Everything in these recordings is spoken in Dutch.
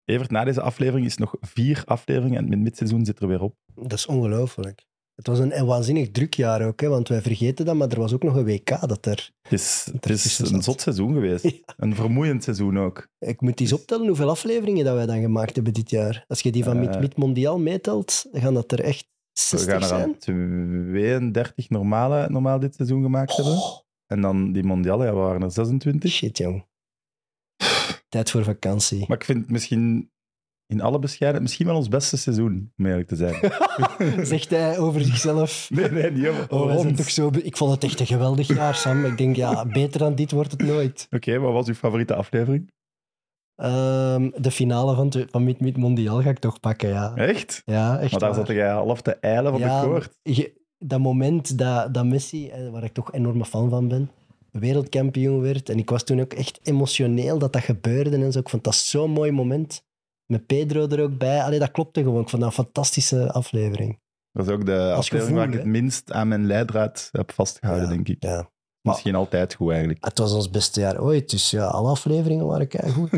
Evert, na deze aflevering is nog 4 afleveringen en het midseizoen zit er weer op. Dat is ongelooflijk. Het was een waanzinnig druk jaar ook, hè, want wij vergeten dat, maar er was ook nog een WK dat er... Het is een zot seizoen geweest. Ja. Een vermoeiend seizoen ook. Ik moet eens optellen hoeveel afleveringen dat wij dan gemaakt hebben dit jaar. Als je die van mid-mondiaal meetelt, dan gaan dat er echt 60 zijn. We gaan er 32 normaal dit seizoen gemaakt hebben. En dan die mondiale, we waren er 26. Shit, jong. Tijd voor vakantie. Maar ik vind het misschien... In alle bescheidenheid, misschien wel ons beste seizoen, om eerlijk te zijn. Zegt hij over zichzelf. Nee, niet over ons. Ik vond het echt een geweldig jaar, Sam. Ik denk, beter dan dit wordt het nooit. Oké, wat was uw favoriete aflevering? De finale van Mid-Mondiaal ga ik toch pakken, ja. Echt? Ja, echt. Maar daar zat jij half te eilen van de koord. Dat moment dat Messi, waar ik toch enorme fan van ben, wereldkampioen werd. En ik was toen ook echt emotioneel dat gebeurde. En zo. Ik vond dat zo'n mooi moment. Met Pedro er ook bij. Allee, dat klopte gewoon. Ik vond dat een fantastische aflevering. Dat is ook de aflevering waar ik het minst aan mijn leidraad heb vastgehouden, denk ik. Ja. Misschien altijd goed, eigenlijk. Het was ons beste jaar ooit, dus ja, alle afleveringen waren keigoed.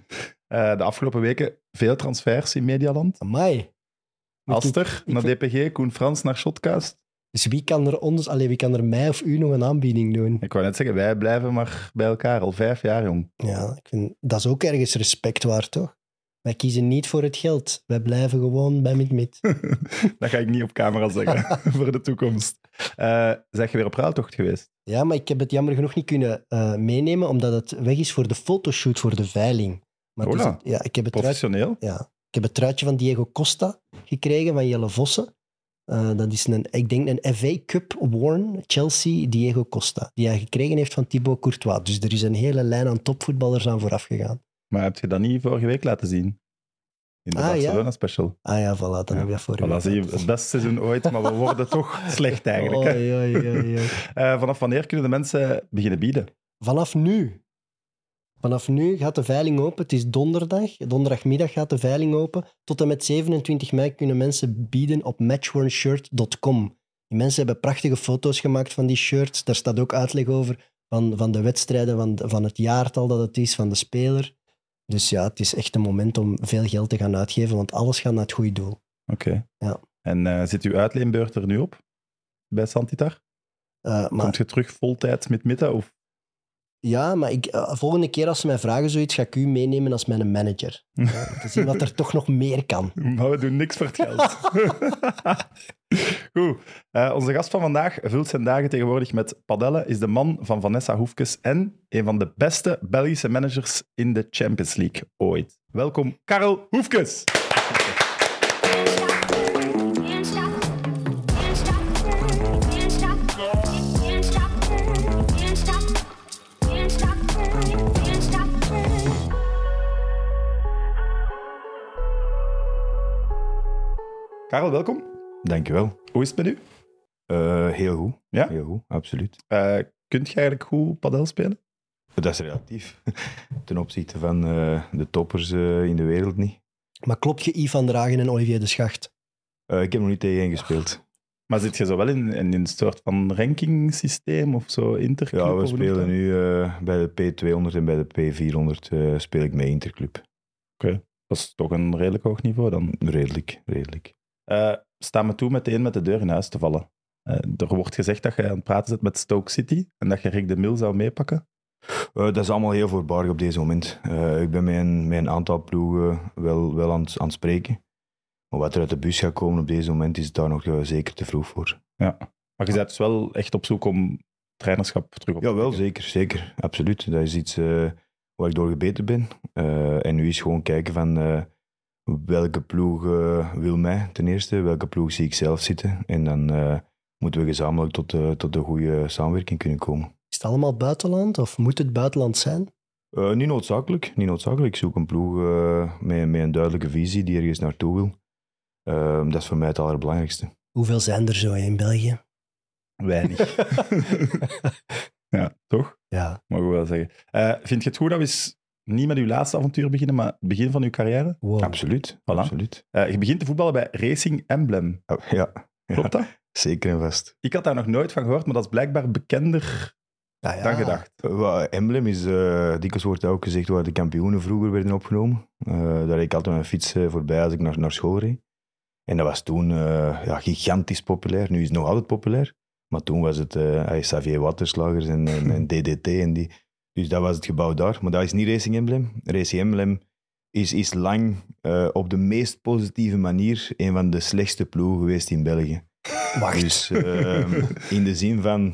De afgelopen weken veel transfers in Medialand. Amai. Aster naar DPG, Koen Frans naar Shotcast. Dus wie kan er mij of u nog een aanbieding doen? Ik wou net zeggen, wij blijven maar bij elkaar, al 5 jaar, jong. Ja, ik vind, dat is ook ergens respect waard, toch? Wij kiezen niet voor het geld. Wij blijven gewoon bij Mid-Mid. Dat ga ik niet op camera zeggen, voor de toekomst. Zeg je weer op ruiltocht geweest? Ja, maar ik heb het jammer genoeg niet kunnen meenemen, omdat het weg is voor de fotoshoot, voor de veiling. Maar ik heb het professioneel? Ik heb het truitje van Diego Costa gekregen, van Jelle Vossen. Dat is een FA Cup worn Chelsea Diego Costa, die hij gekregen heeft van Thibaut Courtois. Dus er is een hele lijn aan topvoetballers aan vooraf gegaan. Maar heb je dat niet vorige week laten zien? In de Barcelona-special. Ah ja, voilà, dan heb je dat vorige week. Zie je, het beste seizoen ooit, maar we worden toch slecht eigenlijk. Oei. Vanaf wanneer kunnen de mensen beginnen bieden? Vanaf nu. Vanaf nu gaat de veiling open. Het is donderdag. Donderdagmiddag gaat de veiling open. Tot en met 27 mei kunnen mensen bieden op matchwornshirt.com. Die mensen hebben prachtige foto's gemaakt van die shirts. Daar staat ook uitleg over van de wedstrijden, van het jaartal dat het is, van de speler. Dus ja, het is echt een moment om veel geld te gaan uitgeven, want alles gaat naar het goede doel. Oké. Ja. En zit uw uitleenbeurt er nu op? Bij Santitar? Komt je terug voltijds met Mitte? Of? Ja, maar volgende keer als ze mij vragen zoiets, ga ik u meenemen als mijn manager. Te zien wat er toch nog meer kan. Maar we doen niks voor het geld. Goed. Onze gast van vandaag vult zijn dagen tegenwoordig met padellen, is de man van Vanessa Hoefkes en een van de beste Belgische managers in de Champions League ooit. Welkom, Karel Hoefkes. Karel, welkom. Dankjewel. Hoe is het met u? Heel goed. Ja? Heel goed, absoluut. Kunt je eigenlijk goed padel spelen? Dat is relatief. Ten opzichte van de toppers in de wereld niet. Maar klopt je Yves van der Hagen en Olivier de Schacht? Ik heb nog niet tegen gespeeld. Maar zit je zo wel in een soort van rankingsysteem of zo, interclub? Ja, we spelen nu bij de P200 en bij de P400 speel ik mee interclub. Oké. Dat is toch een redelijk hoog niveau dan? Redelijk. Sta me toe meteen met de deur in huis te vallen. Er wordt gezegd dat je aan het praten zit met Stoke City en dat je Rick de Mil zou meepakken. Dat is allemaal heel voorbarig op deze moment. Ik ben met een aantal ploegen wel aan het spreken. Maar wat er uit de bus gaat komen op deze moment, is het daar nog zeker te vroeg voor. Ja. Maar je bent dus wel echt op zoek om trainerschap terug op te Ja, wel, zeker. Absoluut. Dat is iets waar ik door gebeten ben. En nu is gewoon kijken van welke ploeg wil mij ten eerste, welke ploeg zie ik zelf zitten. En dan moeten we gezamenlijk tot een goede samenwerking kunnen komen. Is het allemaal buitenland of moet het buitenland zijn? Niet noodzakelijk. Ik zoek een ploeg met een duidelijke visie die ergens naartoe wil. Dat is voor mij het allerbelangrijkste. Hoeveel zijn er zo in België? Weinig. Ja, toch? Ja. Mag ik wel zeggen. Vind je het goed dat we eens niet met uw laatste avontuur beginnen, maar het begin van uw carrière? Wow. Absoluut. Je begint te voetballen bij Racing Emblem. Ja. Klopt dat? Zeker en vast. Ik had daar nog nooit van gehoord, maar dat is blijkbaar bekender dan gedacht. Emblem is, dikwijls wordt ook gezegd, waar de kampioenen vroeger werden opgenomen. Daar reed ik altijd mijn fiets voorbij als ik naar school reed. En dat was toen gigantisch populair. Nu is het nog altijd populair. Maar toen was het Xavier Watterslagers en DDT. Dus dat was het gebouw daar. Maar dat is niet Racing Emblem. Racing Emblem is lang op de meest positieve manier een van de slechtste ploegen geweest in België. Wacht. Dus in de zin van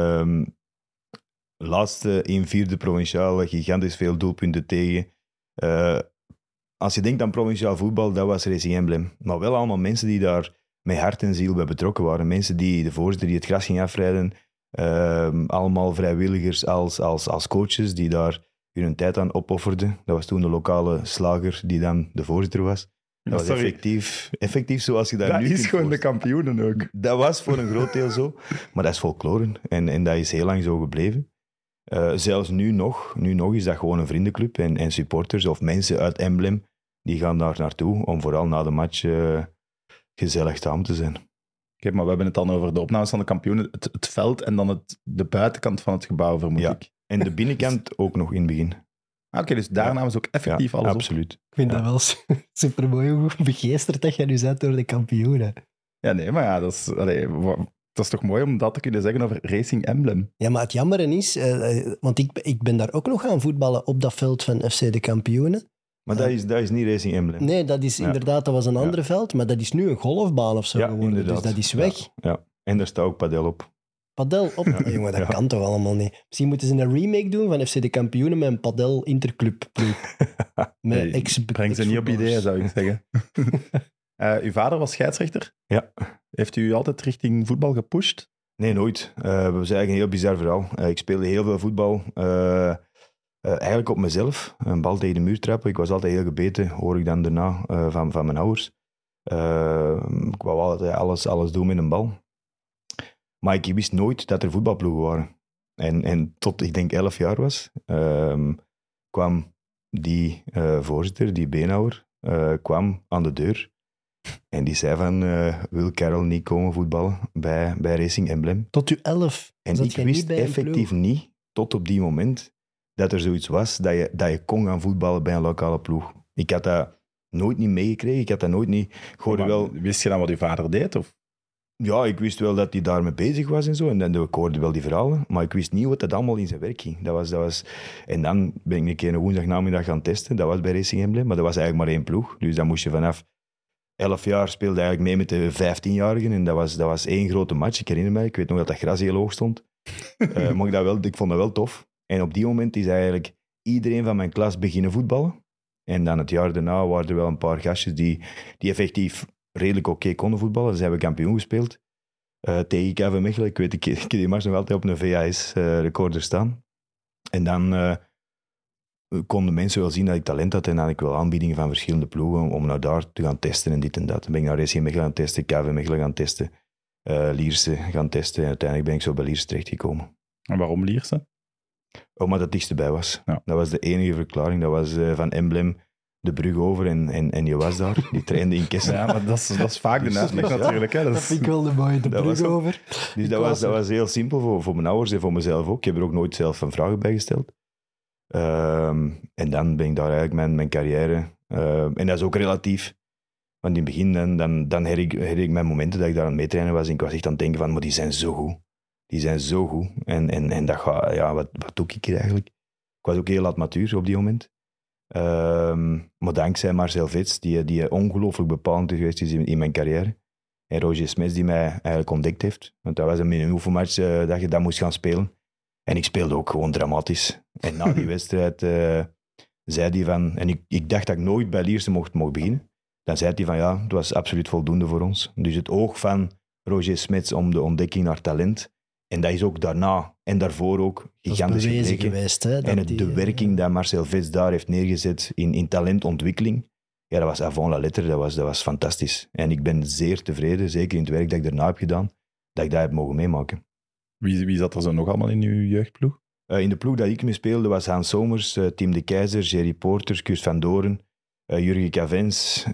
laatste 1/4 provinciale, gigantisch veel doelpunten tegen. Als je denkt aan provinciaal voetbal, dat was Racing Emblem. Maar wel allemaal mensen die daar met hart en ziel bij betrokken waren. Mensen die de voorzitter die het gras ging afrijden. Allemaal vrijwilligers als coaches die daar hun tijd aan opofferden. Dat was toen de lokale slager die dan de voorzitter was. Dat was effectief zoals je dat nu is gewoon de kampioenen ook. Dat was voor een groot deel zo. Maar dat is folklore. En dat is heel lang zo gebleven. Zelfs nu nog is dat gewoon een vriendenclub. En supporters of mensen uit Emblem, die gaan daar naartoe om vooral na de match gezellig samen te zijn. Oké, maar we hebben het dan over de opnames van de kampioenen. Het veld en dan de buitenkant van het gebouw, vermoed ik. En de binnenkant ook nog in het begin. Oké, dus daar namen ze ook effectief alles absoluut. op. Ik vind dat wel supermooi hoe begeesterd dat jij nu bent door de kampioenen. Ja, nee, maar ja, dat is toch mooi om dat te kunnen zeggen over Racing Emblem. Ja, maar het jammere is, want ik ben daar ook nog gaan voetballen op dat veld van FC de Kampioenen. Maar dat is niet Racing Emblem. Nee, dat is inderdaad, dat was een ander veld, maar dat is nu een golfbaan of zo geworden. Inderdaad. Dus dat is weg. Ja. En daar staat ook padel op. Padel op? Ja. Jongen, dat kan toch allemaal niet. Misschien moeten ze een remake doen van FC de Kampioenen met een padel interclub ploeg. Breng ze niet op ideeën, zou ik zeggen. Uw vader was scheidsrechter? Ja. Heeft u altijd richting voetbal gepusht? Nee, nooit. Dat was eigenlijk een heel bizar verhaal. Ik speelde heel veel voetbal. Eigenlijk op mezelf. Een bal tegen de muur trappen. Ik was altijd heel gebeten, hoor ik dan daarna van mijn ouders. Ik wou altijd alles doen met een bal. Maar ik wist nooit dat er voetbalploegen waren. En tot ik denk 11 jaar was, kwam die voorzitter, die beenhouwer, kwam aan de deur. En die zei van, wil Karel niet komen voetballen bij Racing Emblem? Tot u 11? En ik wist effectief niet, tot op die moment, dat er zoiets was, dat je kon gaan voetballen bij een lokale ploeg. Ik had dat nooit niet meegekregen, ik had dat nooit niet... Wist je dan wat uw vader deed? Of? Ja, ik wist wel dat hij daarmee bezig was en zo. En ik hoorde wel die verhalen. Maar ik wist niet wat dat allemaal in zijn werk ging. Dat was... En dan ben ik een keer een woensdagnamiddag gaan testen. Dat was bij Racing Emblem. Maar dat was eigenlijk maar 1 ploeg. Dus dan moest je vanaf 11 jaar speelde eigenlijk mee met de 15-jarigen. En dat was 1 grote match. Ik herinner me. Ik weet nog dat gras heel hoog stond. Maar ik vond dat wel tof. En op die moment is eigenlijk iedereen van mijn klas beginnen voetballen. En dan het jaar daarna waren er wel een paar gastjes die effectief redelijk oké konden voetballen. Dus hebben we kampioen gespeeld tegen KV Mechelen. Ik weet, ik heb die match nog altijd op een VHS-recorder staan. En dan konden mensen wel zien dat ik talent had en had ik wel aanbiedingen van verschillende ploegen om naar daar te gaan testen en dit en dat. Dan ben ik naar Racing Mechelen gaan testen, KV Mechelen gaan testen, Lierse gaan testen en uiteindelijk ben ik zo bij Lierse terechtgekomen. En waarom Lierse? Omdat het dichtstbij was. Ja. Dat was de enige verklaring. Dat was van Emblem de brug over en je was daar. Die trainde in Kessel. Ja, maar dat is vaak de uitleg natuurlijk. Hè. Dat vind ik wel de mooie, de brug over. Dus dat was heel simpel voor mijn ouders en voor mezelf ook. Ik heb er ook nooit zelf van vragen bij gesteld. En dan ben ik daar eigenlijk mijn carrière... en dat is ook relatief. Want in het begin dan herinner ik mijn momenten dat ik daar aan het meetrainen was en ik was echt aan het denken van, maar die zijn zo goed. Die zijn zo goed. En dat gaat... Ja, wat doe ik hier eigenlijk? Ik was ook heel laat matuur op die moment. Maar dankzij Marcel Vets, die ongelooflijk bepalend geweest is in mijn carrière. En Roger Smets, die mij eigenlijk ontdekt heeft. Want dat was een oefenmatch dat je dat moest gaan spelen. En ik speelde ook gewoon dramatisch. En na die wedstrijd zei hij van... En ik dacht dat ik nooit bij Lierse mocht beginnen. Dan zei hij van ja, het was absoluut voldoende voor ons. Dus het oog van Roger Smets om de ontdekking naar talent... En dat is ook daarna en daarvoor ook gigantisch gebleken. Geweest, hè, en de werking dat Marcel Vets daar heeft neergezet in talentontwikkeling, ja, dat was avant la lettre, dat was fantastisch. En ik ben zeer tevreden, zeker in het werk dat ik daarna heb gedaan, dat ik dat heb mogen meemaken. Wie zat er zo nog allemaal in uw jeugdploeg? In de ploeg dat ik mee speelde was Hans Somers, Tim de Keizer, Jerry Porter, Kus van Doren, Jurgen Cavens.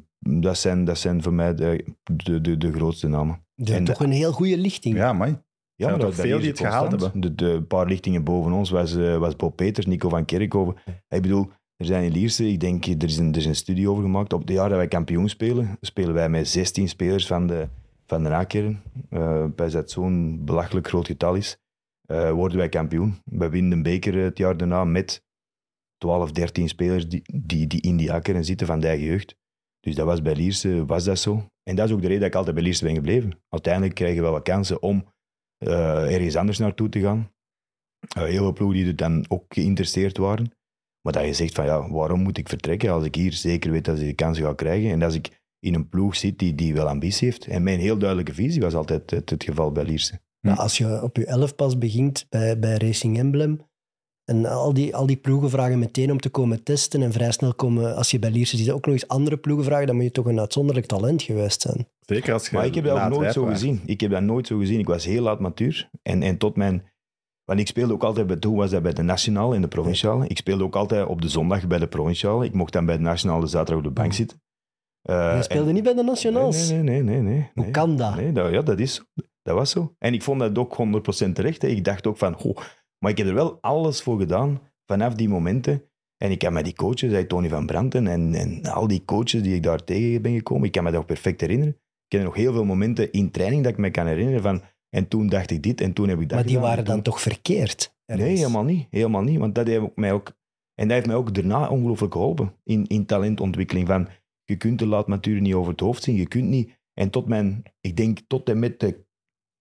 Dat zijn voor mij de grootste namen. Toch een heel goede lichting. Ja, man. Ja, maar maar toch veel die het gehaald hebben. De paar lichtingen boven ons was Bob Peters, Nico van Kerkhoven. Ik bedoel, er zijn in Lierse, ik denk, er is een studie over gemaakt. Op het jaar dat wij kampioen spelen wij met 16 spelers van de A-kern. Bij dat zo'n belachelijk groot getal is, worden wij kampioen. We winnen een beker het jaar daarna met 12, 13 spelers die in die A-kern zitten van de eigen jeugd. Dus dat was bij Lierse, was dat zo. En dat is ook de reden dat ik altijd bij Lierse ben gebleven. Uiteindelijk krijg je wel wat kansen om ergens anders naartoe te gaan. Heel veel ploegen die er dan ook geïnteresseerd waren. Maar dat je zegt van ja, waarom moet ik vertrekken als ik hier zeker weet dat ik de kansen ga krijgen en als ik in een ploeg zit die wel ambitie heeft. En mijn heel duidelijke visie was altijd het geval bij Lierse. Maar als je op je 11 pas begint bij Racing Emblem en al die ploegen vragen meteen om te komen testen en vrij snel komen, als je bij Lierse ziet ook nog eens andere ploegen vragen, dan moet je toch een uitzonderlijk talent geweest zijn. Zeker als je Maar ik heb dat ook nooit zo gezien. Ik was heel laat matuur. En tot mijn... Want ik speelde ook altijd toen was dat bij de Nationale en de Provinciale. Ik speelde ook altijd op de zondag bij de Provinciale. Ik mocht dan bij de Nationale de zaterdag op de bank zitten. Je speelde niet bij de Nationals? Nee. Hoe kan dat? Nee, dat is zo. Dat was zo. En ik vond dat ook 100% terecht. Hè. Ik dacht ook van, maar ik heb er wel alles voor gedaan vanaf die momenten. En ik kan me die coaches, Tony van Branten en al die coaches die ik daar tegen ben gekomen, ik kan me dat ook perfect herinneren. Ik heb nog heel veel momenten in training dat ik me kan herinneren van, en toen dacht ik dit en toen heb ik dat Maar die gedaan, waren dan toch verkeerd? Nee, helemaal niet. Want dat heeft mij ook... En dat heeft mij ook daarna ongelooflijk geholpen in talentontwikkeling. Van, je kunt de laatmaturen niet over het hoofd zien, je kunt niet... En ik denk tot en met de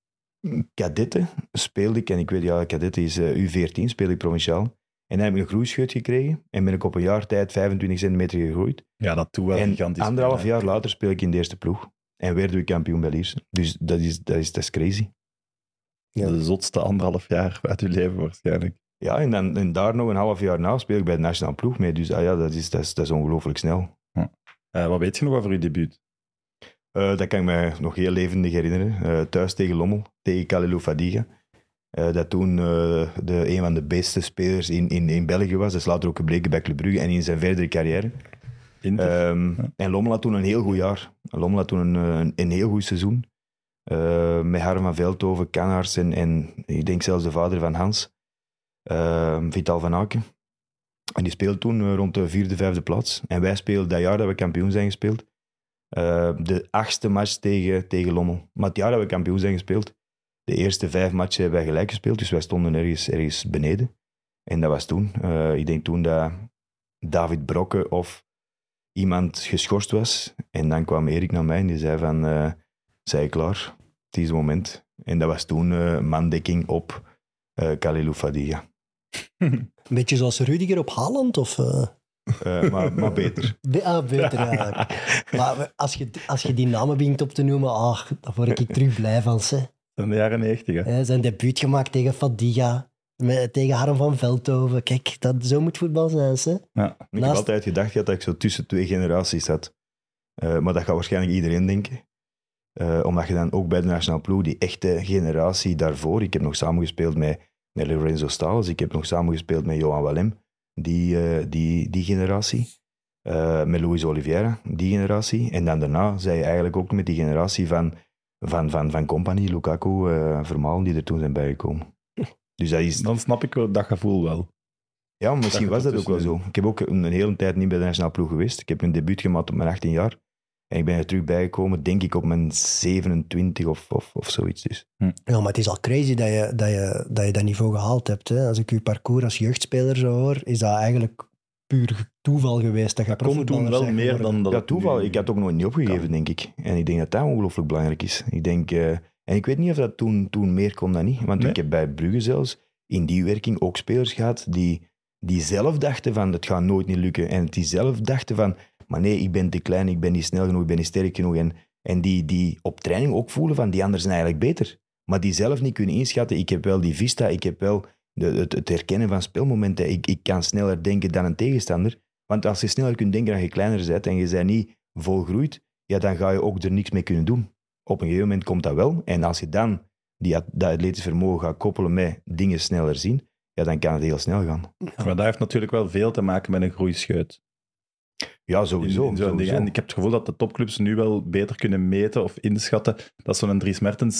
kadetten speelde ik, en ik weet, ja, kadetten is U14, speelde ik provinciaal. En dan heb ik een groeischeut gekregen en ben ik op een jaar tijd 25 centimeter gegroeid. Ja, dat doet wel gigantisch. En 1,5 jaar later speel ik in de eerste ploeg. En werden we kampioen bij Lierse. Dus dat is crazy. Ja. De zotste 1,5 jaar uit je leven waarschijnlijk. Ja, en daar nog een half jaar na speel ik bij de nationale ploeg mee. Dus dat is ongelooflijk snel. Wat weet je nog over je debuut? Dat kan ik me nog heel levendig herinneren. Thuis tegen Lommel, tegen Kalilou Fadiga. Dat toen een van de beste spelers in België was. Dat is later ook gebleken bij Club Brugge en in zijn verdere carrière. En Lommel had toen een heel goed jaar. Lommel had toen een heel goed seizoen. Met Harm van Veldhoven, Cannaars en ik denk zelfs de vader van Hans, Vital van Aken. En die speelde toen rond de 4e, 5e plaats. En wij speelden dat jaar dat we kampioen zijn gespeeld, de 8e match tegen Lommel. Maar het jaar dat we kampioen zijn gespeeld, de eerste 5 matchen hebben wij gelijk gespeeld, dus wij stonden ergens beneden. En dat was toen. Ik denk toen dat David Brokke of iemand geschorst was. En dan kwam Erik naar mij en die zei van, zei je klaar, het is het moment. En dat was toen mandekking op Kalilou Fadiga. Een beetje zoals Rudiger op Haaland, of... Maar beter. Beter, ja. Maar als je die namen begint op te noemen, daar word ik terug blij van. In de jaren 90. Hè? Zijn debuut gemaakt tegen Fadiga, tegen Harm van Veldhoven. Kijk, zo moet voetbal zijn. Ja. Ik heb altijd gedacht dat ik zo tussen 2 generaties zat. Maar dat gaat waarschijnlijk iedereen denken. Omdat je dan ook bij de nationale ploeg, die echte generatie daarvoor, ik heb nog samengespeeld met Lorenzo Stales, ik heb nog samengespeeld met Johan Wallem, die generatie. Met Luis Oliveira, die generatie. En dan daarna zei je eigenlijk ook met die generatie van Company, Lukaku, Vermaelen, die er toen zijn bijgekomen. Dus dat is... Dan snap ik dat gevoel wel. Ja, misschien was dat ook wel zo. Ik heb ook een hele tijd niet bij de nationale ploeg geweest. Ik heb een debuut gemaakt op mijn 18 jaar. En ik ben er terug bijgekomen, denk ik, op mijn 27 of zoiets. Dus. Ja, maar het is al crazy dat je dat niveau gehaald hebt. Hè. Als ik je parcours als jeugdspeler zo hoor, is dat eigenlijk puur toeval geweest. Dat komt toen wel meer dan dat. Ja, toeval. Ik had het ook nooit niet opgegeven, denk ik. En ik denk dat dat ongelooflijk belangrijk is. Ik denk, en ik weet niet of dat toen meer kon dan niet. Want ik heb bij Brugge zelfs in die werking ook spelers gehad die zelf dachten van, het gaat nooit niet lukken. En die zelf dachten van, maar nee, ik ben te klein, ik ben niet snel genoeg, ik ben niet sterk genoeg. En die op training ook voelen van, die anderen zijn eigenlijk beter. Maar die zelf niet kunnen inschatten, ik heb wel die vista, ik heb wel het herkennen van speelmomenten. Ik kan sneller denken dan een tegenstander. Want als je sneller kunt denken dan je kleiner bent en je bent niet volgroeid, ja, dan ga je ook er niks mee kunnen doen. Op een gegeven moment komt dat wel. En als je dan dat atletisch vermogen gaat koppelen met dingen sneller zien, ja, dan kan het heel snel gaan. Maar dat heeft natuurlijk wel veel te maken met een groeischeut. Ja, sowieso. En ik heb het gevoel dat de topclubs nu wel beter kunnen meten of inschatten dat zo'n Dries Mertens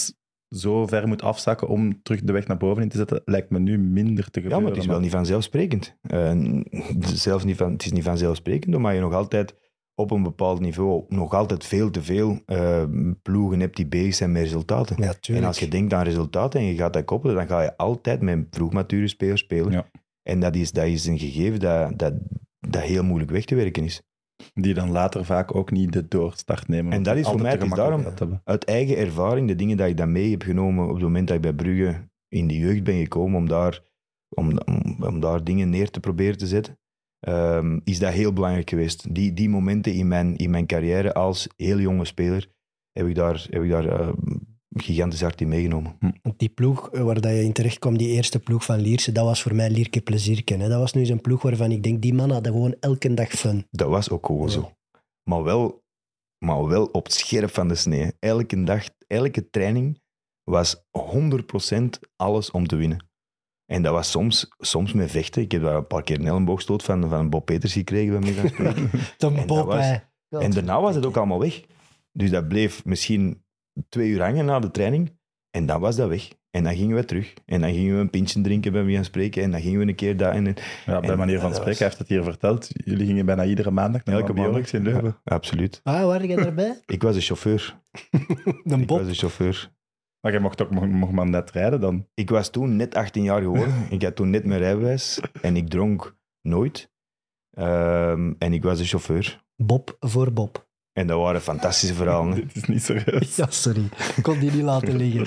zo ver moet afzakken om terug de weg naar boven in te zetten, lijkt me nu minder te gebeuren. Ja, maar het is wel niet vanzelfsprekend. Het is niet vanzelfsprekend, omdat je nog altijd op een bepaald niveau nog altijd veel te veel ploegen hebt die bezig zijn met resultaten. Ja, tuurlijk. En als je denkt aan resultaten en je gaat dat koppelen, dan ga je altijd met vroegmature spelers spelen. Ja. En dat is een gegeven dat heel moeilijk weg te werken is. Die dan later vaak ook niet de doorstart nemen. En dat is voor mij, het is daarom, hebben. uit eigen ervaring, de dingen dat ik dan mee heb genomen op het moment dat ik bij Brugge in de jeugd ben gekomen om daar dingen neer te proberen te zetten, is dat heel belangrijk geweest. Die momenten in mijn carrière als heel jonge speler heb ik daar gigantisch hard in meegenomen. Die ploeg waar dat je in terecht kwam, die eerste ploeg van Lierse, dat was voor mij Lierke Plezierken. Hè. Dat was nu zo'n ploeg waarvan ik denk, die mannen hadden gewoon elke dag fun. Dat was ook gewoon zo. Maar wel op het scherp van de snee. Elke dag, elke training was 100% alles om te winnen. En dat was soms met vechten. Ik heb daar een paar keer een elleboogstoot van Bob Peters gekregen bij mij gaan spreken. En daarna was het ook allemaal weg. Dus dat bleef misschien 2 uur hangen na de training. En dan was dat weg. En dan gingen we terug. En dan gingen we een pintje drinken bij mij gaan spreken. En dan gingen we een keer dat. Bij manier van spreken, hij heeft het hier verteld. Jullie gingen bijna iedere maandag naar elke Bjorks in Leuven. Ja, absoluut. Waar jij daarbij? Ik was de chauffeur. Bob. Was de chauffeur. Maar jij mocht maar net rijden dan? Ik was toen net 18 jaar geworden. Ik had toen net mijn rijbewijs. En ik dronk nooit. En ik was de chauffeur. Bob voor Bob. En dat waren fantastische verhalen. Dit is niet serieus. Ja, sorry. Ik kon die niet laten liggen.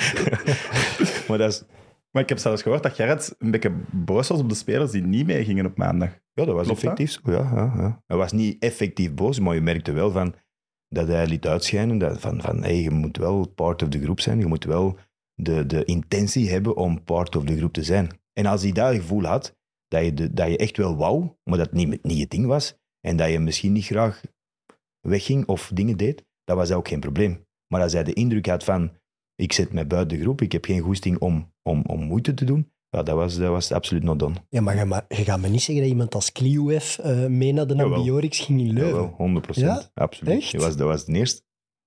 Maar ik heb zelfs gehoord dat Gerrit een beetje boos was op de spelers die niet meegingen op maandag. Ja, dat was Klopt effectief zo. Ja. Hij was niet effectief boos, maar je merkte wel dat hij liet uitschijnen van hey, je moet wel part of the group zijn. Je moet wel de intentie hebben om part of the group te zijn. En als hij dat gevoel had, dat je echt wel wou, maar dat niet je ding was, en dat je misschien niet graag wegging of dingen deed, dat was ook geen probleem. Maar als hij de indruk had van, ik zet mij buiten de groep, ik heb geen goesting om moeite te doen, ja, dat was absoluut not done. Ja, maar je gaat me niet zeggen dat iemand als Kliuev mee naar de Ambiorix ging in Leuven. Jawel, 100%. Ja? Absoluut. Echt? Dat was de eerste.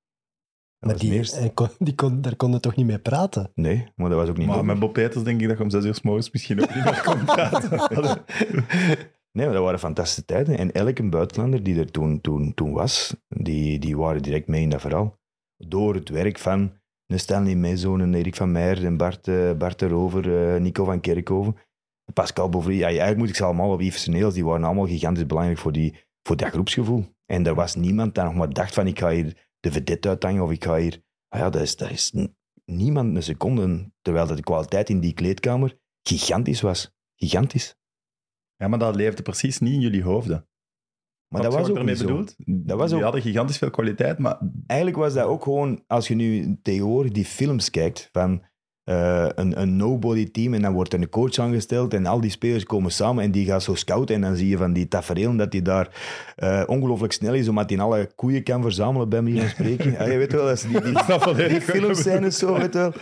Maar daar kon je toch niet mee praten? Nee, maar dat was ook niet Maar nodig. met Bob Peters denk ik dat je om 6 uur 's morgens misschien ook niet meer kon praten. Nee, maar dat waren fantastische tijden. En elke buitenlander die er toen was, die waren direct mee in dat verhaal. Door het werk van een Stanley Mezzo, een Erik van Meijer, en Bart de Rover, Nico van Kerkhoven, Pascal Bovry. Ja, eigenlijk moet ik ze allemaal op Yves Neels, die waren allemaal gigantisch belangrijk voor dat groepsgevoel. En er was niemand die nog maar dacht van, ik ga hier de vedette uithangen of ik ga hier... dat is niemand een seconde, terwijl de kwaliteit in die kleedkamer gigantisch was. Gigantisch. Ja, maar dat leefde precies niet in jullie hoofden. Maar Wat dat was je ook ermee niet zo. bedoeld? Dat was jullie ook... hadden gigantisch veel kwaliteit, maar... Eigenlijk was dat ook gewoon, als je nu tegenwoordig die films kijkt van een nobody team en dan wordt er een coach aangesteld en al die spelers komen samen en die gaan zo scouten en dan zie je van die tafereelen dat hij daar ongelooflijk snel is omdat hij alle koeien kan verzamelen bij mij gaan spreken. Ja, je weet wel, dat is die filmscènes zo, weet wel.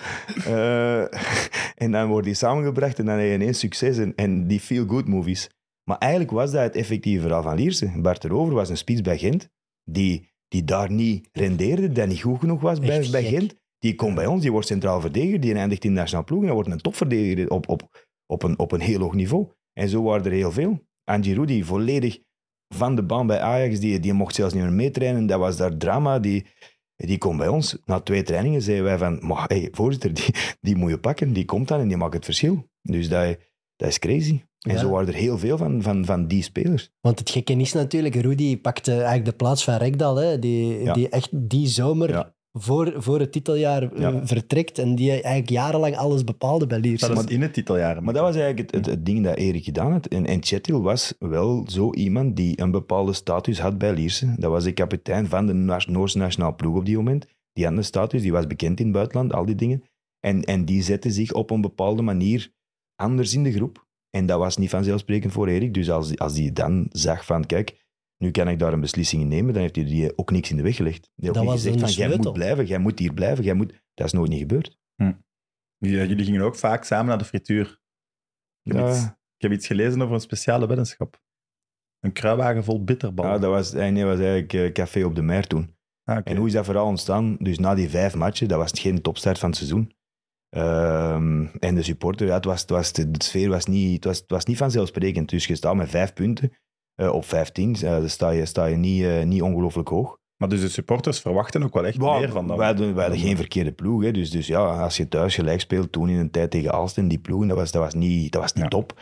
En dan wordt die samengebracht en dan heb je ineens succes en die feel-good movies. Maar eigenlijk was dat het effectieve verhaal van Lierse. Bart de Rover was een spits bij Gent die daar niet rendeerde, die niet goed genoeg was bij Gent. Die komt bij ons, die wordt centraal verdediger, die eindigt in de nationale ploeg en dan wordt een topverdediger op een heel hoog niveau. En zo waren er heel veel. Angiroud, die volledig van de baan bij Ajax, die mocht zelfs niet meer meetrainen, dat was daar drama. Die komt bij ons. Na 2 trainingen zeiden wij van, maar hey, voorzitter, die moet je pakken, die komt dan en die maakt het verschil. Dus dat is crazy. En zo waren er heel veel van die spelers. Want het gekke is natuurlijk, Rudy pakte eigenlijk de plaats van Rekdal, hè, die echt die zomer... Ja. Voor het titeljaar vertrekt en die eigenlijk jarenlang alles bepaalde bij Lierse. Dat is in het titeljaar. Maar dat was eigenlijk het ding dat Erik gedaan had. En Chetil was wel zo iemand die een bepaalde status had bij Lierse. Dat was de kapitein van de Noorse nationale ploeg op die moment. Die had een status, die was bekend in het buitenland, al die dingen. En die zette zich op een bepaalde manier anders in de groep. En dat was niet vanzelfsprekend voor Erik. Dus als hij dan zag van, kijk, nu kan ik daar een beslissing in nemen, dan heeft hij die ook niks in de weg gelegd. Hij heeft ook niet gezegd van, jij moet blijven, jij moet hier blijven, Dat is nooit niet gebeurd. Ja, jullie gingen ook vaak samen naar de frituur. Ik heb iets gelezen over een speciale weddenschap. Een kruiwagen vol bitterballen. Ja, dat was eigenlijk Café op de Mer toen. Okay. En hoe is dat verhaal ontstaan? Dus na die 5 matchen, dat was geen topstart van het seizoen. En de supporter, ja, de sfeer was niet vanzelfsprekend. Dus je staat met 5 punten op 15, dan sta je niet ongelooflijk hoog. Maar dus de supporters verwachten ook wel echt meer van dat. Wij hadden geen verkeerde ploeg. Hè. Dus ja, als je thuis gelijk speelt, toen in een tijd tegen Aalsten, die ploeg, dat was niet top.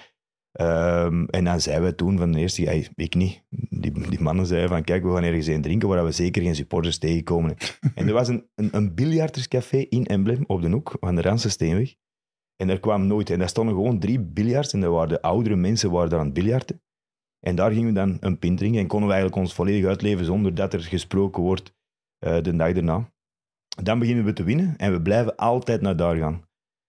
En dan zeiden we toen van de eerste, ik niet. Die mannen zeiden van, kijk, we gaan ergens een drinken waar we zeker geen supporters tegenkomen. En er was een biljarterscafé in Emblem, op de hoek van de Ranse Steenweg. En daar kwam nooit. En daar stonden gewoon 3 biljarts en daar waren de oudere mensen daar aan het biljarten. En daar gingen we dan een pint drinken en konden we eigenlijk ons volledig uitleven zonder dat er gesproken wordt de dag daarna. Dan beginnen we te winnen en we blijven altijd naar daar gaan.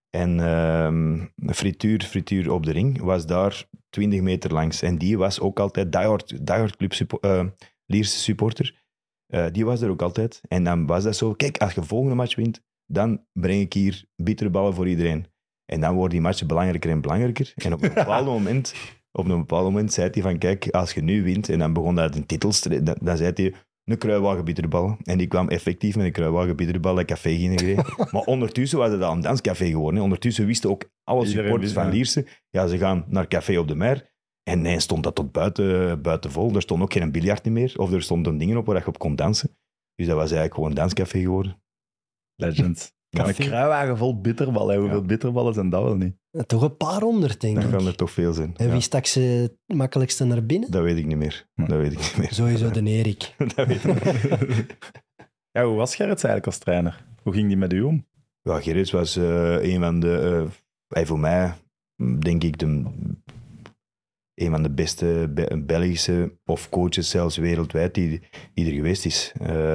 En frituur op de ring was daar 20 meter langs. En die was ook altijd diehard club Lierse supporter. Die was er ook altijd. En dan was dat zo, kijk, als je volgende match wint, dan breng ik hier bitterballen voor iedereen. En dan worden die matchen belangrijker en belangrijker. En op een bepaald moment zei hij van, kijk, als je nu wint, en dan begon dat een titelstrijd, dan zei hij, een kruiwagen bitterballen. En die kwam effectief met een kruiwagen bitterballen dat café gereden. Maar ondertussen was het al een danscafé geworden. Hè. Ondertussen wisten ook alle supporters van Lierse, ja, ze gaan naar Café op de Mer. En nee, stond dat tot buiten vol. Er stond ook geen biljart meer, of er stonden dingen op waar je op kon dansen. Dus dat was eigenlijk gewoon een danscafé geworden. Legend. Kan een kruiwagen vol bitterballen. Hoeveel bitterballen zijn dat wel niet? Toch een paar honderd, denk ik. Dat kan er toch veel zijn. En wie stak ze het makkelijkste naar binnen? Dat weet ik niet meer. Sowieso de Erik. Dat weet ik niet. Ja, hoe was Gerrits eigenlijk als trainer? Hoe ging die met u om? Ja, Gerrits was een van de... voor mij, denk ik, een van de beste Belgische of coaches zelfs wereldwijd die er geweest is.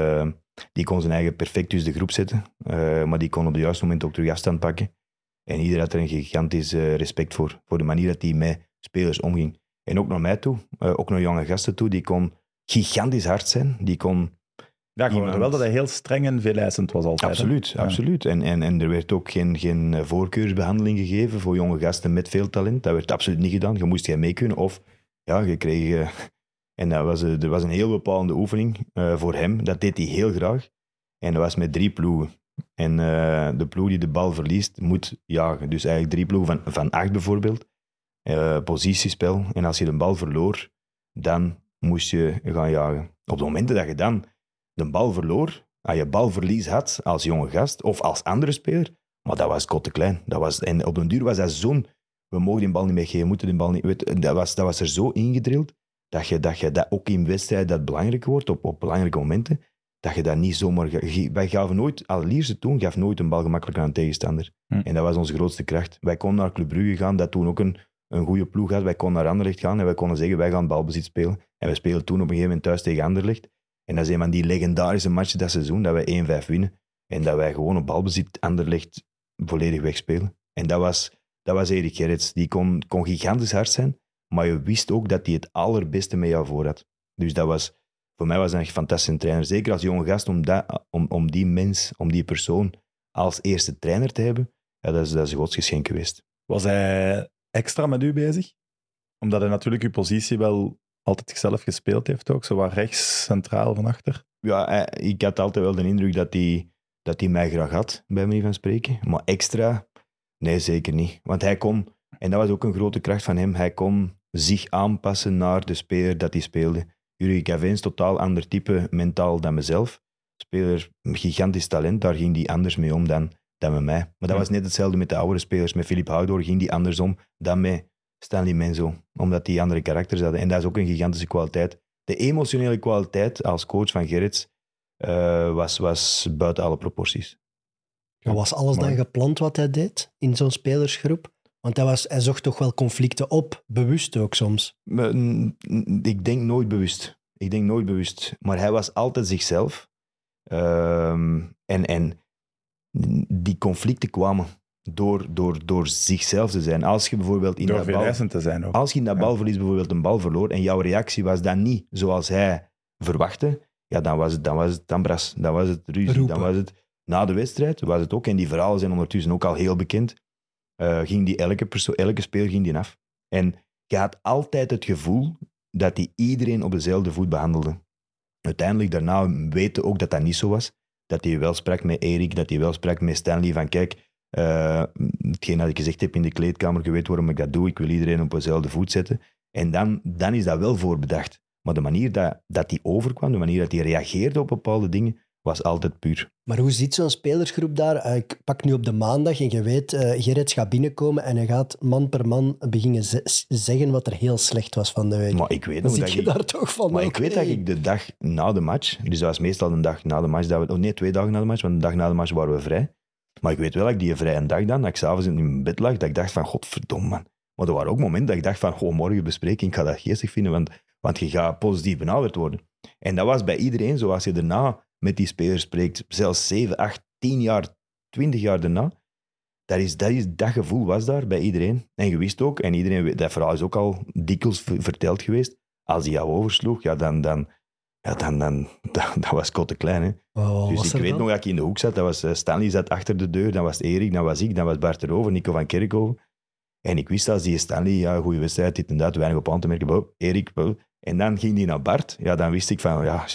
Die kon zijn eigen perfect dus de groep zetten, maar die kon op het juiste moment ook terug afstand pakken. En iedereen had er een gigantisch respect voor de manier dat hij met spelers omging. En ook naar mij toe, ook naar jonge gasten toe, die kon gigantisch hard zijn. Die kon... Ja, ik hoorde wel dat hij heel streng en veeleisend was altijd. Absoluut, hè? absoluut. En er werd ook geen voorkeursbehandeling gegeven voor jonge gasten met veel talent. Dat werd absoluut niet gedaan. Je moest mee kunnen of ja, je kreeg... En er was een heel bepalende oefening voor hem. Dat deed hij heel graag. En dat was met 3 ploegen. En de ploeg die de bal verliest, moet jagen. Dus eigenlijk 3 ploegen van 8 bijvoorbeeld. Positiespel. En als je de bal verloor, dan moest je gaan jagen. Op de momenten dat je dan de bal verloor, als je balverlies had als jonge gast of als andere speler, maar dat was kotteklein. En op den duur was dat zo'n... We mogen die bal niet meegeven, we moeten die bal niet... Dat was er zo ingedrild dat je dat ook in wedstrijden dat belangrijk wordt, op belangrijke momenten, dat je dat niet zomaar... Wij gaven nooit, al Lierse toen, gaf nooit een bal gemakkelijk aan een tegenstander. En dat was onze grootste kracht. Wij konden naar Club Brugge gaan, dat toen ook een goede ploeg had. Wij konden naar Anderlecht gaan en wij konden zeggen, wij gaan balbezit spelen. En wij spelen toen op een gegeven moment thuis tegen Anderlecht. En dat is een van die legendarische matchen dat seizoen, dat wij 1-5 winnen. En dat wij gewoon op balbezit Anderlecht volledig wegspelen. En dat was Erik Gerrits. Die kon gigantisch hard zijn, maar je wist ook dat hij het allerbeste met jou voor had. Dus voor mij was dat een fantastische trainer. Zeker als jonge gast, om die mens, om die persoon als eerste trainer te hebben, ja, dat is een godsgeschenk geweest. Was hij extra met u bezig? Omdat hij natuurlijk uw positie wel altijd zelf gespeeld heeft ook, zo wat rechts, centraal van achter. Ja, ik had altijd wel de indruk dat hij mij graag had, bij manier van spreken. Maar extra, nee, zeker niet. Want hij kon, en dat was ook een grote kracht van hem, hij kon zich aanpassen naar de speler dat hij speelde. Jurgen Caveen is totaal ander type mentaal dan mezelf. Speler, gigantisch talent, daar ging hij anders mee om dan met mij. Maar dat was net hetzelfde met de oudere spelers. Met Philippe Houdor ging hij anders om dan met Stanley Menzo, omdat die andere karakters hadden. En dat is ook een gigantische kwaliteit. De emotionele kwaliteit als coach van Gerrits was buiten alle proporties. Was alles dan gepland wat hij deed in zo'n spelersgroep? Want hij zocht toch wel conflicten op, bewust ook soms. Ik denk nooit bewust. Maar hij was altijd zichzelf. En die conflicten kwamen door zichzelf te zijn. Als je bijvoorbeeld in door veeleisend te zijn ook. Als je in dat balverlies bijvoorbeeld een bal verloor en jouw reactie was dan niet zoals hij verwachtte, ja, dan was het ambras, dan was het ruzie, Roepen. dan was het na de wedstrijd, was het ook, en die verhalen zijn ondertussen ook al heel bekend, ging die elke speler ging die af. En je had altijd het gevoel dat hij iedereen op dezelfde voet behandelde. Uiteindelijk daarna weten ook dat dat niet zo was. Dat hij wel sprak met Erik, dat hij wel sprak met Stanley van kijk, Hetgeen dat ik gezegd heb in de kleedkamer, je weet waarom ik dat doe. Ik wil iedereen op dezelfde voet zetten. En dan is dat wel voorbedacht. Maar de manier dat die overkwam, de manier dat die reageerde op bepaalde dingen, was altijd puur. Maar hoe zit zo'n spelersgroep daar? Ik pak nu op de maandag en je weet, Gerrits gaat binnenkomen en hij gaat man per man beginnen zeggen wat er heel slecht was van de week. Maar ik weet Dan nog zit dat je daar toch van. Maar ik weet dat ik de dag na de match, dus dat was meestal de dag na de match, 2 dagen na de match, want de dag na de match waren we vrij. Maar ik weet wel dat ik die vrije dag dan, dat ik s'avonds in mijn bed lag, dat ik dacht van, godverdomme man. Maar er waren ook momenten dat ik dacht van, morgen bespreking, ik ga dat geestig vinden, want je gaat positief benaderd worden. En dat was bij iedereen zo, als je daarna met die spelers spreekt, zelfs 7, 8, 10 jaar, 20 jaar daarna, dat gevoel was daar bij iedereen. En je wist ook, en iedereen, dat verhaal is ook al dikwijls verteld geweest, als hij jou oversloeg, dan dat was kotte klein. Hè. Dus ik weet nog dat ik in de hoek zat, dat was Stanley zat achter de deur, dan was Erik, dan was ik, dan was Bart erover, Nico van Kerkhoven. En ik wist als die Stanley, ja, goede wedstrijd, dit en dat, weinig op aan te merken, Erik, en dan ging die naar Bart, ja, dan wist ik van, ja,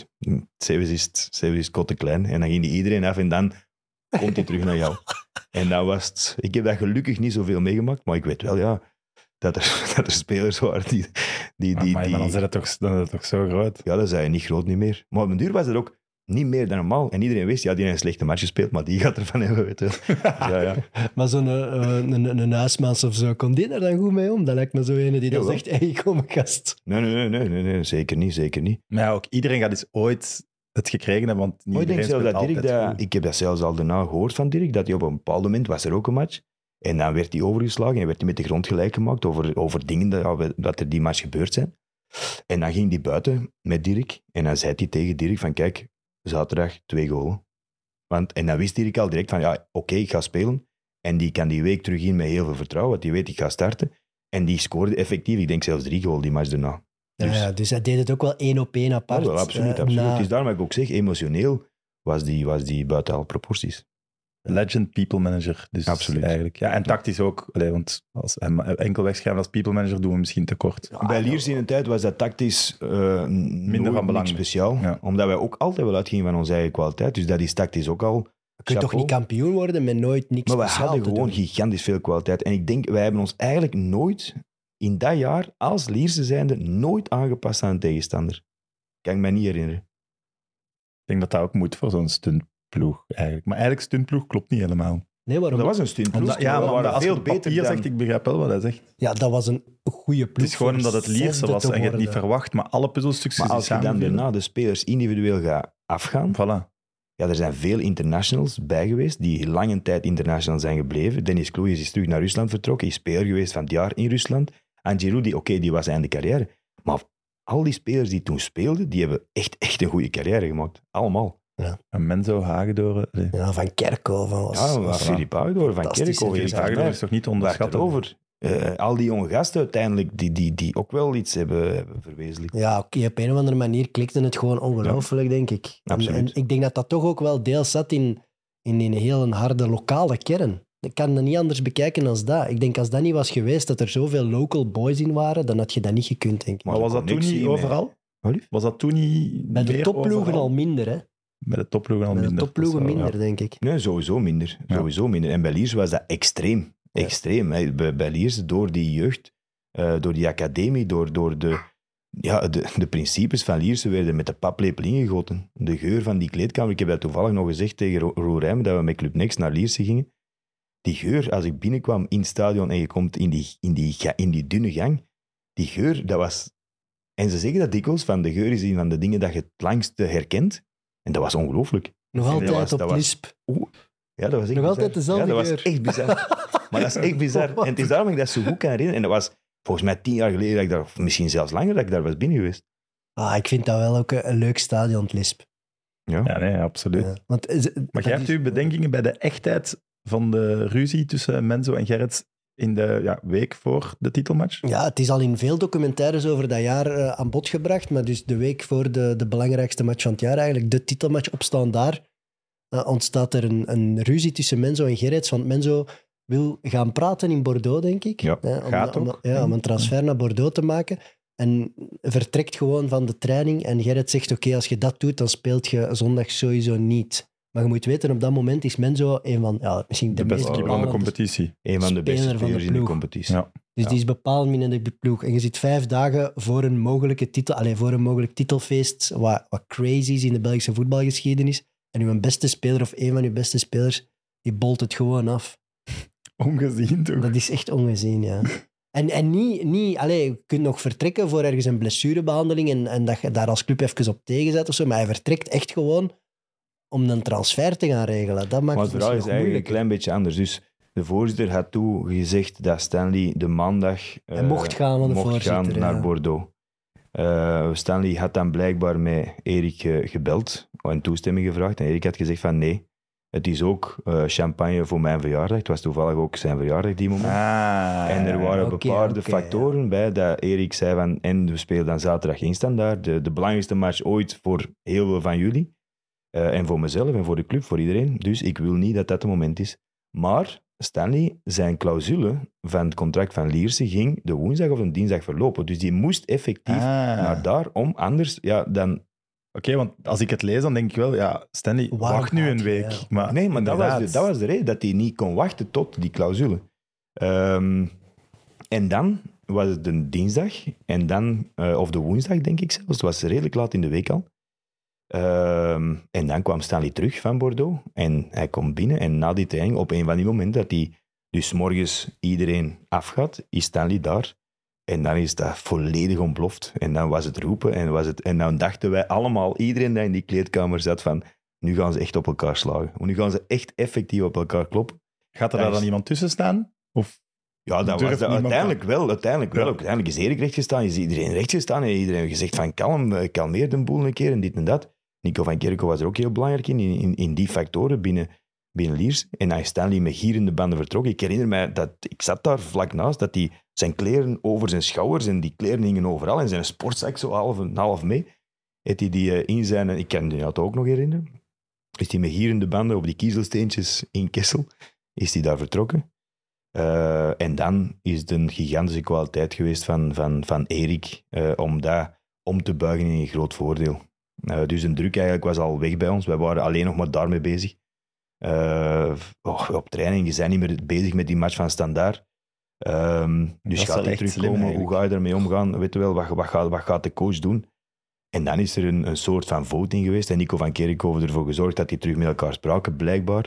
Sebes is kotte klein. En dan ging die iedereen af en dan komt hij terug naar jou. En dan was het, ik heb dat gelukkig niet zoveel meegemaakt, maar ik weet wel, ja, dat er spelers waren die Maar dan is het toch zo groot? Ja, dan zei je niet groot niet meer. Maar op een duur was het ook niet meer dan normaal. En iedereen wist, ja, die heeft een slechte match gespeeld, maar die gaat ervan hebben, weet je wel. Ja. Maar zo'n een huismaas of zo, kon die daar dan goed mee om? Dat lijkt me zo ene die dan zegt, hey, kom gast. Nee, zeker niet. Maar ja, ook iedereen gaat eens ooit het gekregen hebben, want niet ik denk iedereen zelfs speelt dat Dirk, altijd goed. ik heb dat zelfs al daarna gehoord van Dirk, dat hij op een bepaald moment, was er ook een match, en dan werd hij overgeslagen en werd hij met de grond gelijk gemaakt over dingen dat er die match gebeurd zijn. En dan ging hij buiten met Dirk en dan zei hij tegen Dirk van, kijk, zaterdag 2 goalen. En dan wist Dirk al direct van, ja, oké, ik ga spelen. En die kan die week terug in met heel veel vertrouwen, want die weet, ik ga starten. En die scoorde effectief, ik denk zelfs 3 goals die match daarna. Dus hij deed het ook wel 1-op-1 apart. Ja, wel, absoluut. Het is daarom dat ik ook zeg, emotioneel was die buiten alle proporties. Legend people manager, dus Absoluut. eigenlijk. Ja, en tactisch ook, want als hem enkel wegschrijven als people manager doen we misschien tekort. Ja, Bij Liers in een tijd was dat tactisch minder van belang. speciaal. Ja. Omdat wij ook altijd wel uitgingen van onze eigen kwaliteit. Dus dat is tactisch ook al. Je kunt toch niet kampioen worden met nooit niks Maar wij speciaal hadden te gewoon doen. gigantisch veel kwaliteit. En ik denk, wij hebben ons eigenlijk nooit, in dat jaar, als Lierse zijnde, nooit aangepast aan een tegenstander. Kan ik mij niet herinneren. Ik denk dat dat ook moet voor zo'n stuntploeg, eigenlijk. Maar eigenlijk stuntploeg klopt niet helemaal. Nee, waarom? Dat was een stuntploeg. Ja, we maar waren als je veel op papier beter dan... zegt, ik begrijp wel wat hij zegt. Ja, dat was een goede ploeg. Het is gewoon voor omdat het Lierse zesde was te en je het niet worden. verwacht, maar alle puzzelstukjes Maar die als je dan samenvielen. daarna de spelers individueel gaat afgaan, Voilà. ja, er zijn veel internationals bij geweest die lange tijd international zijn gebleven. Dennis Kloeijers is terug naar Rusland vertrokken, is speler geweest van het jaar in Rusland. Angiroudi, die was einde carrière. Maar al die spelers die toen speelden, die hebben echt een goede carrière gemaakt. Allemaal. En Menzo, Hagedoren. Ja, van Kerkhoven was... Ja, was Filip Hagedorn van fantastische Kerkhoven. figuur. Hagedoren is toch niet te onderschatten? over. Al die jonge gasten uiteindelijk, die ook wel iets hebben verwezenlijkt. Ja, oké, op een of andere manier klikte het gewoon ongelooflijk, denk ik. Absoluut. En ik denk dat dat toch ook wel deels zat in een heel harde lokale kern. Ik kan het niet anders bekijken dan dat. Ik denk als dat niet was geweest, dat er zoveel local boys in waren, dan had je dat niet gekund, denk ik. Maar was dat toen connectie niet met- overal? Wat lief? Was dat toen niet Bij de meer topploegen overal? al minder, hè? Bij de topploegen al Bij de minder. topploegen Dat is wel- minder, denk ik. Nee, sowieso minder. Ja. Sowieso minder. En bij Liers was dat extreem. Ja. Extreem. Hè. Bij Liers, door die jeugd, door die academie, door de principes van Lierse werden met de paplepel ingegoten. De geur van die kleedkamer. Ik heb dat toevallig nog gezegd tegen Roel Rijmen, dat we met Club Next naar Lierse gingen. Die geur, als ik binnenkwam in het stadion en je komt in die dunne gang, die geur, dat was... En ze zeggen dat dikwijls, van de geur is een van de dingen dat je het langste herkent. En dat was ongelooflijk. Nog dat altijd was- op dat was- Lisp. Ja, dat was echt Nog altijd bizar. dezelfde Ja, dat geur. was echt bizar. Maar dat is echt bizar. En het is daarom dat ik dat zo goed kan herinneren. En dat was volgens mij 10 jaar geleden, dat ik daar, of misschien zelfs langer, dat ik daar was binnen geweest. Ik vind dat wel ook een leuk stadion, het Lisp. Ja. Ja, nee, absoluut. Ja. Want, Maar jij hebt uw bedenkingen bij de echtheid van de ruzie tussen Menzo en Gerrits in de week voor de titelmatch? Ja, het is al in veel documentaires over dat jaar aan bod gebracht, maar dus de week voor de belangrijkste match van het jaar, eigenlijk de titelmatch opstaan daar, ontstaat er een ruzie tussen Menzo en Gerrits, want Menzo wil gaan praten in Bordeaux, denk ik. Ja, gaat ook. Om een transfer naar Bordeaux te maken. En vertrekt gewoon van de training en Gerrits zegt, oké, als je dat doet, dan speelt je zondag sowieso niet. Maar je moet weten, op dat moment is Menzo een van, misschien De meest beste keeper van de bepalende competitie. Een van de beste speler van de spelers in de ploeg. competitie. Ja. Dus die is bepalend binnen de ploeg. En je zit 5 dagen voor een mogelijke titel, voor een mogelijk titelfeest, wat crazy is in de Belgische voetbalgeschiedenis. En uw beste speler of een van uw beste spelers, die bolt het gewoon af. Ongezien toch? Dat is echt ongezien, ja. En niet je kunt nog vertrekken voor ergens een blessurebehandeling en dat je daar als club even op tegenzet of zo, maar hij vertrekt echt gewoon om een transfer te gaan regelen. Dat maakt Maar het verhaal is nog eigenlijk een moeilijker. klein beetje anders. Dus de voorzitter had toegezegd dat Stanley de maandag Hij mocht gaan naar de mocht voorzitter, gaan naar ja. Bordeaux. Stanley had dan blijkbaar met Erik gebeld en toestemming gevraagd. En Erik had gezegd van nee, het is ook champagne voor mijn verjaardag. Het was toevallig ook zijn verjaardag die moment. En er waren Oké, bepaalde oké, factoren bij dat Erik zei van en we spelen dan zaterdag in Standaard. De belangrijkste match ooit voor heel veel van jullie. En voor mezelf en voor de club, voor iedereen. Dus ik wil niet dat dat het moment is. Maar Stanley, zijn clausule van het contract van Lierse ging de woensdag of de dinsdag verlopen. Dus die moest effectief naar daar om. Anders, ja, dan... Oké, want als ik het lees, dan denk ik wel, ja, Stanley, Waarom wacht nu gaat een hij, week. ja. Maar Nee, maar dat inderdaad. was de reden, dat hij niet kon wachten tot die clausule. En dan was het de dinsdag, en dan, of de woensdag denk ik zelfs, het was redelijk laat in de week al. En dan kwam Stanley terug van Bordeaux en hij komt binnen en na die training, op een van die momenten dat hij dus 's morgens iedereen afgaat, is Stanley daar. En dan is dat volledig ontploft. En dan was het roepen en dan dachten wij allemaal, iedereen die in die kleedkamer zat van, nu gaan ze echt op elkaar slagen. Nu gaan ze echt effectief op elkaar kloppen. Gaat er daar dan iemand tussen staan? Of Ja, dat durft was niemand uiteindelijk wel. Uiteindelijk Ja. Uiteindelijk is Erik recht gestaan, is iedereen recht gestaan. En iedereen gezegd van kalmeer de boel een keer en dit en dat. Nico van Kerkhoff was er ook heel belangrijk in die factoren binnen Liers. En dan is Stanley met gierende banden vertrokken. Ik herinner mij dat ik zat daar vlak naast, dat hij zijn kleren over zijn schouders en die kleren hingen overal en zijn sportzak zo half mee. Heeft hij die in zijn... Ik kan me dat ook nog herinneren. Is hij met gierende banden op die kiezelsteentjes in Kessel, is hij daar vertrokken. En dan is het een gigantische kwaliteit geweest van Erik om dat om te buigen in een groot voordeel. Dus een druk eigenlijk was al weg bij ons. Wij waren alleen nog maar daarmee bezig. Op training, je bent niet meer bezig met die match van Standaard. Dus is gaat wel hij echt slim terugkomen? Hoe eigenlijk. ga je ermee omgaan? Weet je wel, wat gaat de coach doen? En dan is er een soort van voting geweest en Nico van Kerkhoven ervoor gezorgd dat die terug met elkaar spraken, blijkbaar.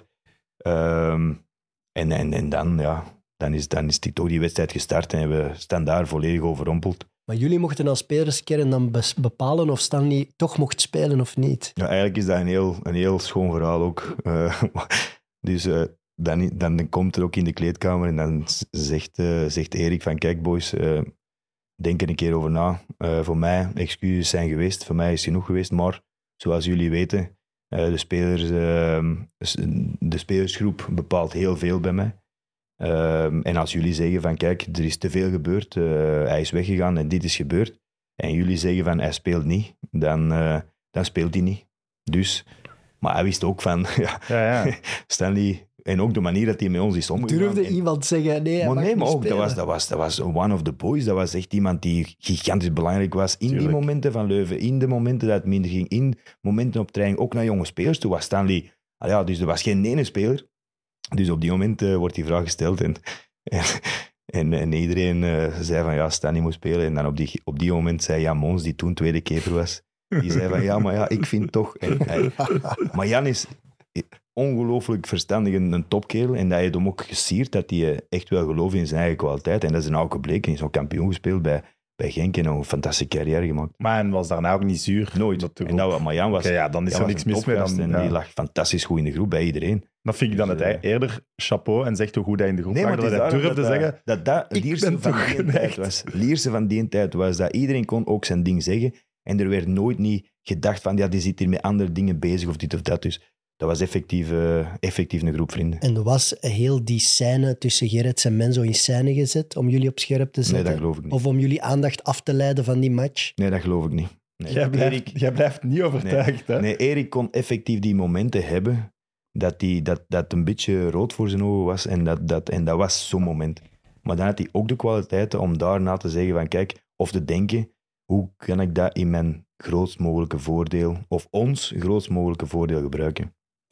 En dan is die toch die wedstrijd gestart en hebben we Standaard volledig overrompeld. Maar jullie mochten als spelerskern dan bepalen of Stanley toch mocht spelen of niet. Ja, eigenlijk is dat een heel schoon verhaal ook. Dus dan komt er ook in de kleedkamer en dan zegt Erik van kijk boys, denk er een keer over na. Voor mij, excuses zijn geweest, voor mij is genoeg geweest, maar zoals jullie weten, de spelersgroep bepaalt heel veel bij mij. En als jullie zeggen van kijk, er is te veel gebeurd, hij is weggegaan en dit is gebeurd, en jullie zeggen van hij speelt niet, dan speelt hij niet. Dus, maar hij wist ook van ja. Stanley, en ook de manier dat hij met ons is omgegaan. Durfde En- iemand zeggen, nee, hij mag maar niet ook, spelen. dat was one of the boys. Dat was echt iemand die gigantisch belangrijk was in Tuurlijk. die momenten van Leuven, in de momenten dat het minder ging, in momenten op training, ook naar jonge spelers. Toen was Stanley... dus er was geen ene speler. Dus op die moment wordt die vraag gesteld en iedereen zei van ja, Stanley moet spelen. En dan op die moment zei Jan Mons, die toen tweede keeper was, die zei van ja, ik vind toch... Maar Jan is ongelooflijk verstandig, een topkerel. En dat heeft hem ook gesierd dat hij echt wel gelooft in zijn eigen kwaliteit. En dat is nou ook gebleken. Hij is nog kampioen gespeeld bij Genk en nog een fantastische carrière gemaakt. Maar hij was daarna ook niet zuur. Nooit. Dat toch En maar Jan was, Oké, ja, dan is Jan er was niks een mis mee. topgast Dan, en die lag fantastisch goed in de groep bij iedereen. Dan vind ik dan Dus, het eerder chapeau en zegt hoe goed hij in de groep lag. maar Dat het is hij daarom durfde zeggen... dat ik Lierse ben van toch die geneigd. tijd was. Lierse van die tijd was dat iedereen kon ook zijn ding zeggen. En er werd nooit niet gedacht van ja, die zit hier met andere dingen bezig of dit of dat. Dus dat was effectief een groep vrienden. En er was heel die scène tussen Gerrits en Menzo in scène gezet om jullie op scherp te Nee, zetten? dat geloof ik niet. Of om jullie aandacht af te leiden van die match? Nee, dat geloof ik niet. Nee. Jij blijft niet overtuigd, hè? Nee, Erik kon effectief die momenten hebben dat een beetje rood voor zijn ogen was. En dat was zo'n moment. Maar dan had hij ook de kwaliteiten om daarna te zeggen van kijk, of te denken, hoe kan ik dat in mijn grootst mogelijke voordeel, of ons grootst mogelijke voordeel gebruiken?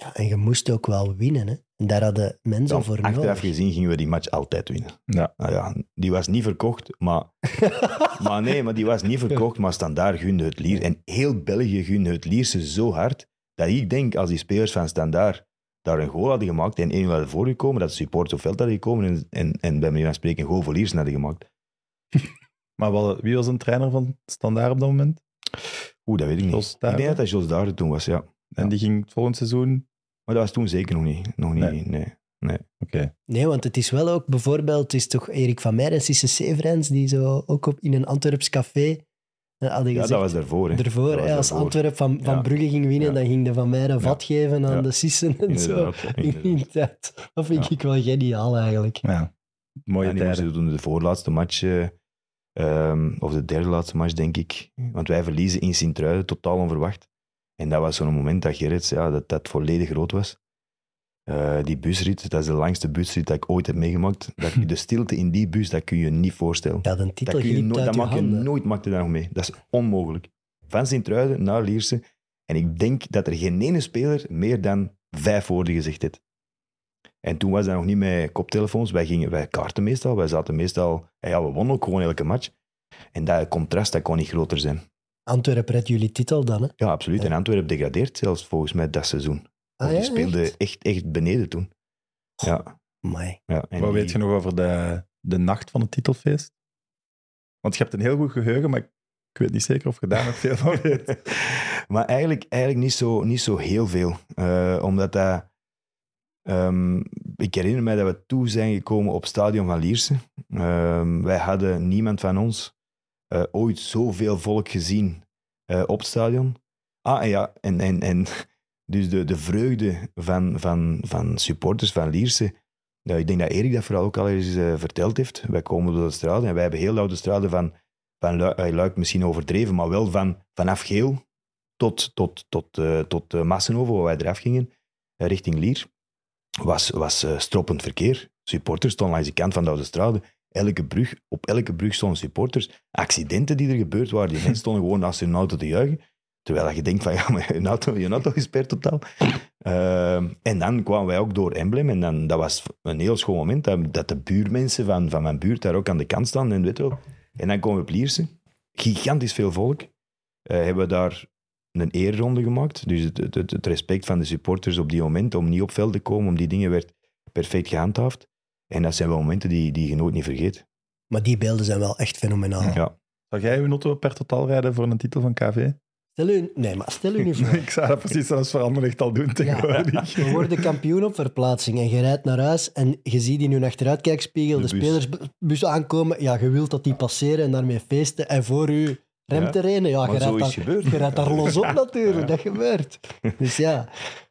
Ja, en je moest ook wel winnen. Hè? En daar hadden mensen Dan, voor achteraf nodig. gezien gingen we die match altijd winnen. Ja. Nou ja, die was niet verkocht, maar die was niet verkocht, maar Standaard gunde het Lier. En heel België gunde het Lierse zo hard, dat ik denk, als die spelers van Standaard daar een goal hadden gemaakt en 1-0 hadden voorgekomen, dat de supporters op veld hadden gekomen en bij manier van spreken een goal voor Liersen hadden gemaakt. Maar wie was een trainer van Standaard op dat moment? Dat weet ik niet. Jos Ik denk Daerden? dat dat Jos Daerden toen was, ja. En die ging het volgend seizoen... Maar dat was toen zeker nog niet. Nee. Oké. Nee, want het is wel ook bijvoorbeeld, het is toch Erik van Meijer en Cisse Severens die zo ook in een Antwerps café hadden Ja, gezegd... dat was daarvoor. Hè. Ervoor, Dat was hè, als daarvoor. Antwerp van Ja. Brugge ging winnen, Ja. dan ging de Van Meijer een vat geven aan Ja. de Sissen en zo. Inderdaad. In die tijd. Dat vind ik wel geniaal eigenlijk. Ja. Mooie Ja, die tijden. moesten doen de voorlaatste match, of de derde laatste match, denk ik. Want wij verliezen in Sint-Truiden, totaal onverwacht. En dat was zo'n moment dat Gerrits, dat volledig rood was. Die busrit, dat is de langste busrit dat ik ooit heb meegemaakt. De stilte in die bus, dat kun je je niet voorstellen. Dat een titel Dat, glipt uit dat je maak je handen. nooit maakt er daar nog mee. Dat is onmogelijk. Van Sint-Truiden naar Lierse. En ik denk dat er geen ene speler meer dan 5 woorden gezegd heeft. En toen was dat nog niet met koptelefoons. Wij kaarten meestal. Wij zaten meestal... Ja, we wonnen ook gewoon elke match. En dat contrast, dat kon niet groter zijn. Antwerpen redt jullie titel dan, hè? Ja, absoluut. Ja. En Antwerpen degradeert zelfs volgens mij dat seizoen. Ah, Die ja, speelde echt beneden toen. Ja. Amai. Ja, en Wat die- weet je nog over de nacht van het titelfeest? Want je hebt een heel goed geheugen, maar ik weet niet zeker of je daar nog veel van weet. Maar eigenlijk niet zo heel veel. Omdat dat... ik herinner mij dat we toe zijn gekomen op het stadion van Lierse. Wij hadden niemand van ons ooit zoveel volk gezien op het stadion. Ah, en ja, en dus de vreugde van supporters van Lierse. Ik denk dat Erik dat vooral ook al eens verteld heeft. Wij komen door de straten en wij hebben heel oude straten van Luik misschien overdreven, maar wel vanaf Geel tot Massenhoven, waar wij eraf gingen, richting Lier, was stroppend verkeer. Supporters stonden langs de kant van de oude straten. Op elke brug stonden supporters. Accidenten die er gebeurd waren, die mensen stonden gewoon naast hun auto te juichen. Terwijl je denkt van, ja, maar je auto is per totaal. En dan kwamen wij ook door Emblem. En dan, dat was een heel schoon moment, dat de buurmensen van mijn buurt daar ook aan de kant staan. En, weet je wel. En dan komen we op Lierse. Gigantisch veel volk. Hebben we daar een eerronde gemaakt. Dus het respect van de supporters op die moment, om niet op veld te komen, om die dingen werd perfect gehandhaafd. En dat zijn wel momenten die je nooit niet vergeet. Maar die beelden zijn wel echt fenomenaal. Ja. Zou jij je auto per totaal rijden voor een titel van KV? Stel u nu voor. Ik zou dat precies zelfs voor Anderlecht al doen tegenwoordig. We worden kampioen op verplaatsing en je rijdt naar huis en je ziet in je achteruitkijkspiegel de De bus. spelersbus aankomen. Ja, je wilt dat die passeren en daarmee feesten. En voor u remt er een. Ja, Maar zo is gebeurd. je rijdt daar los op natuurlijk. Dat gebeurt. Dus ja,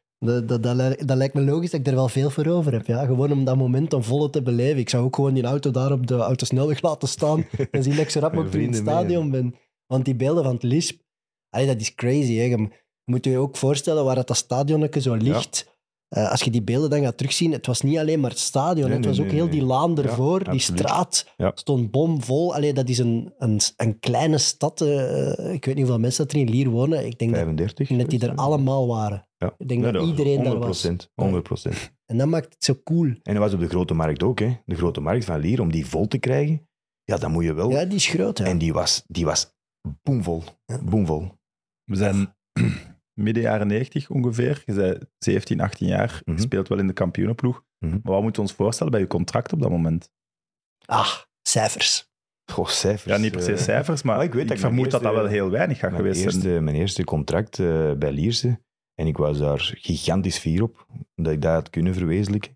dat lijkt me logisch dat ik er wel veel voor over heb. Ja. Gewoon om dat moment om volle te beleven. Ik zou ook gewoon die auto daar op de autosnelweg laten staan en zien dat ik zo rap Met ook in het vrienden mee, stadion ben. Want die beelden van het Lisp, dat is crazy. Hè. Je moet je ook voorstellen waar dat stadionnetje zo ligt. Als je die beelden dan gaat terugzien, het was niet alleen maar het stadion. Nee, het was nee, ook nee, heel die laan Ja, ervoor. Die absoluut. straat Ja. stond bomvol. Dat is een kleine stad. Ik weet niet hoeveel mensen dat er in Lier wonen. Ik denk 35. dat die er allemaal waren. Ja. Ik denk Nee, dat was iedereen daar was. 100%. En dat maakt het zo cool. En dat was op de Grote Markt ook. Hè. De Grote Markt van Lier, om die vol te krijgen, ja, dan moet je wel... Ja, die is groot. Ja. En die was boomvol. Boomvol. We zijn midden jaren 90 ongeveer. Je bent 17, 18 jaar. Je Mhm. speelt wel in de kampioenenploeg. Mhm. Maar wat moeten we ons voorstellen bij je contract op dat moment? Cijfers. Goh, cijfers. Ja, niet per se cijfers, maar maar ik weet dat ik vermoed mijn dat dat wel eerste- heel weinig gaat geweest zijn. Mijn eerste contract bij Lierse. En ik was daar gigantisch fier op, dat ik dat had kunnen verwezenlijken.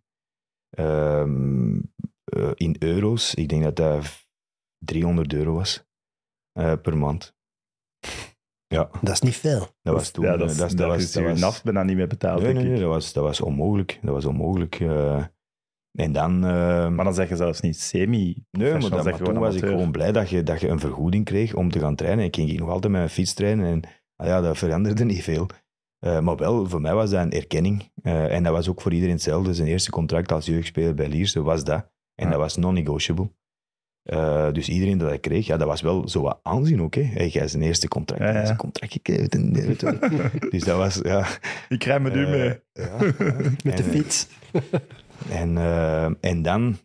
In euro's, ik denk dat dat €300 was per maand. Ja, Dat is niet veel. dat was toen... Ja, dat is je naft bijna niet meer betaald, Nee, denk ik. dat was onmogelijk. Dat was onmogelijk. En dan... Maar dan zeg je zelfs niet semi. Nee, maar, dan maar zeg je toen gewoon was ik amateur. gewoon blij dat je een vergoeding kreeg om te gaan trainen. Ik ging nog altijd met mijn fiets trainen en dat veranderde niet veel. Maar wel, voor mij was dat een erkenning. En dat was ook voor iedereen hetzelfde. Zijn eerste contract als jeugdspeler bij Lierse was dat. En Ja. dat was non-negotiable. Dus iedereen dat kreeg, ja, dat was wel zo wat aanzien ook. Hè. Hey, jij zijn eerste contract, Ja, ja. zijn contract gekregen. Dus dat was, ja... Ik rij met u mee. Ja, Met de fiets. En dan,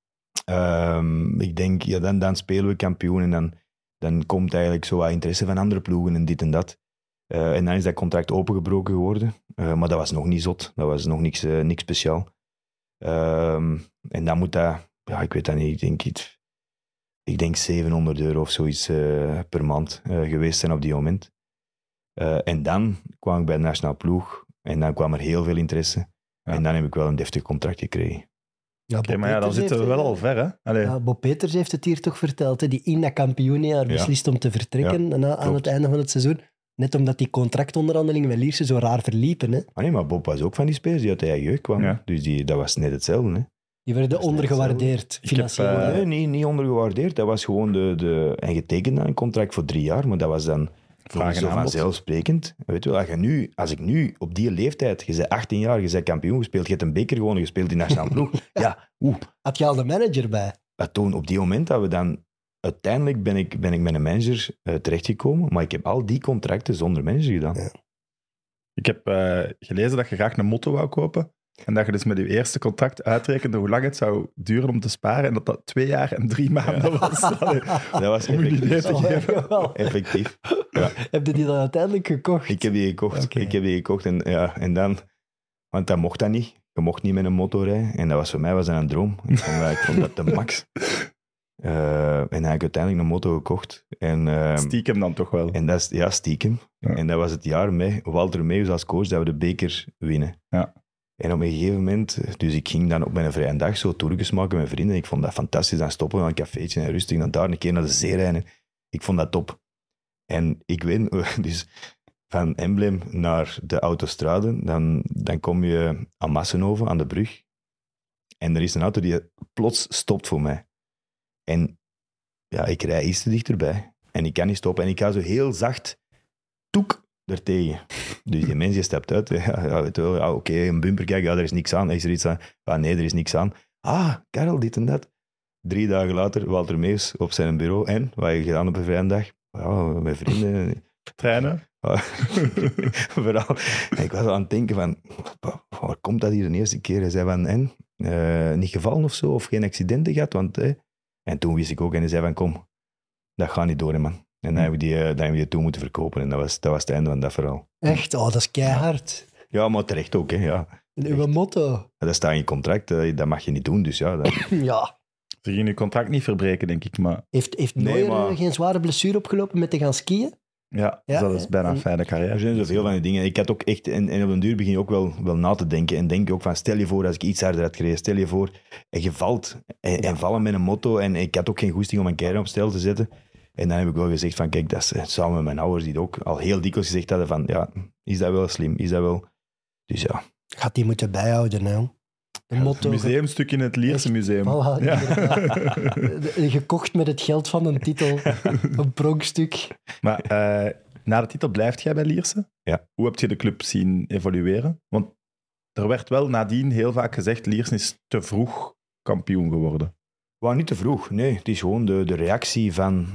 ik denk, ja, dan spelen we kampioen en dan komt eigenlijk zo wat interesse van andere ploegen en dit en dat. En dan is dat contract opengebroken geworden. Maar dat was nog niet zot. Dat was nog niks speciaal. En dan moet dat, ja, ik weet dat niet, ik denk €700 of zoiets per maand geweest zijn op die moment. En dan kwam ik bij de nationale ploeg en dan kwam er heel veel interesse. Ja. En dan heb ik wel een deftig contract gekregen. Ja, Oké, Bob maar ja, dan Peters zitten we heeft, wel al ver, hè? Allee. Ja, Bob Peters heeft het hier toch verteld, hè, die in dat kampioenjaar beslist om te vertrekken aan klopt. het einde van het seizoen. Net omdat die contractonderhandelingen met Lierse zo raar verliepen. Hè. Ah nee, maar Bob was ook van die spelers die uit de eigen jeugd kwamen. Ja. Dus dat was net hetzelfde. Hè. Die werden Dat is net ondergewaardeerd, Ik financieel. heb, hè. Nee, niet ondergewaardeerd. Dat was gewoon en getekend dan een contract voor 3 jaar, maar dat was dan Vraag en zo aanbod. vanzelfsprekend. Weet je wel, als ik nu op die leeftijd, je bent 18 jaar, je bent kampioen gespeeld, je hebt een beker gewonnen, gespeeld in de nationale ploeg. Ja, Had je al de manager bij? toen op die moment dat we dan... Uiteindelijk ben ik met een manager terechtgekomen, maar ik heb al die contracten zonder manager gedaan. Ja. Ik heb gelezen dat je graag een motto wou kopen. En dat je dus met je eerste contract uitrekende hoe lang het zou duren om te sparen. En dat 2 jaar en 3 maanden was. Allee, Dat was om je een idee effectief. te geven. Effectief. Ja. Heb je die dan uiteindelijk gekocht? Ik heb die gekocht. Oké. Ik heb die gekocht en dan... Want dat mocht dat niet. Je mocht niet met een motor rijden. En dat was voor mij een droom. Ik vond dat de max. En dan heb ik uiteindelijk een motor gekocht. En Stiekem dan toch wel. dat is, ja, stiekem. Ja. En dat was het jaar met Walter Meeuws als coach dat we de beker winnen. Ja. En op een gegeven moment... Dus ik ging dan op mijn vrije dag zo toertjes maken met vrienden. Ik vond dat fantastisch. Dan stoppen we aan een cafeetje en rustig. Dan daar een keer naar de zee rijden. Ik vond dat top. En ik weet... Dus van Emblem naar de autostrade, dan kom je aan Massenhoven, aan de brug. En er is een auto die plots stopt voor mij. En ja, ik rij iets te dichterbij. En ik kan niet stoppen. En ik ga zo heel zacht toek ertegen. Dus die mens die stapt uit. Ja, weet je wel, ja, oké, een bumper, kijk, ja, er is niks aan. Is er iets aan? Ah, nee, er is niks aan. Ah, Karel, dit en dat. 3 dagen later, Walter Meeuws op zijn bureau. En, wat heb je gedaan op een vrijdag? Ja, met vrienden. Trainen. Vooral. En ik was aan het denken van, waar komt dat hier de eerste keer? Hij zei van, niet gevallen of zo, of geen accidenten gehad, want... En toen wist ik ook, en hij zei van, kom, dat gaat niet door, hè, man. En dan hebben we die toen moeten verkopen, en dat was het einde van dat verhaal. Echt? Oh, dat is keihard. Ja, maar terecht ook, hè, ja. En uw motto? Dat staat in je contract, dat mag je niet doen, dus ja. Ja. Ze gingen je contract niet verbreken, denk ik. Maar Heeft Nee, Neuer maar- geen zware blessure opgelopen met te gaan skiën? ja, Ja, dat is bijna een fijne Er carrière. zijn zoveel van die dingen. Ik had ook echt, en op den duur begin je ook wel na te denken. En denk je ook van, stel je voor als ik iets harder had gereden. Stel je voor, en je valt. En vallen met een motto. En ik had ook geen goesting om een carrière op stel te zetten. En dan heb ik wel gezegd van, kijk, dat is samen met mijn ouders die het ook al heel dikwijls gezegd hadden van, ja, is dat wel slim? Is dat wel... Dus ja. Gaat die moeten bijhouden, hè? Een Een motto. museumstuk in het Lierse museum. Voilà, Ja. inderdaad. Gekocht met het geld van een titel. Een pronkstuk. Maar na de titel blijft jij bij Lierse? Ja. Hoe heb je de club zien evolueren? Want er werd wel nadien heel vaak gezegd, Lierse is te vroeg kampioen geworden. Maar niet te vroeg, nee. Het is gewoon de reactie van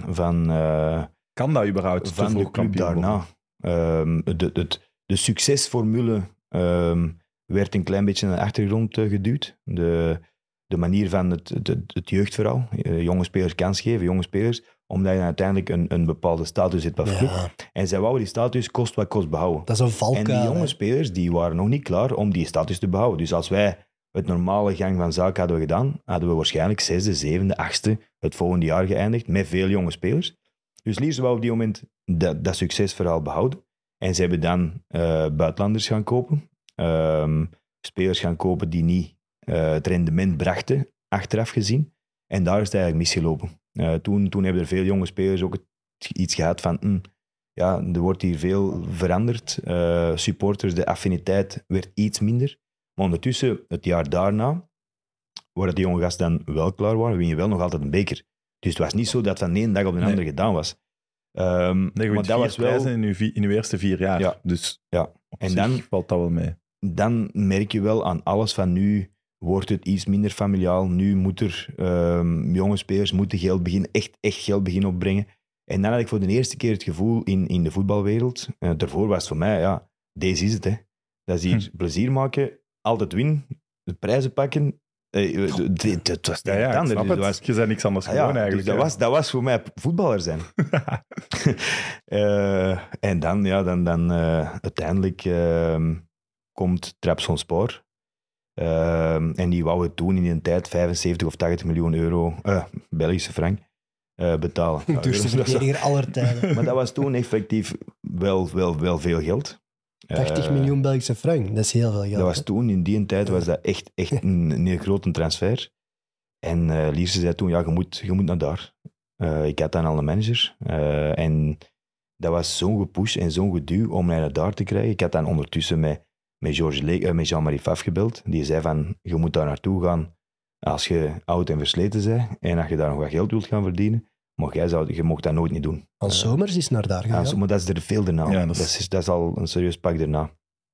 Kan dat überhaupt te van de vroeg club kampioen daarna. worden? De succesformule werd een klein beetje naar de achtergrond geduwd. De manier van het jeugdverhaal. Jonge spelers kans geven, jonge spelers, omdat je uiteindelijk een bepaalde status hebt als club. Ja, En zij wouden die status kost wat kost behouden. dat is een En valkuil. die jonge hè. spelers die waren nog niet klaar om die status te behouden. Dus als wij het normale gang van zaken hadden we gedaan, hadden we waarschijnlijk 6e, 7e, 8e het volgende jaar geëindigd met veel jonge spelers. Dus Lierse wou op die moment dat succesverhaal behouden. En ze hebben dan buitenlanders gaan kopen. Spelers gaan kopen die niet het rendement brachten, achteraf gezien. En daar is het eigenlijk misgelopen. Toen hebben er veel jonge spelers ook iets gehad van... ja, er wordt hier veel veranderd. Supporters, de affiniteit werd iets minder. Maar ondertussen, het jaar daarna, waar die jonge gasten dan wel klaar waren, win je wel nog altijd een beker. Dus het was niet zo dat van de ene dag op de andere gedaan was. Nee, je Maar wint dat 4 was wel... prijzen in uw eerste 4 jaar. Ja. Dus Ja. op En zich dan- valt dat wel mee. Dan merk je wel aan alles van nu wordt het iets minder familiaal. Nu moet er jonge spelers moeten geld beginnen, echt geld beginnen opbrengen. En dan had ik voor de eerste keer het gevoel in de voetbalwereld, daarvoor was het voor mij, ja, deze is het. Hè. Dat is hier plezier maken, altijd winnen, de prijzen pakken. Het was Ja, niet ik anders. snap Dus het. Je bent niks anders gewoon eigenlijk. Dus dat was voor mij voetballer zijn. En dan uiteindelijk komt Trabzonspor. En die wouden toen in die tijd 75 of 80 miljoen euro, Belgische frank, betalen. De duurste verdediger aller tijden. Maar dat was toen effectief wel veel geld. 80 miljoen Belgische frank, dat is heel veel geld. Dat was toen, in die tijd, was dat echt een grote transfer. En Lierse zei toen, ja, je moet naar daar. Ik had dan al een manager. En dat was zo'n gepush en zo'n geduw om mij naar daar te krijgen. Ik had dan ondertussen met Jean-Marie Pfaff gebeld. Die zei van, je moet daar naartoe gaan als je oud en versleten bent. En als je daar nog wat geld wilt gaan verdienen. Maar je mocht dat nooit niet doen. Hans Somers is naar daar gegaan. Maar dat is er veel daarna. Ja, dat is al een serieus pak daarna.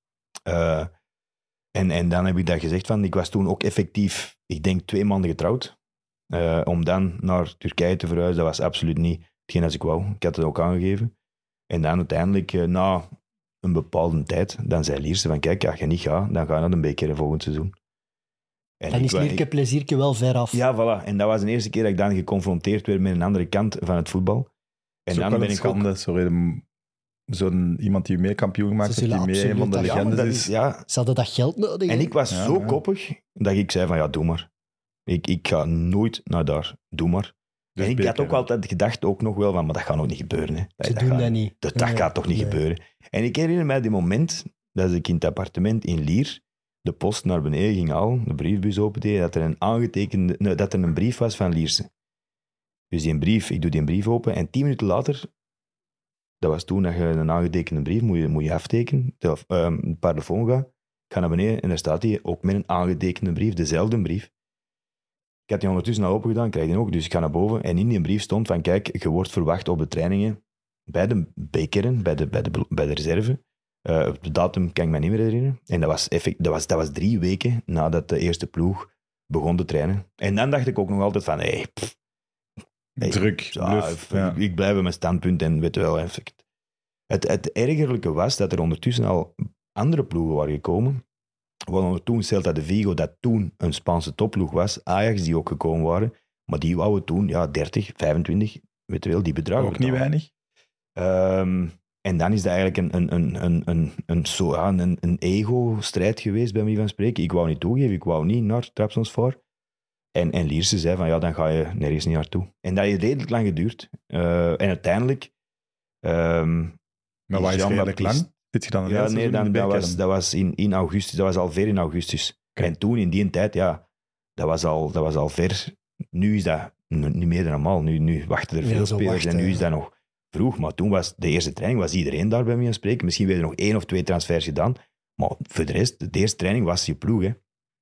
En dan heb ik dat gezegd van, ik was toen ook effectief, ik denk 2 maanden getrouwd. Om dan naar Turkije te verhuizen, dat was absoluut niet hetgeen als ik wou. Ik had het ook aangegeven. En dan uiteindelijk, na een bepaalde tijd, dan zei Lierse van, kijk, als je niet gaat, dan ga je naar de beker volgend seizoen. En dan is Lierke plezierke wel ver af. Ja, voilà. En dat was de eerste keer dat ik dan geconfronteerd werd met een andere kant van het voetbal. En dan ben ik schande, zo'n iemand die mee kampioen gemaakt heeft, die mee een van de legendes is. Ja. Ze hadden dat geld nodig. En ik was zo koppig, dat ik zei van, ja, doe maar. Ik ga nooit naar daar, doe maar. Dus en ik had ook altijd gedacht, ook nog wel van, maar dat gaat nog niet gebeuren. Hè. Ze doen dat niet. Dat gaat toch niet gebeuren. En ik herinner mij die moment dat ik in het appartement in Lier de post naar beneden ging halen, de briefbus opende, dat er een brief was van Lierse. Dus ik doe die brief open en 10 minuten later, dat was toen dat je een aangetekende brief moet je aftekenen, een telefoon gaat, ik ga naar beneden en daar staat hij ook met een aangetekende brief, dezelfde brief. Ik had die ondertussen al open gedaan, krijg die ook, dus ik ga naar boven en in die brief stond van, kijk, je wordt verwacht op de trainingen bij de bekeren, bij de reserve. De datum kan ik me niet meer herinneren. En dat was 3 weken nadat de eerste ploeg begon te trainen. En dan dacht ik ook nog altijd van, druk, bluff. Ik blijf bij mijn standpunt en weet je wel. Het ergerlijke was dat er ondertussen al andere ploegen waren gekomen. Waaronder toen Celta de Vigo, dat toen een Spaanse topploeg was. Ajax, die ook gekomen waren. Maar die wouden toen 30, 25, weet je wel, die bedragen. Ook niet weinig. En dan is dat eigenlijk een ego-strijd geweest, bij manier van spreken. Ik wou niet toegeven, ik wou niet naar Trabzonspor. En Lierse zei van, ja, dan ga je nergens niet naartoe. En dat heeft redelijk lang geduurd. En uiteindelijk... maar waar is redelijk lang? Zit je dan dat was in augustus. Dat was al ver in augustus. Okay. En toen, in die tijd, dat was al ver. Nu is dat niet meer dan normaal. Nu wachten er veel spelers en nu is dat nog vroeg. Maar toen was de eerste training, was iedereen daar bij mij aan spreken. Misschien werden er nog 1 of 2 transfers gedaan. Maar voor de rest, de eerste training was je ploeg. Hè.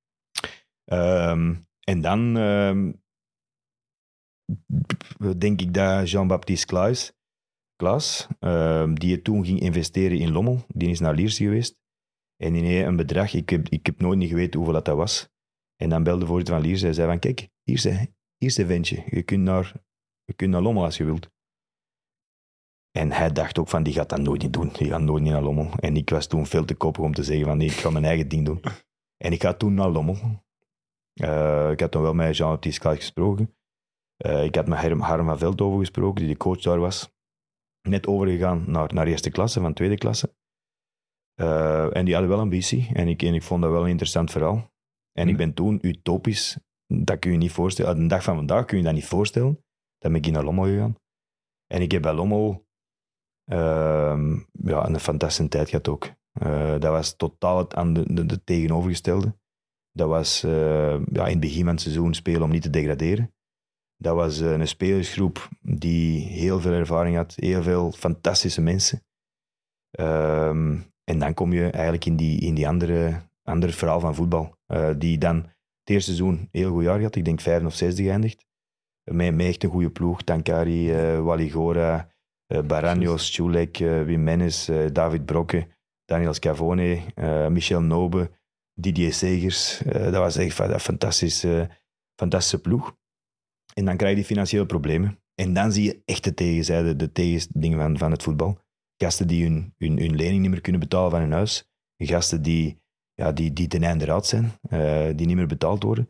En dan denk ik dat Jean-Baptiste Klaas, die toen ging investeren in Lommel, die is naar Lierse geweest. En die een bedrag, ik heb nooit niet geweten hoeveel dat was. En dan belde de voorzitter van Lierse en zei van, kijk, hier is een ventje. Je kunt naar Lommel als je wilt. En hij dacht ook van, die gaat dat nooit niet doen. Die gaat nooit niet naar Lommel. En ik was toen veel te koppig om te zeggen van, nee, ik ga mijn eigen ding doen. En ik ga toen naar Lommel. Ik had toen wel met Jean-Baptiste Klaas gesproken. Ik had met Harm van Veldhoven gesproken, die de coach daar was. Net overgegaan naar eerste klasse, van tweede klasse. En die hadden wel ambitie. En ik vond dat wel een interessant verhaal. En ik ben toen utopisch, dat kun je niet voorstellen. Op de dag van vandaag kun je dat niet voorstellen. Dan ben ik naar Lommel gegaan. En ik heb bij Lommel een fantastische tijd gehad ook. Dat was totaal aan de tegenovergestelde. Dat was in het begin van het seizoen spelen om niet te degraderen. Dat was een spelersgroep die heel veel ervaring had, heel veel fantastische mensen. En dan kom je eigenlijk in die andere verhaal van voetbal. Die dan het eerste seizoen een heel goed jaar had, ik denk 5e of 6e geëindigd. Met echt een goede ploeg. Tankari, Waligora, Baranjos, Čulek, Wim Mennes, David Brokke, Daniel Scavone, Michel Nobe, Didier Segers, dat was echt een fantastische ploeg. En dan krijg je die financiële problemen. En dan zie je echt de tegenzijde, de tegendingen van het voetbal. Gasten die hun lening niet meer kunnen betalen van hun huis. Gasten die ten einde raad zijn, die niet meer betaald worden.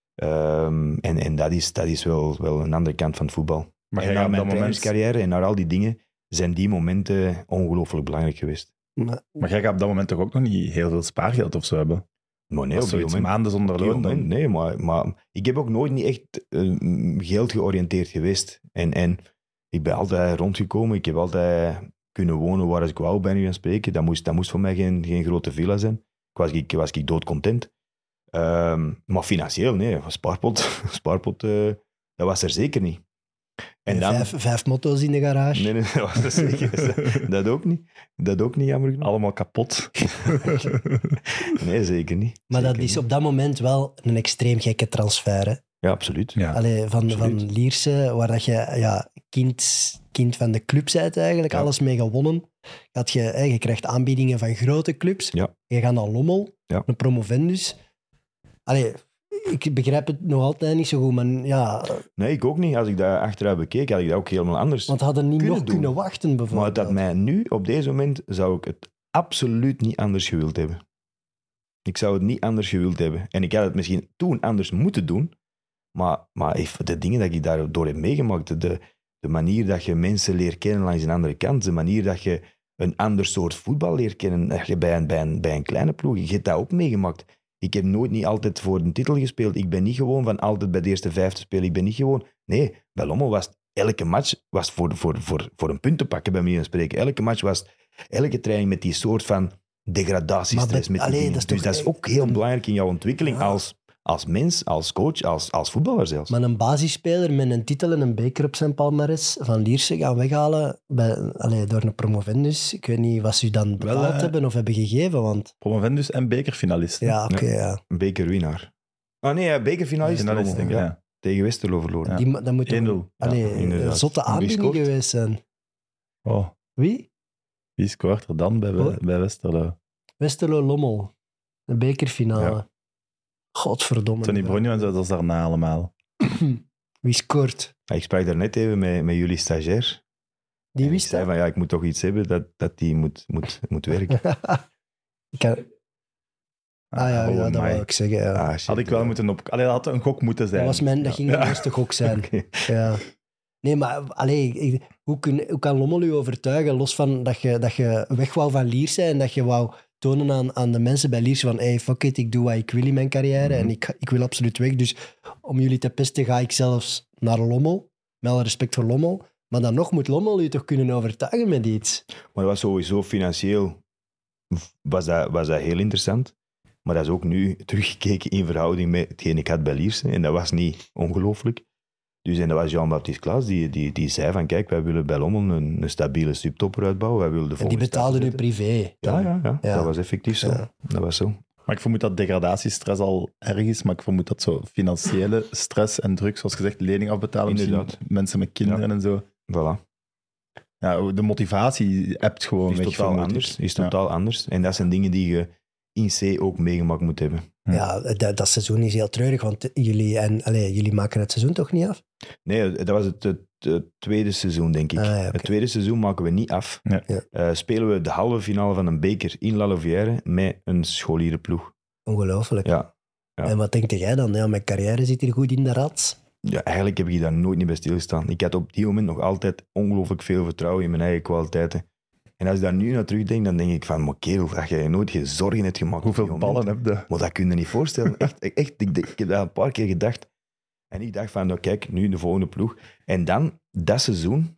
En dat is wel een andere kant van het voetbal. Maar en na mijn trainerscarrière en naar al die dingen zijn die momenten ongelooflijk belangrijk geweest. Maar jij gaat op dat moment toch ook nog niet heel veel spaargeld of zo hebben? Maar nee, Dat op is die zoiets moment, maanden zonder op die loon. moment, nee, maar ik heb ook nooit niet echt geld georiënteerd geweest. En ik ben altijd rondgekomen. Ik heb altijd kunnen wonen waar ik wou, bij nu aan spreken. Dat moest voor mij geen grote villa zijn. Was ik doodcontent. Maar financieel, nee. Spaarpot, dat was er zeker niet. En dan, vijf motto's in de garage. Nee, dat was er zeker. Dat ook niet, jammer genoeg. Allemaal kapot. Nee, zeker niet. Maar Zeker dat is niet. op dat moment wel een extreem gekke transfer. Hè? Ja, absoluut. Ja. Allee, van absoluut. Lierse, waar dat je kind van de club bent eigenlijk, Ja. alles mee gewonnen. Je krijgt aanbiedingen van grote clubs. Ja. Je gaat naar Lommel, Ja. een promovendus. Allee, ik begrijp het nog altijd niet zo goed, maar ja... Nee, ik ook niet. Als ik dat achteraf bekeek, had ik dat ook helemaal anders. Want hadden niet Kunnen nog doen. kunnen wachten, Maar bijvoorbeeld. dat mij nu, op deze moment, zou ik het absoluut niet anders gewild hebben. Ik zou het niet anders gewild hebben. En ik had het misschien toen anders moeten doen, maar de dingen dat ik daardoor heb meegemaakt, de manier dat je mensen leert kennen langs een andere kant, de manier dat je een ander soort voetbal leert kennen, dat je bij een kleine ploeg, je hebt dat ook meegemaakt. Ik heb nooit niet altijd voor een titel gespeeld. Ik ben niet gewoon van altijd bij de eerste 5 te spelen. Ik ben niet gewoon... Nee, bij Lommel was elke match was voor een punt te pakken, bij mij van spreken. Elke match was... Elke training met die soort van degradatiestress. Maar dat is toch dat is ook heel belangrijk in jouw ontwikkeling als mens, als coach, als voetballer zelfs. Maar een basisspeler met een titel en een beker op zijn palmares van Lierse gaan weghalen door een promovendus. Ik weet niet wat ze u dan betaald hebben of hebben gegeven, want... Promovendus en bekerfinalist. Ja, oké, ja. Een bekerwinnaar. Ah nee, bekerfinalist. Finalist, denk ik, ja. Tegen Westerlo verloren. Ja. Dat moet 1-0. een zotte Wie aanbieding scoort? geweest zijn. Oh, Wie? wie scoort er dan bij Westerlo? Westerlo Lommel. De bekerfinale. Ja. Godverdomme. Tony Bronjo en zo, dat is daarna allemaal. Wie scoort? Ik sprak daar net even met jullie stagiair. Die En wist ik zei dat? van, ik moet toch iets hebben dat die moet werken. Ik kan... ja, dat my. wou ik zeggen. Ja. Ah, shit, Had ik wel moeten op... Allee, dat had een gok moeten zijn. Dat ging mijn eerste gok zijn. Oké. Ja. Nee, maar hoe kan Lommel u overtuigen, los van dat je weg wou van Lierse en dat je wou tonen aan de mensen bij Lierse van hey, fuck it, ik doe wat ik wil in mijn carrière en ik wil absoluut weg. Dus om jullie te pesten ga ik zelfs naar Lommel, met alle respect voor Lommel. Maar dan nog moet Lommel u toch kunnen overtuigen met iets. Maar dat was sowieso financieel was dat heel interessant. Maar dat is ook nu teruggekeken in verhouding met hetgeen ik had bij Lierse. En dat was niet ongelooflijk. Dus en dat was Jean-Baptiste Claes die zei van kijk, wij willen bij Lommel een stabiele subtopper uitbouwen. Wij willen de En die volgende stap betaalde u zetten. privé. Ja. Ja. Dat was effectief zo. Ja. Dat was zo. Maar ik vermoed dat degradatiestress al erg is, maar ik vermoed dat zo financiële stress en druk, zoals gezegd, lening afbetalen, misschien Inderdaad. mensen met kinderen en zo. Voilà. Ja, de motivatie hebt gewoon Is weg, totaal vermoed ik. anders. Is Ja. totaal anders. En dat zijn dingen die je in C ook meegemaakt moet hebben. Ja, dat seizoen is heel treurig, want jullie maken het seizoen toch niet af? Nee, dat was het tweede seizoen, denk ik. Ah, ja, oké. Het tweede seizoen maken we niet af. Ja. Ja. Spelen we de halve finale van een beker in La Louvière met een scholierenploeg. Ongelooflijk. Ja. Ja. En wat denk jij dan? Ja, mijn carrière zit hier goed in de rat. Ja, eigenlijk heb ik daar nooit niet bij stilgestaan. Ik had op die moment nog altijd ongelooflijk veel vertrouwen in mijn eigen kwaliteiten. En als ik daar nu naar terugdenk, dan denk ik van, maar kerel, dat je nooit geen zorgen hebt gemaakt. op die Hoeveel moment. ballen heb je? Maar dat kun je niet voorstellen. Echt, ik heb dat een paar keer gedacht. En ik dacht van, nou kijk, nu de volgende ploeg. En dan, dat seizoen,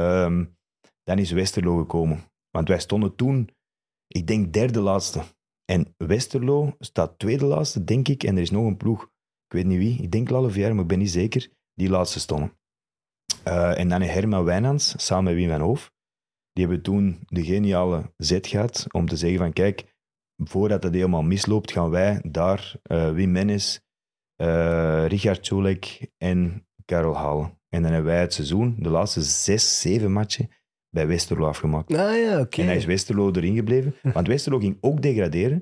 dan is Westerlo gekomen. Want wij stonden toen, ik denk, derde laatste. En Westerlo staat tweede laatste, denk ik. En er is nog een ploeg, ik weet niet wie, ik denk La Louvière, maar ik ben niet zeker, die laatste stonden. En dan Herman Wijnands, samen met Wim van Hoof. Die hebben toen de geniale zet gehad om te zeggen van, kijk, voordat het helemaal misloopt, gaan wij daar Wim Mennis, Richard Zulek en Karel halen. En dan hebben wij het seizoen, de laatste 6, 7 matchen, bij Westerlo afgemaakt. Ah ja, oké. En hij is Westerlo erin gebleven. Want Westerlo ging ook degraderen.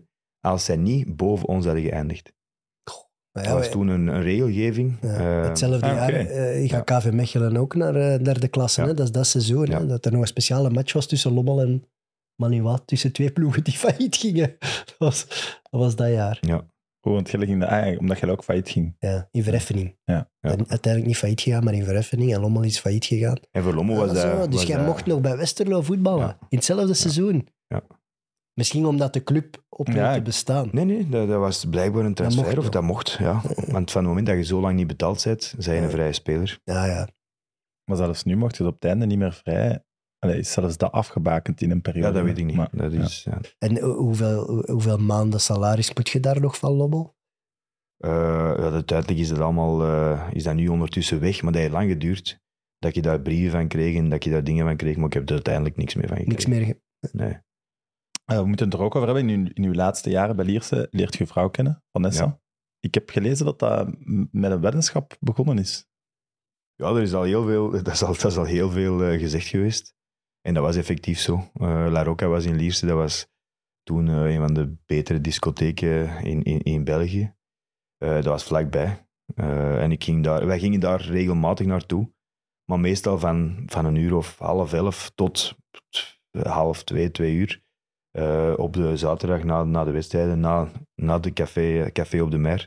als zij niet boven ons hadden geëindigd. Maar Dat was toen een regelgeving. hetzelfde jaar oké. gaat KV Mechelen ook naar derde klasse. Ja. Hè? Dat is dat seizoen. Ja. Hè? Dat er nog een speciale match was tussen Lommel en Maniwat. Tussen twee ploegen die failliet gingen. Dat was dat jaar. Ja. Oh, want jij ging omdat jij ook failliet ging. Ja, in verheffening. Ja. Uiteindelijk niet failliet gegaan, maar in verheffening. En Lommel is failliet gegaan. En voor Lommel was Ah, dat... zo, dus was jij dat- mocht nog bij Westerlo voetballen. Ja. In hetzelfde seizoen. Ja. Misschien omdat de club ophield Ja, te bestaan. Nee, dat was blijkbaar een transfer. mocht Of nog. dat mocht, ja. Want van het moment dat je zo lang niet betaald bent, zijn je een vrije speler. Ja. Maar zelfs nu mocht je het op het einde niet meer vrij. Allee, is zelfs dat afgebakend in een periode. Ja, dat weet ik niet. Maar, Dat is, ja. En hoeveel maanden salaris moet je daar nog van, Lommel? Uiteindelijk is dat allemaal is dat nu ondertussen weg, maar dat heeft lang geduurd. Dat je daar brieven van kreeg en dat je daar dingen van kreeg, maar ik heb er uiteindelijk niks meer van gekregen. Niks meer. Nee. we moeten het er ook over hebben. In uw laatste jaren bij Lierse leert je vrouw kennen, Vanessa. Ja. Ik heb gelezen dat dat met een weddenschap begonnen is. Ja, er is al heel veel, dat is al heel veel gezegd geweest. En dat was effectief zo. La Rocca was in Lierse, dat was toen een van de betere discotheken in België. Dat was vlakbij. En wij gingen daar regelmatig naartoe. Maar meestal van 1:30 tot 1:30, 2 uur. Op de zaterdag na de wedstrijden, na de café op de Mer.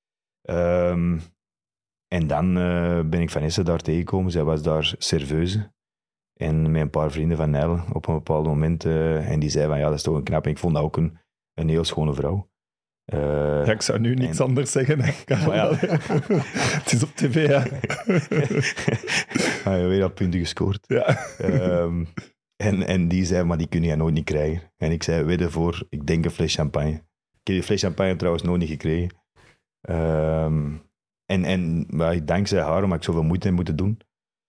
En dan ben ik Vanessa daar tegengekomen. Zij was daar serveuse. En met een paar vrienden van Nijlen op een bepaald moment. En die zei van, ja, dat is toch een knap. En ik vond dat ook een heel schone vrouw. Ja, ik zou nu niks en- anders zeggen. Hè. Maar ja. Het is op tv, ja. Hij heeft weer al punten gescoord. Ja. En die zei, maar die kun je nooit niet krijgen. En ik zei, wedden voor, ik denk een fles champagne. Ik heb die fles champagne trouwens nooit niet gekregen. Maar dankzij haar, omdat ik zoveel moeite heb moeten doen,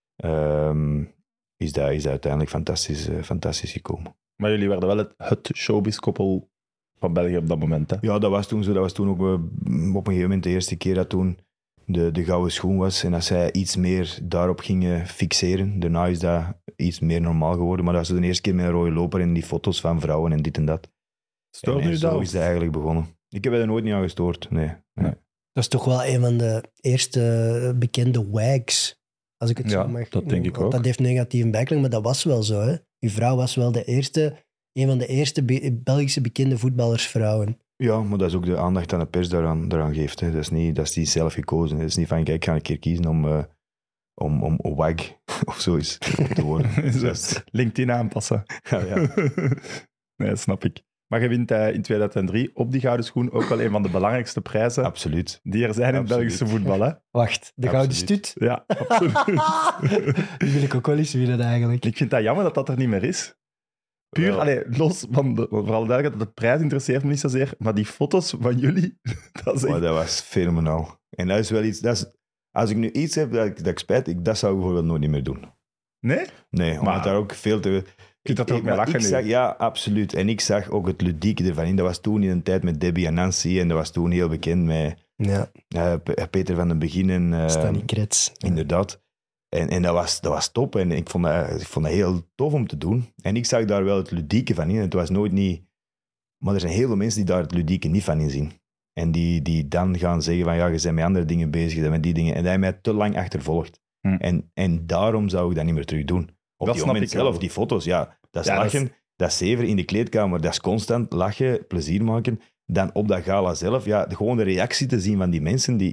is dat uiteindelijk fantastisch gekomen. Maar jullie werden wel het showbiz-koppel van België op dat moment, hè? Ja, dat was toen zo. Dat was toen ook op een gegeven moment de eerste keer dat toen de gouden schoen was. En dat zij iets meer daarop gingen fixeren. Daarna is dat iets meer normaal geworden. Maar dat was de eerste keer met een rode loper en die foto's van vrouwen en dit en dat. Stoorde en u zo dat? is dat eigenlijk begonnen. Ik heb er nooit niet aan gestoord, nee. Dat is toch wel een van de eerste bekende wags, als ik het Ja, zo mag. dat denk ik Want ook. dat heeft negatieve bijklank, maar dat was wel zo. Hè? Uw vrouw was wel een van de eerste Belgische bekende voetballersvrouwen. Ja, maar dat is ook de aandacht aan de pers daaraan geeft. Hè. Dat is niet zelf gekozen. Het is niet van, kijk, ik ga een keer kiezen om wag of zoiets te worden. Zo, Dat is- LinkedIn aanpassen. ja. Nee, dat snap ik. Maar je wint in 2003 op die gouden schoen ook wel een van de belangrijkste prijzen Absoluut. die er zijn in het Absoluut. Belgische voetbal, hè? Wacht, de gouden Absoluut. stut? Ja, absoluut. Die wil ik ook wel eens winnen, eigenlijk. Ik vind dat jammer dat dat er niet meer is. Puur, Wel, los van vooral duidelijk, de prijs interesseert me niet zozeer, maar die foto's van jullie, dat is maar echt... dat was fenomenaal. En dat is wel iets... als ik nu iets heb dat ik spijt, dat zou ik bijvoorbeeld nooit niet meer doen. Nee? Nee, omdat Maar- daar ook veel te... Je kunt dat er ook mee maar lachen ik nu. zag, ja, absoluut. En ik zag ook het ludieke ervan in. Dat was toen in een tijd met Debbie en Nancy. En dat was toen heel bekend met Ja, Peter van den Begin. En, Stanley Krets. inderdaad. En dat was top. En ik vond dat heel tof om te doen. En ik zag daar wel het ludieke van in. Het was nooit niet... Maar er zijn heel veel mensen die daar het ludieke niet van inzien. En die dan gaan zeggen van, ja, je bent met andere dingen bezig, je bent met die dingen. En dat hij mij te lang achtervolgt. En daarom zou ik dat niet meer terug doen. Op Dat die snap moment ik wel. zelf, die foto's, ja, dat is Ja, dat lachen. Dat is zever in de kleedkamer, dat is constant lachen, plezier maken. Dan op dat gala zelf, ja, gewoon de reactie te zien van die mensen die...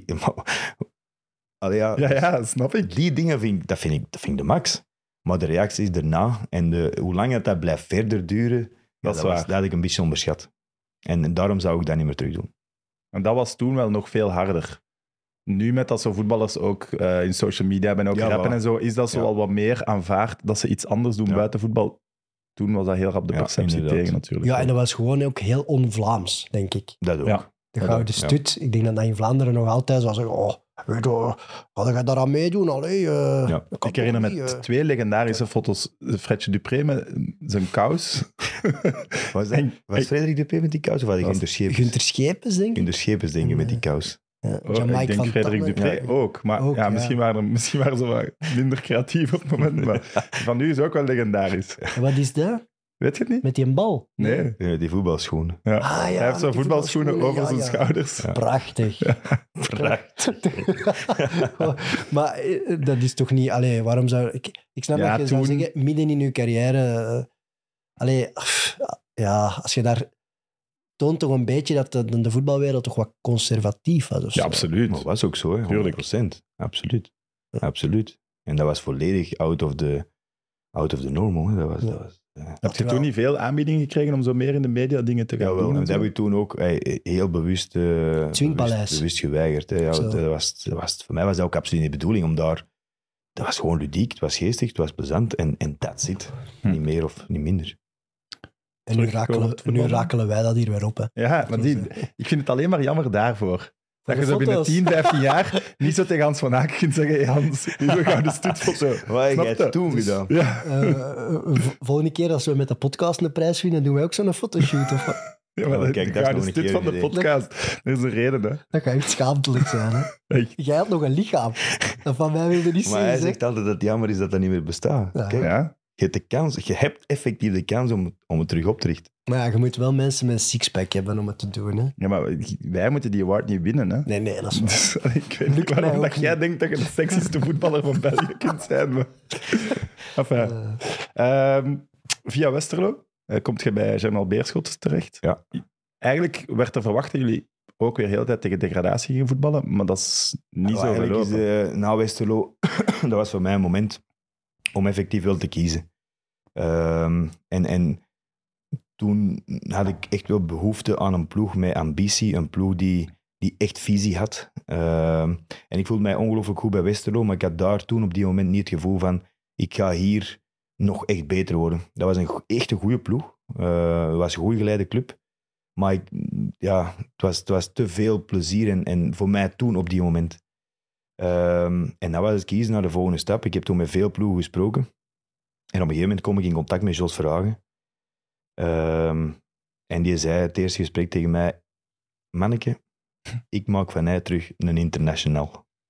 Allee, Ja, snap ik. die dingen vind ik de max. Maar de reacties daarna en hoe lang dat blijft verder duren, Dat is waar. dat had ik een beetje onderschat. En daarom zou ik dat niet meer terug doen. En dat was toen wel nog veel harder. Nu met dat zo voetballers ook in social media hebben, ook Ja, rappen voilà. en zo, is dat zo Ja. al wat meer aanvaard dat ze iets anders doen Ja. buiten voetbal. Toen was dat heel rap de Ja, perceptie inderdaad. tegen natuurlijk. Ja, en dat was gewoon ook heel on-Vlaams, denk ik. Dat ook. Ja. De Ja, gouden ja. stut. Ik denk dat dat in Vlaanderen nog altijd was. Oh, weet je, ga je daaraan meedoen? Allee, Ja. dat kan Ik herinner toch me niet, 2 legendarische foto's. Fredje Dupré met zijn kous. Was En- Frederik de P met die kous of had ik Was- Gunter Schepens? Gunther Schepens, denk ik. Gunter Schepens, denk ik, met die kous. Ja, Oh, Jamaica ik denk van Frederik Tannen. Dupré Ja. ook. Maar Ook, ja, ja. misschien waren ze wat minder creatief op het moment. Maar van nu is ook wel legendarisch. En wat is dat? Weet je het niet? Met die bal. Nee. Die voetbalschoenen. Ja. Ah, ja, Hij heeft zo met die voetbalschoenen over voetbalschoenen, zijn ja, ja. schouders. Ja. Prachtig. Prachtig. Maar dat is toch niet... Allee, waarom zou... Ik snap Ja, dat je zou toen- zeggen, midden in je carrière... allee, ja, als je daar... Toont toch een beetje dat de voetbalwereld toch wat conservatief was. Of Ja, zo. absoluut. Maar dat was ook zo, hè? 100%. Tuurlijk. Absoluut. Ja. Absoluut. En dat was volledig out of the normal. Hè? Dat was, Ja. dat was, Heb je toen niet veel aanbiedingen gekregen om zo meer in de media dingen te gaan Jawel, doen? en en dat zo? heb ik toen ook heel bewust, Swingpaleis. bewust geweigerd. Hè. Ja, Zo. dat was, voor mij was dat ook absoluut niet de bedoeling om daar... Dat was gewoon ludiek, het was geestig, het was plezant en that's it. Niet meer of niet minder. En nu Terugkomen op het voetbal. rakelen wij dat hier weer op. Hè. Ja, maar ik vind het alleen maar jammer daarvoor. Dat je de zo binnen foto's. 10, 15 jaar niet zo tegen Hans van Aken kunt zeggen: hey Hans, hier we gaan de stoetfoto. Wat heb Snap jij je? toen gedaan? Ja, Volgende keer als we met de podcast een prijs winnen, doen wij ook zo'n fotoshoot. Of wat? ja maar Ja, kijk, dat is de nog een stut keer van de idee. podcast. Er is een reden, hè. Dat gaat echt schaamtelijk zijn. Hè? Echt. Jij had nog een lichaam. Dat van mij wilde niet Maar hij zeggen. zegt altijd dat het jammer is dat dat niet meer bestaat. Ja. Kijk, Ja. je hebt effectief de kans om het terug op te richten. Maar ja, je moet wel mensen met een sixpack hebben om het te doen. Hè? Ja, maar wij moeten die award niet winnen, hè. Nee, dat is waar. Dus, ik weet niet Lukt mij waarom ook dat jij niet. denkt dat je de sexieste voetballer van België kunt zijn. Maar... Enfin, via Westerlo komt je bij Germinal Beerschot terecht. Ja. Eigenlijk werd er verwacht dat jullie ook weer de hele tijd tegen degradatie gingen voetballen, maar dat is niet zo Eigenlijk gelopen. na Westerlo, dat was voor mij een moment om effectief wel te kiezen. En toen had ik echt wel behoefte aan een ploeg met ambitie, een ploeg die echt visie had. En ik voelde mij ongelooflijk goed bij Westerlo, maar ik had daar toen op die moment niet het gevoel van ik ga hier nog echt beter worden. Dat was echt een goede ploeg. Het was een goed geleide club. Maar het was te veel plezier en voor mij toen op die moment. En dat was het kiezen naar de volgende stap. Ik heb toen met veel ploegen gesproken. En op een gegeven moment kom ik in contact met Jos Verhagen. En die zei het eerste gesprek tegen mij: manneke, ik maak van mij terug een international.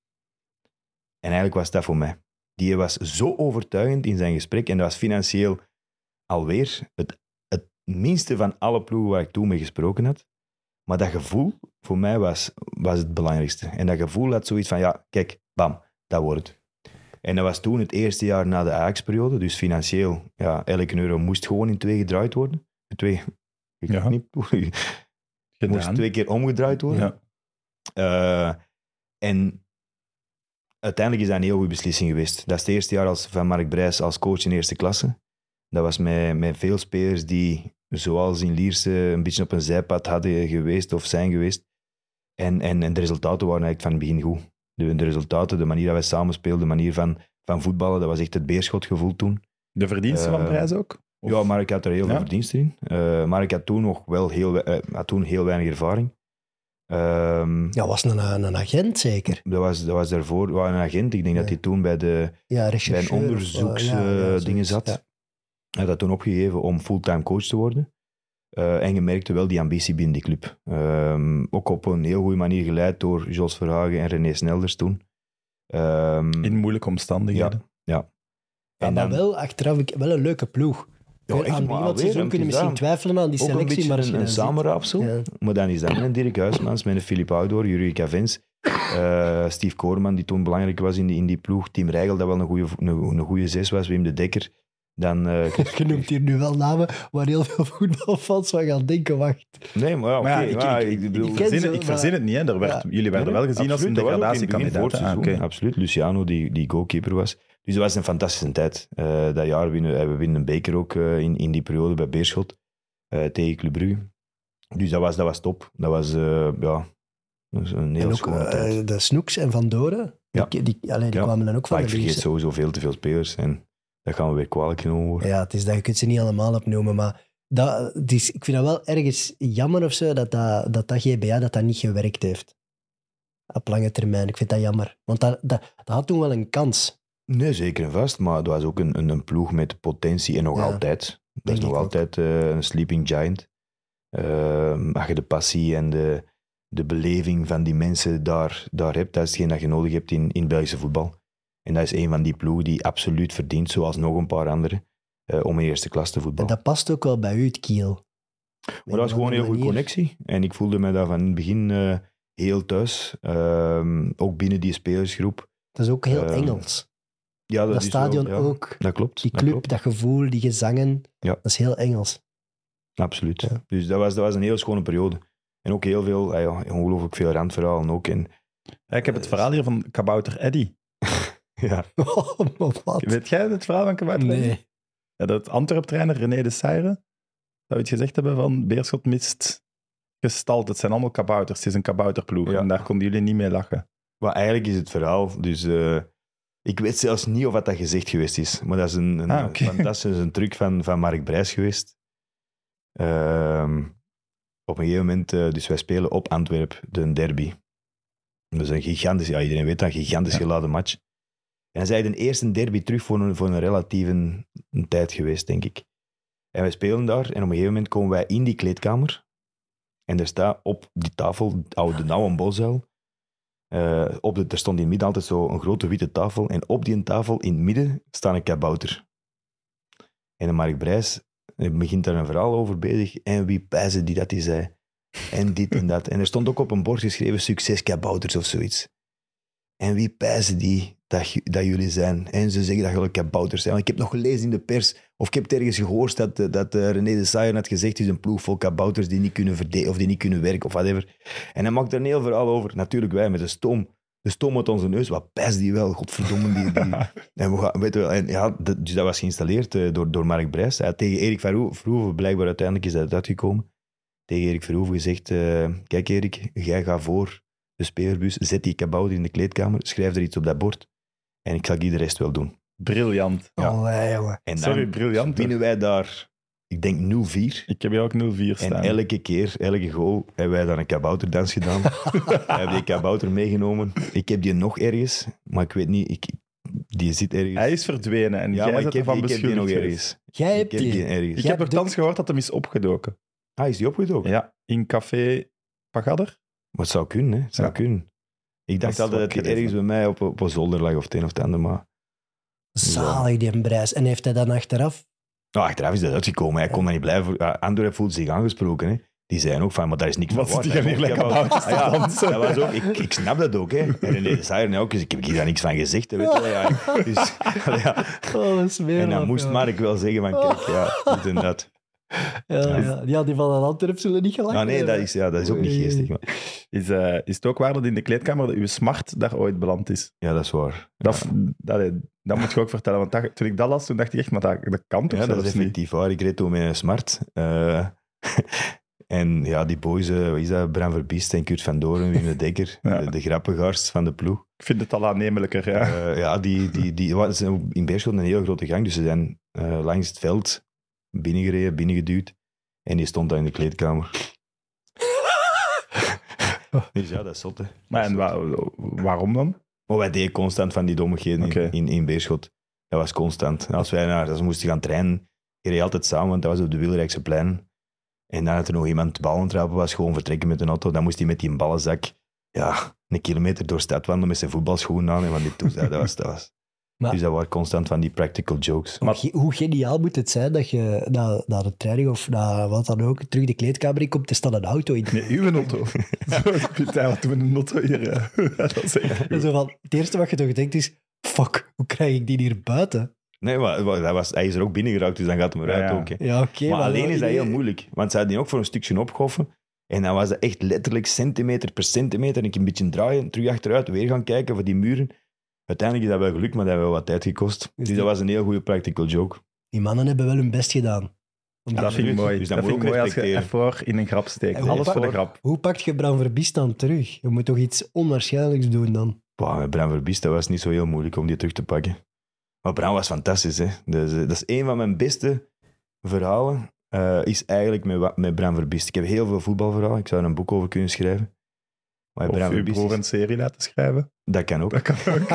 En eigenlijk was dat voor mij. Die was zo overtuigend in zijn gesprek en dat was financieel alweer het minste van alle ploegen waar ik toen mee gesproken had. Maar dat gevoel voor mij was het belangrijkste. En dat gevoel had zoiets van, ja, kijk, bam, dat wordt het. En dat was toen het eerste jaar na de Ajax-periode. Dus financieel, ja, elke euro moest gewoon in 2 gedraaid worden. 2 geknipt worden. Moest 2 keer omgedraaid worden. Ja. En uiteindelijk is dat een heel goede beslissing geweest. Dat is het eerste jaar van Mark Brijs als coach in eerste klasse. Dat was met veel spelers die, zoals in Lierse, een beetje op een zijpad hadden geweest of zijn geweest. En de resultaten waren eigenlijk van het begin goed. De resultaten, de manier dat wij samenspeelden, de manier van voetballen, dat was echt het beerschotgevoel toen. De verdiensten van Prijs ook? Of- Ja, Mark had er heel veel verdiensten in. Mark had toen nog wel heel weinig ervaring. Ja, was een agent zeker. Dat was daarvoor een agent. Ik denk dat hij toen bij een rechercheur. onderzoeksdingen zat. Ja. Hij had dat toen opgegeven om fulltime coach te worden. En je merkte wel die ambitie binnen die club. Ook op een heel goede manier geleid door Jos Verhagen en René Snelders toen. In moeilijke omstandigheden. Ja. En dan wel achteraf wel een leuke ploeg. Ja, Aan echt, het begin maar van het seizoen alweer, kunnen het is misschien dat. twijfelen aan die Ook een selectie, beetje maar als je een dan ziet- samenraapsel. Ja. Maar dan is dat met een Dirk Huismans, met een Filip Oudor, Jurgen Cavens, Steve Koorman, die toen belangrijk was in die ploeg. Tim Rijgel, dat wel een goede 6 was. Wim de Dekker. Dan, Je noemt hier nu wel namen waar heel veel voetbalfans van gaan denken, wacht. nee, maar ja, Maar oké, ja, ik bedoel... ken ze, Ik verzin het niet, hè. Jullie werden wel gezien als een degradatiekandidaat. Absoluut, Oké. absoluut. Luciano, die goalkeeper was. Dus dat was een fantastische tijd. Dat jaar we winnen een beker ook in die periode bij Beerschot tegen Club Brugge. Dus dat was top. Dat was een heel En ook schone tijd. de Snoeks en Van Doren, Ja. die Ja. kwamen dan ook van Maar de ik vergeet Lierse. sowieso veel te veel spelers en dat gaan we weer kwalijk genomen worden. Ja, het is dat je kunt ze niet allemaal opnoemen, maar ik vind dat wel ergens jammer of zo dat GBA dat niet gewerkt heeft. Op lange termijn. Ik vind dat jammer. Want dat had toen wel een kans. Nee, zeker en vast. Maar het was ook een ploeg met potentie en nog Ja, altijd. Dat denk is nog ik ook. altijd een sleeping giant. Als je de passie en de beleving van die mensen daar hebt, dat is hetgeen dat je nodig hebt in Belgische voetbal. En dat is een van die ploegen die absoluut verdient, zoals nog een paar andere, om in eerste klas te En voetballen. dat past ook wel bij u, het Kiel. Maar dat was gewoon een heel goede connectie. En ik voelde me daar van in het begin heel thuis. Ook binnen die spelersgroep. Dat is ook heel Ehm, Engels. Ja, Dat is stadion wel, ja. ook. Dat klopt. Die dat club, klopt. dat gevoel, die gezangen. Ja. Dat is heel Engels. Absoluut. Ja. Dus dat was een heel schone periode. En ook heel veel, ongelooflijk veel randverhalen ook. En, Ja, ik heb het verhaal hier van Kabouter Eddy. ja. Oh, maar wat? Weet jij het verhaal van Kabouter Eddy? Nee. Ja, dat Antwerp-trainer René de Seyre zou iets gezegd hebben van Beerschot mist gestald. Het zijn allemaal kabouters. Het is een kabouterploeg. Ja. En daar konden jullie niet mee lachen. Maar eigenlijk is het verhaal, dus ik weet zelfs niet of dat gezegd geweest is, maar dat is een oké. fantastische truc van Mark Brijs geweest. Op een gegeven moment, dus wij spelen op Antwerp, de derby. Dat is een gigantisch, ja, iedereen weet dat, een gigantisch geladen match. En dat is eigenlijk de eerste derby terug voor een relatieve een tijd geweest, denk ik. En wij spelen daar en op een gegeven moment komen wij in die kleedkamer en er staat op die tafel, de nauwe bosuil, er stond in het midden altijd zo een grote witte tafel en op die tafel in het midden staat een kabouter. En de Mark Brijs begint daar een verhaal over bezig en wie pijzen die dat hij zei. En dit en dat. En er stond ook op een bord geschreven succes kabouters of zoiets. En wie pijzen die dat jullie zijn? En ze zeggen dat jullie kabouters zijn. Want ik heb nog gelezen in de pers, of ik heb het ergens gehoord dat René de Seyre had gezegd, het is een ploeg vol kabouters die niet kunnen verdedigen of die niet kunnen werken of whatever. En hij maakt er een heel verhaal over. Natuurlijk wij met de stoom uit onze neus. Wat pijst die wel, godverdomme. En we gaan, weet je wel, en ja, dus dat was geïnstalleerd door Mark Brijs. Hij had tegen Erik Verhoeven, blijkbaar uiteindelijk is dat uitgekomen, tegen Erik Verhoeven gezegd, kijk Erik, jij gaat voor de spelerbus, zet die kabouter in de kleedkamer, schrijf er iets op dat bord en ik ga die de rest wel doen. Briljant. Ja. Allee, jongen. En dan Sorry, briljant. winnen wij daar, ik denk 0-4. Ik heb hier ook 0-4 staan. En elke keer, elke goal, hebben wij dan een kabouterdans gedaan. We hebben die kabouter meegenomen. Ik heb die nog ergens, maar ik weet niet, die zit ergens. Hij is verdwenen en ja, jij maar bent ik heb ervan die nog beschuldigd geweest. ergens. Jij Ik hebt heb die die. ergens. Ik Jij heb hebt nogthans gehoord dat hem is opgedoken. Ah, is die opgedoken? Ja, in Café Pagadder. Maar het zou kunnen, hè. Het zou Ja. kunnen. Ik dacht Dat is altijd wat dat hij gelezen. ergens bij mij op een zolder lag of het een of het ander, maar... Zalig, die Brijs. En heeft hij dan achteraf... Nou, achteraf is dat uitgekomen. Hij kon dat niet blijven. Antwerp voelde zich aangesproken, hè. Die zeiden ook van, maar daar is niks Wat van zit waard. die Hij hier mocht lekker kabouters- buiten te ja, dansen? dat was ook, ik snap dat ook, hè. En René de Seyre ook, dus ik heb hier daar niks van gezegd, hè, weet je wel. Ja, dus, ja. Oh, dat is meer En dan af, moest ja. Mark wel zeggen van, kijk, ja, dit en dat. Ja, die van Antwerp zullen niet gelachen Nou, nee, hebben. dat is ook niet Oei. geestig. Maar, Is het ook waar dat in de kleedkamer dat uw smart daar ooit beland is? ja, dat is waar. Dat moet je ook vertellen. Want toen ik dat las, toen dacht ik echt, maar dat kan toch Ja, dat zelfs is niet? effectief waar. Ik reed toen met een smart. En ja, die boys, wat is dat? Bram Verbiest en Kurt van Doren, Wim de Dekker, Ja. de grappengaars van de ploeg. Ik vind het al aannemelijker, ja. Ja, die zijn in Beerschot een hele grote gang, dus ze zijn langs het veld binnengereden, binnengeduwd. En die stond daar in de kleedkamer. Dus ja, dat is zot, hè. Maar en waarom dan? Maar wij deden constant van die dommigheden Oké. in Beerschot. Dat was constant. En als we moesten gaan trainen, je reed altijd samen, want dat was op de Wilrijkse plein. En dan had er nog iemand ballen trappen was, gewoon vertrekken met een auto. Dan moest hij met die ballenzak een kilometer door de stad wandelen met zijn voetbalschoenen aan en van die toestand. Dat was. Maar- Dus dat waren constant van die practical jokes. Hoe geniaal moet het zijn dat je na de training of na wat dan ook terug de kleedkamer in komt, er staat een auto in. Nee, uw auto. Zo, Pieter, wat doen we een auto hier? Dat is echt goed. En zo van, het eerste wat je toch denkt is, fuck, hoe krijg ik die hier buiten? Nee, maar hij is er ook binnen geraakt, dus dan gaat hij eruit Ja. ook. Hè. Ja, oké. Maar alleen is dat heel moeilijk, want ze hadden die ook voor een stukje opgehoffen. En dan was dat echt letterlijk centimeter per centimeter. En ik een beetje draaien, terug achteruit, weer gaan kijken voor die muren. Uiteindelijk is dat wel gelukt, maar dat heeft wel wat tijd gekost. Dus dat was een heel goede practical joke. Die mannen hebben wel hun best gedaan. Dat vind ik absoluut. mooi. Dus dat dat vind moet ik ook mooi als je respecteren. ervoor in een grap steekt. En Alles voor de voor. grap. Hoe pakt je Bram Verbiest dan terug? Je moet toch iets onwaarschijnlijks doen dan? Wow, met Bram Verbiest, dat was niet zo heel moeilijk om die terug te pakken. Maar Bram was fantastisch. Hè. Dus, dat is een van mijn beste verhalen. Is eigenlijk met Bram Verbiest. Ik heb heel veel voetbalverhalen. Ik zou er een boek over kunnen schrijven. Maar Of Bram uw Verbiest broer is- een serie laten schrijven. dat kan ook. Dat kan ook.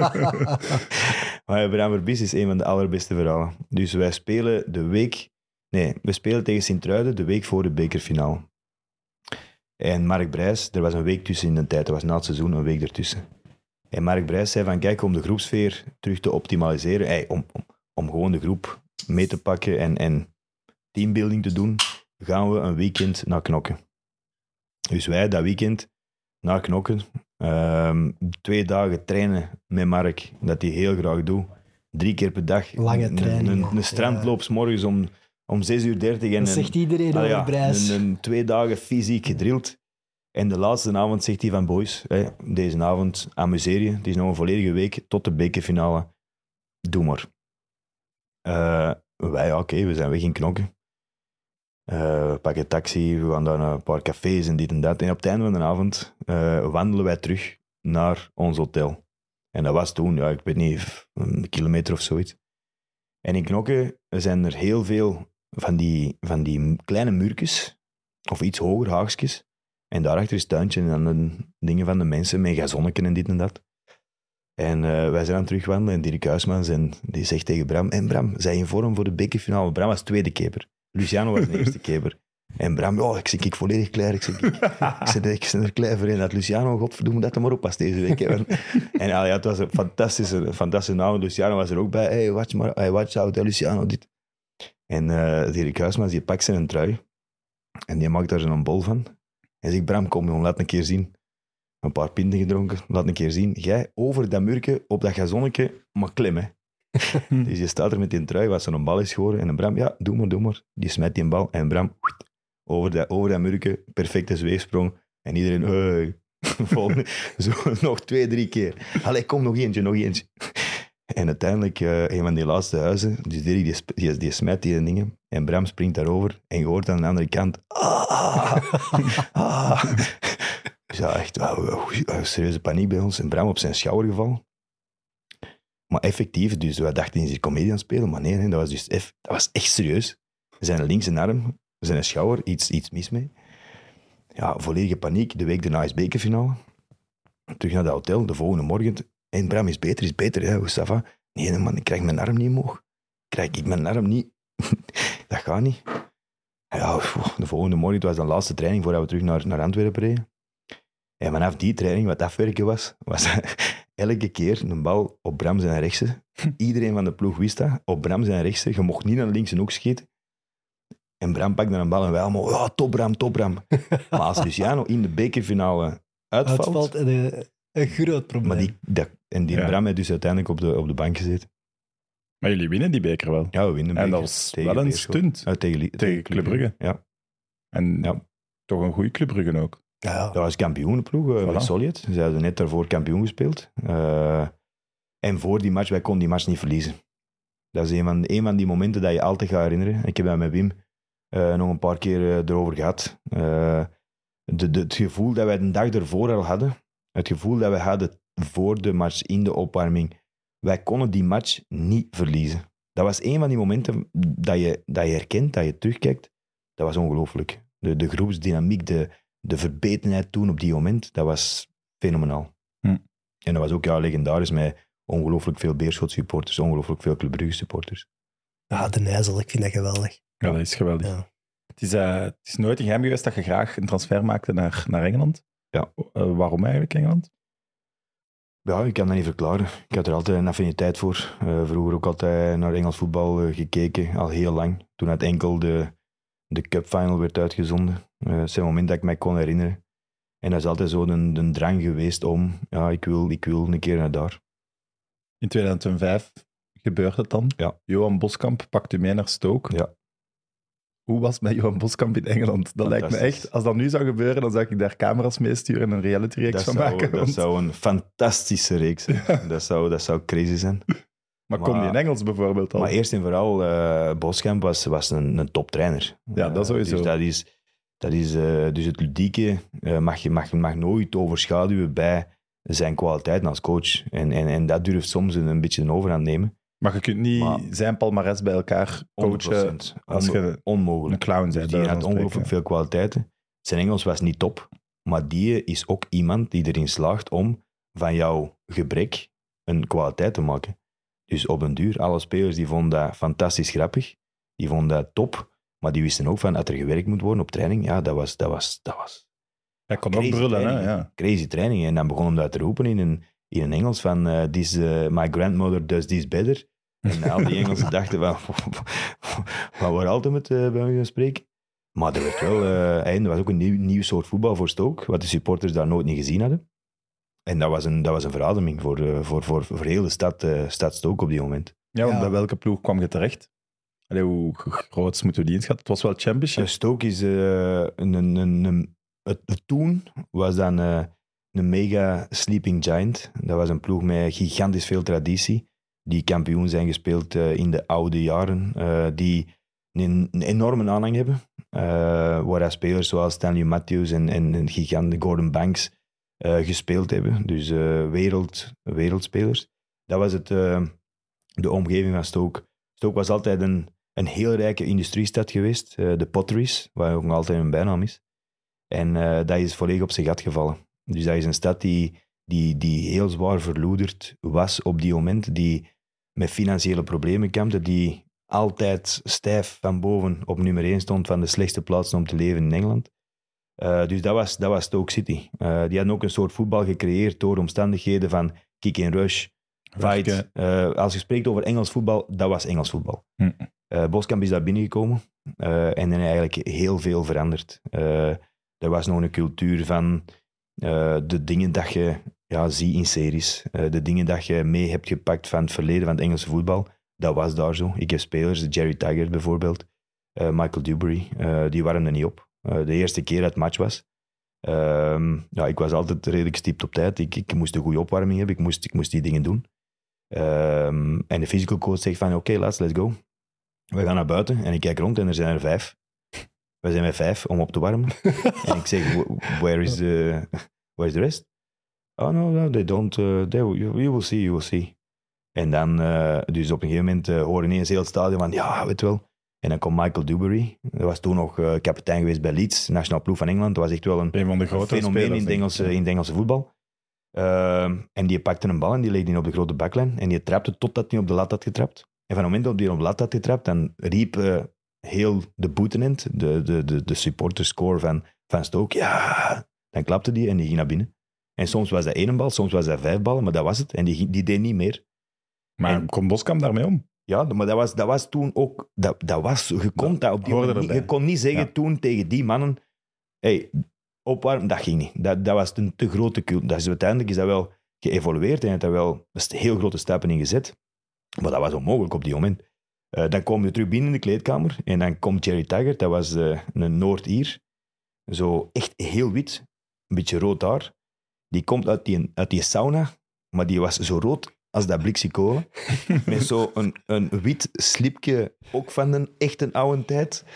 Maar Bram Verbiest is een van de allerbeste verhalen. Dus wij spelen we spelen tegen Sint-Truiden de week voor de bekerfinale. En Mark Brijs, er was een week tussen in de tijd, dat was na het seizoen een week ertussen. En Mark Brijs zei van, kijk, om de groepsfeer terug te optimaliseren, om gewoon de groep mee te pakken en teambuilding te doen, gaan we een weekend naar Knokke. Dus wij dat weekend naar Knokke, 2 dagen trainen met Mark, dat hij heel graag doet. 3 keer per dag. Lange training. Een strandloop 's morgens om 6:30 en Dat zegt iedereen over Brijs. een 2 dagen fysiek gedrild. En de laatste avond zegt hij van boys, deze avond amuseer je. Het is nog een volledige week tot de bekerfinale. Doe maar. Wij, oké, we zijn weg in Knokke. We pakken taxi, we gaan daar naar een paar cafés en dit en dat. En op het einde van de avond wandelen wij terug naar ons hotel. En dat was toen, ik weet niet, 1 kilometer of zoiets. En in Knokke zijn er heel veel van die kleine muurtjes, of iets hoger, haagjes. En daarachter is het tuintje en dan de dingen van de mensen met gazonneken en dit en dat. En wij zijn aan het terugwandelen en Dirk Huismans die zegt tegen Bram, en Bram, zij in vorm voor de bekerfinale? Bram was tweede keeper. Luciano was de eerste keper. En Bram, ik volledig klaar. Ik ben er klaar voor in. Dat Luciano, godverdomme, dat er maar oppast deze week. En het was een fantastische avond. Luciano was er ook bij. Hey, watch out, Luciano, dit. En Dirk Huismans, die pakt zijn trui. En die maakt daar zo'n bol van. En zegt, Bram, kom jongen, laat een keer zien. Een paar pinten gedronken, laat een keer zien. Jij, over dat muurke, op dat gazonnetje, maar klimmen. Dus je staat er met die trui, wat zo'n bal is geworden. En Bram, ja, doe maar. Die smijt die bal. En Bram, over dat muurke, perfecte zweefsprong. En iedereen, hey. Volgende, zo nog 2-3 keer. Allee, kom, nog eentje. En uiteindelijk, een van die laatste huizen, dus die smijt die dingen. En Bram springt daarover. En je hoort aan de andere kant, Dus ja, echt serieuze paniek bij ons. En Bram op zijn schouder gevallen. Maar effectief, dus we dachten hij is hier comedie aan het spelen, maar nee, dat was echt serieus. Zijn linkse arm, zijn schouder, iets mis mee. Ja, volledige paniek. De week daarna is bekerfinale. Terug naar het hotel, de volgende morgen. En Bram is beter, hè, hoe ça va? Nee man, ik krijg mijn arm niet omhoog. Krijg ik mijn arm niet? Dat gaat niet. Ja, de volgende morgen, het was de laatste training voordat we terug naar Antwerpen reden. En vanaf die training, wat afwerken was elke keer een bal op Bram zijn rechtse. Iedereen van de ploeg wist dat. Op Bram zijn rechtse. Je mocht niet naar de linkse hoek schieten. En Bram pakt dan een bal en wij allemaal, ja, top Bram. Maar als Luciano in de bekerfinale uitvalt een groot probleem. Maar die Bram heeft dus uiteindelijk op de bank gezeten. Maar jullie winnen die beker wel. Ja, we winnen. En dat was wel een stunt. Tegen Club Brugge. Ja. En toch een goede Club Brugge ook. Ja. Dat was kampioenenploeg met Solid. Ze hadden net daarvoor kampioen gespeeld. En voor die match, wij konden die match niet verliezen. Dat is een van die momenten dat je altijd gaat herinneren. Ik heb dat met Wim nog een paar keer erover gehad. Het gevoel dat wij de dag ervoor al hadden, het gevoel dat we hadden voor de match, in de opwarming, wij konden die match niet verliezen. Dat was een van die momenten dat je herkent, dat je terugkijkt. Dat was ongelooflijk. De groepsdynamiek, de verbetenheid toen op die moment, dat was fenomenaal. En dat was ook legendarisch met ongelooflijk veel Beerschot-supporters, ongelooflijk veel Club Brugge-supporters. Ja, de Nijzel, ik vind dat geweldig. Ja, dat is geweldig. Ja. Het is nooit een geheim geweest dat je graag een transfer maakte naar Engeland. Ja. Waarom eigenlijk Engeland? Ja, ik kan dat niet verklaren. Ik had er altijd een affiniteit voor. Vroeger ook altijd naar Engels voetbal gekeken, al heel lang. Toen het enkel de Cup Final werd uitgezonden. Dat is een moment dat ik mij kon herinneren. En dat is altijd zo een drang geweest om, ik wil een keer naar daar. In 2005 gebeurt het dan. Ja. Johan Boskamp pakt u mee naar Stoke. Ja. Hoe was het met Johan Boskamp in Engeland? Dat lijkt me echt, als dat nu zou gebeuren, dan zou ik daar camera's mee sturen en een reality-reeks van maken. Dat zou een fantastische reeks zijn. Ja. Dat zou crazy zijn. Maar kon die in Engels bijvoorbeeld al? Maar eerst en vooral, Boskamp was een toptrainer. Ja, dat sowieso. Dus dus het ludieke mag nooit overschaduwen bij zijn kwaliteiten als coach. En dat durft soms een beetje een overhand nemen. Maar je kunt niet zijn palmares bij elkaar coachen als je onmogelijk. een clown bent. Dus die had ongelooflijk veel kwaliteiten. Zijn Engels was niet top, maar die is ook iemand die erin slaagt om van jouw gebrek een kwaliteit te maken. Dus op een duur, alle spelers die vonden dat fantastisch grappig, die vonden dat top, maar die wisten ook van dat er gewerkt moet worden op training. Ja, dat was Hij kon ook brullen, hè? Ja. Crazy training. En dan begon hem dat te roepen in een Engels van my grandmother does this better. En al die Engelsen dachten van, waar altijd bij mij gaan spreken. Maar er werd wel, er was ook een nieuw soort voetbal voor Stoke, wat de supporters daar nooit niet gezien hadden. En dat was een verademing voor heel de stad Stoke op die moment. Ja, want bij welke ploeg kwam je terecht? Allee, hoe groot moeten we die inschatten? Het was wel Championship. Stoke is toen was dan een mega sleeping giant. Dat was een ploeg met gigantisch veel traditie, die kampioen zijn gespeeld in de oude jaren, die een enorme aanhang hebben, waar spelers zoals Stanley Matthews en gigant Gordon Banks gespeeld hebben. Dus wereldspelers. Dat was de omgeving van Stoke. Stoke was altijd een heel rijke industriestad geweest, de Potteries, waar ook nog altijd een bijnaam is. En dat is volledig op zijn gat gevallen. Dus dat is een stad die heel zwaar verloederd was op die moment, die met financiële problemen kampte, die altijd stijf van boven op nummer 1 stond van de slechtste plaatsen om te leven in Engeland. Dus dat was Stoke City. Die hadden ook een soort voetbal gecreëerd door omstandigheden van kick and rush, fight. Als je spreekt over Engels voetbal, dat was Engels voetbal. Boskamp is daar binnengekomen en dan eigenlijk heel veel veranderd. Er was nog een cultuur van de dingen dat je ziet in series, de dingen dat je mee hebt gepakt van het verleden van het Engelse voetbal. Dat was daar zo. Ik heb spelers, Jerry Taggart bijvoorbeeld, Michael Duberry, die waren er niet op. De eerste keer dat het match was. Ik was altijd redelijk stipt op tijd. Ik moest een goede opwarming hebben. Ik moest die dingen doen. En de physical coach zegt van, oké, let's go. We gaan naar buiten en ik kijk rond en er zijn er 5. We zijn met 5 om op te warmen. En ik zeg, where is the rest? Oh no, they don't. You will see. En dan, dus op een gegeven moment hoorde ineens heel het stadion van, ja, weet wel. En dan komt Michael Duberry. Dat was toen nog kapitein geweest bij Leeds, nationale ploeg van Engeland. Dat was echt wel een van de grote fenomeen spelers, in het Engelse voetbal. En die pakte een bal en die legde die op de grote baklijn. En die trapte totdat hij op de lat had getrapt. En van het moment dat hij op de lat had getrapt, dan riep heel de boetenend, de supporterscore van Stoke, ja, dan klapte die en die ging naar binnen. En soms was dat 1 bal, soms was dat 5 ballen, maar dat was het. En die deed niet meer. Maar kon Boskamp daarmee om? Ja, maar dat was toen ook... Je kon niet zeggen toen tegen die mannen, hey, opwarmen, dat ging niet. Dat was een te grote cult. Uiteindelijk is dat wel geëvolueerd en heeft daar wel heel grote stappen in gezet. Maar dat was onmogelijk op die moment. Dan kom je terug binnen in de kleedkamer en dan komt Jerry Taggart, dat was een Noord-Ier. Zo echt heel wit, een beetje rood haar. Die komt uit die sauna, maar die was zo rood als dat blikje kolen. Met zo een wit slipje, ook van een echte oude tijd.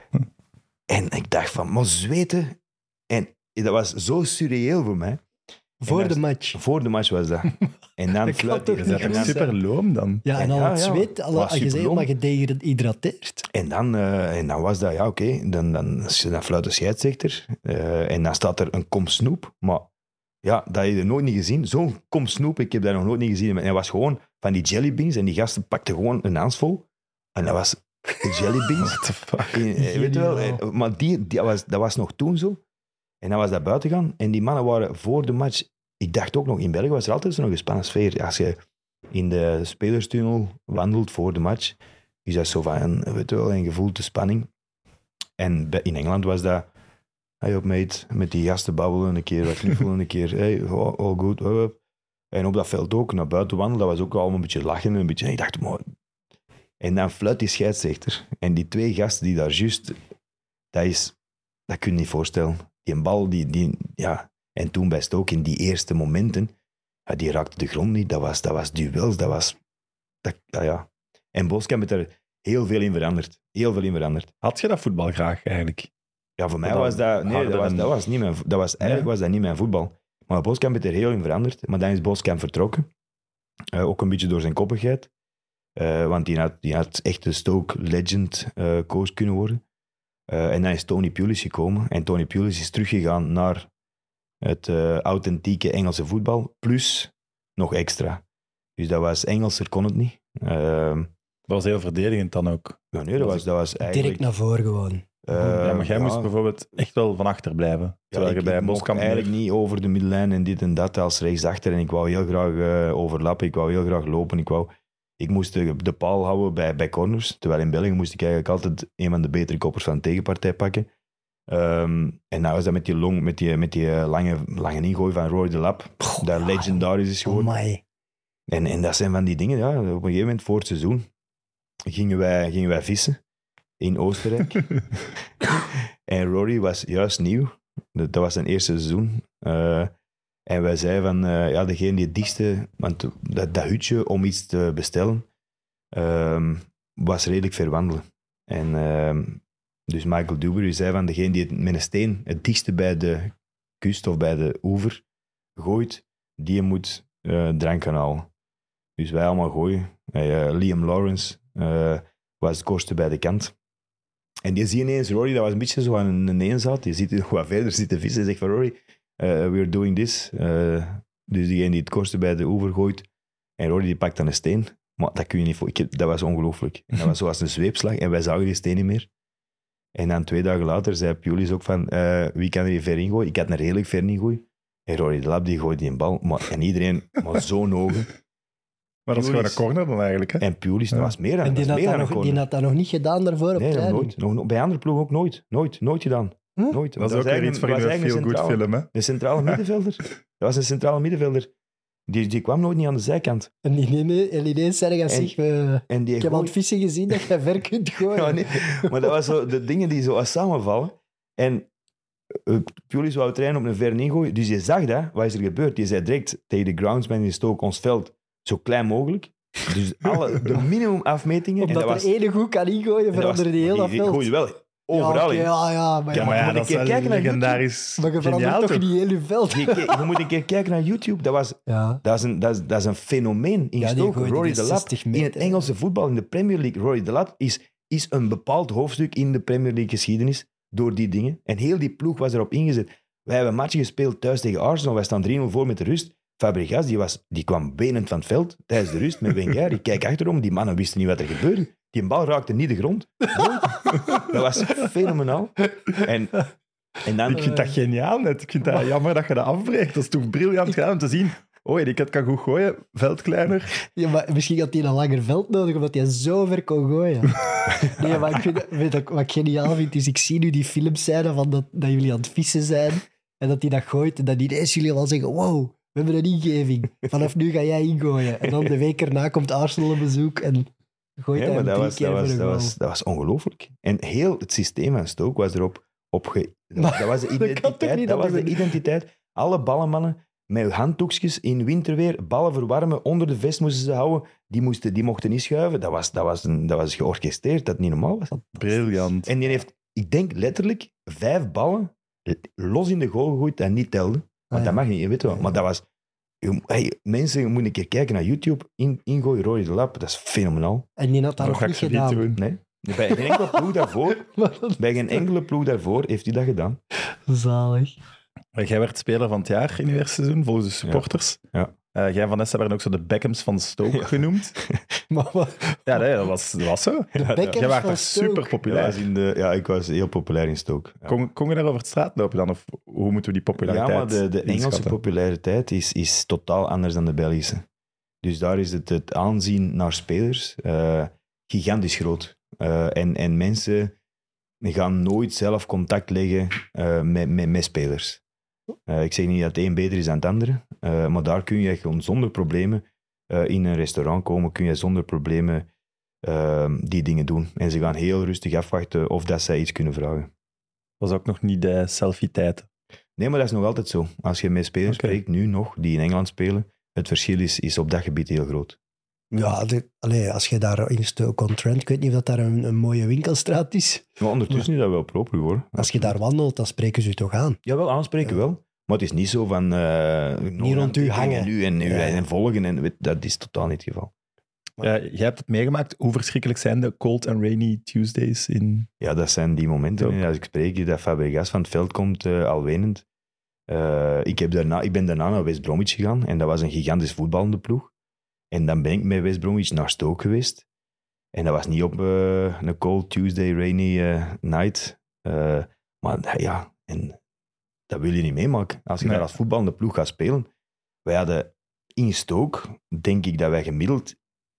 En ik dacht van, maar zweten. En dat was zo surreëel voor mij. Voor de match. Voor de match was dat. En dan fluit hij. Is dat toch super loom dan? Ja, en al het zweet, als je zei, maar gedehydrateerd. En dan was dat, ja oké, dan fluit de scheidsrechter. En dan staat er een kom snoep. Maar ja, dat heb je nog nooit niet gezien. Zo'n kom snoep, ik heb dat nog nooit niet gezien. En dat was gewoon van die jellybeans en die gasten pakten gewoon een aansvol. En dat was jellybeans. What the fuck? Weet je wel? Maar dat was nog toen zo. En dan was dat buiten gaan. En die mannen waren voor de match... Ik dacht ook nog, in België was er altijd zo'n gespannen sfeer. Als je in de spelerstunnel wandelt voor de match, is dat zo van, weet je wel, een gevoel de spanning. En in Engeland was dat... Hey, op mate, met die gasten babbelen, een keer wat knuffelen, een keer, hey, all good. En op dat veld ook, naar buiten wandelen, dat was ook allemaal een beetje lachen. Een beetje, ik dacht, maar... En dan fluit die scheidsrechter. En die 2 gasten die daar juist... Dat kun je niet voorstellen. Die bal, ja... En toen bij Stoke, in die eerste momenten, die raakte de grond niet. Dat was duels, ja. En Boskamp heeft er heel veel in veranderd. Heel veel in veranderd. Had je dat voetbal graag eigenlijk? Ja, voor mij was dat... Nee, dat was niet mijn... Eigenlijk was dat niet mijn voetbal. Maar Boskamp heeft er heel in veranderd. Maar dan is Boskamp vertrokken. Ook een beetje door zijn koppigheid. Want die had echt de Stoke legend coach kunnen worden. En dan is Tony Pulis gekomen. En Tony Pulis is teruggegaan naar het authentieke Engelse voetbal. Plus nog extra. Dus dat was Engelser, kon het niet. Dat was heel verdedigend dan ook. Ja, nee, dat was eigenlijk... Direct naar voren gewoon. Ja, maar jij moest bijvoorbeeld echt wel van achter blijven. Terwijl je bij Boskamp eigenlijk niet over de middenlijn en dit en dat als rechtsachter. En ik wou heel graag overlappen, ik wou heel graag lopen. Ik moest de paal houden bij corners, terwijl in België moest ik eigenlijk altijd een van de betere koppers van de tegenpartij pakken. En nou was dat met die lange ingooi van Rory de Lap, dat legendarisch is geworden. Amai. En dat zijn van die dingen, ja. Op een gegeven moment voor het seizoen gingen wij vissen in Oostenrijk. En Rory was juist nieuw. Dat was zijn eerste seizoen. En wij zeiden van, degene die het dichtste... Want dat hutje om iets te bestellen was redelijk ver wandelen. En dus Michael Dewberry zei van, degene die het met een steen het dichtste bij de kust of bij de oever gooit, die moet drank gaan halen. Dus wij allemaal gooien. Liam Lawrence was het kortste bij de kant. En die zie ineens Rory, dat was een beetje zo aan een eenzaad. Die ziet nog wat verder zitten vissen en zegt van Rory, we're doing this. Dus diegene die het kortste bij de oever gooit. En Rory die pakt dan een steen. Maar dat kun je niet voor. Dat was ongelooflijk. Dat was zoals een zweepslag en wij zagen die steen niet meer. En dan 2 dagen later zei Pulis ook van, wie kan er hier ver ingooien? Ik had een redelijk ver ingooien. En Rory de Lap die gooit die een bal. En iedereen maar zo'n ogen. Maar dat is gewoon een corner dan eigenlijk, hè? En Pulis, dat was meer dan En die corner. had dat nog niet gedaan daarvoor op Nee, nog training. nooit. Nog, bij andere ploegen ook nooit. Nooit gedaan. Nooit. Dat was ook weer iets voor in een feel-good film, hè? Een centrale middenvelder. Dat was een centrale middenvelder. Die kwam nooit niet aan de zijkant. En ineens zei hij zich, ik heb aan het vissen gezien dat je ver kunt gooien. Ja, nee. Maar dat was zo de dingen die zo samenvallen. En Pulis wou trainen op een ver ingooi. Dus je zag dat. Wat is er gebeurd? Je zei direct tegen de groundsman in Stoke, ons veld zo klein mogelijk. Dus de minimum afmetingen. Omdat en dat er ene goed kan ingooien, veranderde die heel dat Die veld. gooi je wel overal in. Maar Ja, moet dat een is keer kijken naar legendarisch. Maar je Geniaal, verandert toch toch? niet heel je veld? Je moet een keer kijken naar YouTube. Dat is een fenomeen in Ja, die Stoke. gooide Rory die de Lap 60 in meter. het Engelse voetbal, in de Premier League. Rory de Lap is een bepaald hoofdstuk in de Premier League geschiedenis door die dingen. En heel die ploeg was erop ingezet. Wij hebben een match gespeeld thuis tegen Arsenal. Wij staan 3-0 voor met de rust. Fabregas die kwam benend van het veld tijdens de rust met Wenger. Ik kijk achterom, die mannen wisten niet wat er gebeurde. Die bal raakte niet de grond. Dat was fenomenaal. En dan, Ik vind dat geniaal net. Ik vind dat jammer dat je dat afbreekt. Dat is toch briljant gedaan om te zien. Oh, die kat kan goed gooien. Veld kleiner. Ja, maar misschien had hij een langer veld nodig, omdat hij zo ver kon gooien. Nee, maar wat ik geniaal vind, is ik zie nu die filmscène van dat jullie aan het vissen zijn en dat hij dat gooit en dat ineens jullie al zeggen, wow, we hebben een ingeving. Vanaf nu ga jij ingooien. En dan de week erna komt Arsenal op bezoek en gooit hij hem 3 keer voor een goal. dat was ongelooflijk. En heel het systeem van Stoke was erop dat was de identiteit. Dat was de identiteit. Alle ballenmannen met handdoekjes in winterweer, ballen verwarmen, onder de vest moesten ze houden. Die mochten niet schuiven. Dat was georchestreerd, dat niet normaal was. Briljant. En die heeft, ik denk letterlijk, 5 ballen los in de goal gegooid dat niet telde. Want dat mag niet, je weet wel. Maar dat was... mensen, je moet een keer kijken naar YouTube. Ingooi Rory de Lap, dat is fenomenaal. En die had dat nog ga ik niet ze niet gedaan. doen. Nee. Bij geen enkele ploeg daarvoor heeft hij dat gedaan. Zalig. Jij werd speler van het jaar in uw eerste seizoen, volgens de supporters. Ja. Jij en Vanessa werden ook zo de Beckhams van Stoke genoemd. Ja, nee, dat was zo. Beckhams Jij was van daar Stoke. super populair. Ik was heel populair in Stoke. Ja. Kon je daar over de straat lopen dan? Of hoe moeten we die populariteit Ja, maar de Engelse inschatten? populariteit is totaal anders dan de Belgische. Dus daar is het aanzien naar spelers gigantisch groot. En mensen gaan nooit zelf contact leggen met spelers. Ik zeg niet dat het een beter is dan het andere, maar daar kun je gewoon zonder problemen in een restaurant komen, kun je zonder problemen die dingen doen. En ze gaan heel rustig afwachten of dat zij iets kunnen vragen. Dat was ook nog niet de selfie-tijd. Nee, maar dat is nog altijd zo. Als je met spelers spreekt, nu nog, die in Engeland spelen, het verschil is op dat gebied heel groot. Ja, als je daar in Stoke-on-Trent, ik weet niet of dat daar een mooie winkelstraat is. Maar ondertussen is dat wel proper, hoor. Als je daar wandelt, dan spreken ze je toch aan. Jawel, aanspreken wel. Maar het is niet zo van... Niet rond u hangen. Nu en volgen. Dat is totaal niet het geval. Jij hebt het meegemaakt. Hoe verschrikkelijk zijn de cold and rainy Tuesdays in... Ja, dat zijn die momenten. Ook. Als ik spreek, dat Fabregas van het veld komt, al wenend. Ik ben daarna naar West Bromwich gegaan. En dat was een gigantisch voetballende ploeg. En dan ben ik met West Bromwich naar Stoke geweest. En dat was niet op een cold Tuesday, rainy night. Maar ja, en dat wil je niet meemaken. Als je daar als voetballende ploeg gaat spelen. Wij hadden in Stoke, denk ik dat wij gemiddeld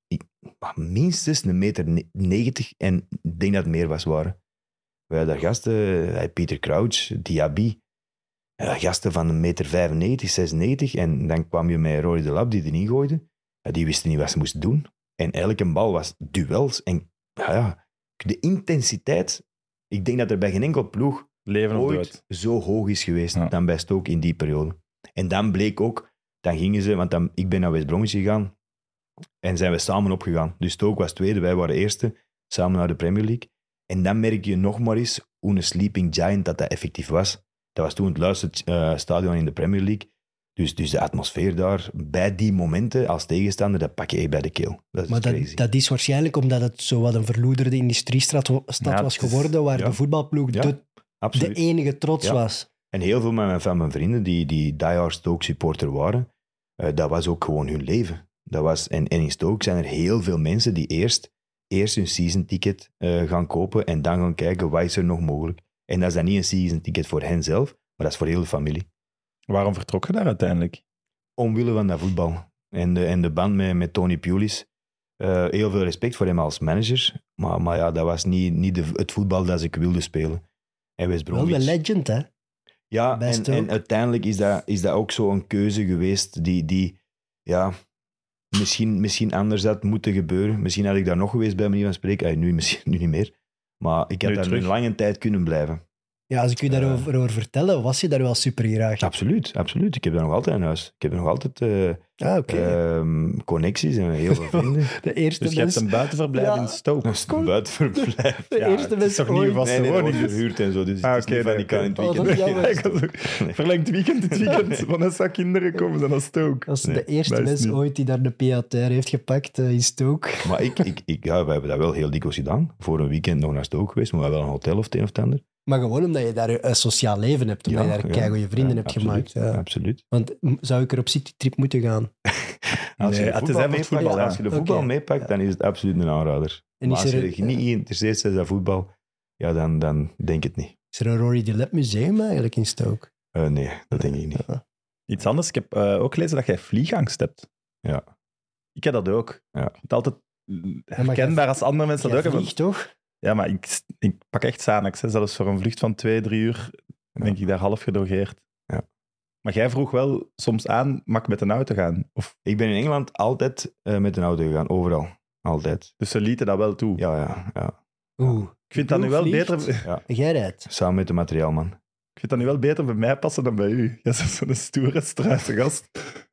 minstens 1,90 meter en ik denk dat het meer waren. We hadden daar gasten, Peter Crouch, Diaby, gasten van 1,95 meter, 96 en dan kwam je met Rory de Lap die erin gooide. Ja, die wisten niet wat ze moesten doen. En elke bal was duels en de intensiteit, ik denk dat er bij geen enkel ploeg Leven of ooit dood. zo hoog is geweest dan bij Stoke in die periode. En dan bleek ook, dan gingen ze, want ik ben naar West Bromwich gegaan en zijn we samen opgegaan. Dus Stoke was tweede, wij waren eerste, samen naar de Premier League. En dan merk je nog maar eens hoe een sleeping giant dat effectief was. Dat was toen het luidste stadion in de Premier League. Dus de atmosfeer daar, bij die momenten als tegenstander, dat pak je echt bij de keel. Dat is Maar crazy. dat is waarschijnlijk omdat het zo wat een verloederde industriestad was het is- geworden, waar de voetbalploeg de Absoluut. enige trots was. En heel veel van mijn vrienden die diehard Stoke supporter waren, dat was ook gewoon hun leven. Dat was, en in Stoke zijn er heel veel mensen die eerst hun season ticket gaan kopen en dan gaan kijken wat is er nog mogelijk. En dat is dan niet een season ticket voor hen zelf, maar dat is voor heel de familie. Waarom vertrok je daar uiteindelijk? Omwille van dat voetbal. En de band met Tony Pulis. Heel veel respect voor hem als manager, maar ja, dat was niet het voetbal dat ik wilde spelen. En West Wel Bromwich... de legend, hè? Ja, Bij Stoke. en uiteindelijk is dat ook zo'n keuze geweest die misschien anders had moeten gebeuren. Misschien had ik daar nog geweest bij manier van spreken. Nu niet meer. Maar ik had Nu daar terug. een lange tijd kunnen blijven. Ja, als ik u daarover hoor vertellen, was je daar wel super graag. Absoluut. Ik heb daar nog altijd een huis. Ik heb nog altijd connecties en heel veel vrienden. De eerste Dus je hebt mens... een buitenverblijf Ja. in Stoke. Dat is een buitenverblijf. De eerste het is mens toch niet ooit. uw vaste Nee, woning? wordt Dus... verhuurd en zo. Dus het is oké, niet van, nee, ik kan in het oké. weekend... Oh, dat is jammer. Ja, ik had ook- Verlengd weekend, dit weekend. Vanessa, kinderen komen dan naar Stoke. Dat is Nee, de eerste dat is mens niet. ooit die daar de pied-à-terre heeft gepakt in Stoke. Maar we hebben dat wel heel dikwijls gedaan. Voor een weekend nog naar Stoke geweest, maar we hebben wel een hotel of het een of het ander. Maar gewoon omdat je daar een sociaal leven hebt, omdat je daar keigoede vrienden hebt absoluut, gemaakt. Ja. Absoluut. Want zou ik er op citytrip moeten gaan? Als je Nee, de het is voetbal even meepakt, voetbal, ja. als je de voetbal Oké. meepakt, dan is het absoluut een aanrader. En Maar is als er, je niet geïnteresseerd bent in voetbal, ja, dan denk het niet. is er een Rory de Lep museum eigenlijk in Stoke? Nee, dat denk ik niet. Iets anders, ik heb ook gelezen dat jij vliegangst hebt. Ja. Ik heb dat ook. Ja. Het is altijd maar herkenbaar als andere mensen dat Jij ook hebben. vliegt toch? Ja, maar ik pak echt Xanax. Hè. Zelfs voor een vlucht van 2-3 uur denk ik daar half gedogeerd. Ja. Maar jij vroeg wel soms aan, mag ik met een auto gaan? Of, Ik ben in Engeland altijd met een auto gegaan, overal. Altijd. dus ze lieten dat wel toe. Ja. Oeh. Ik vind dat nu wel Vliegt. beter... Jij rijdt. Samen met de materiaalman. Ik vind dat nu wel beter bij mij passen dan bij u. Jij bent zo'n stoere, struise gast.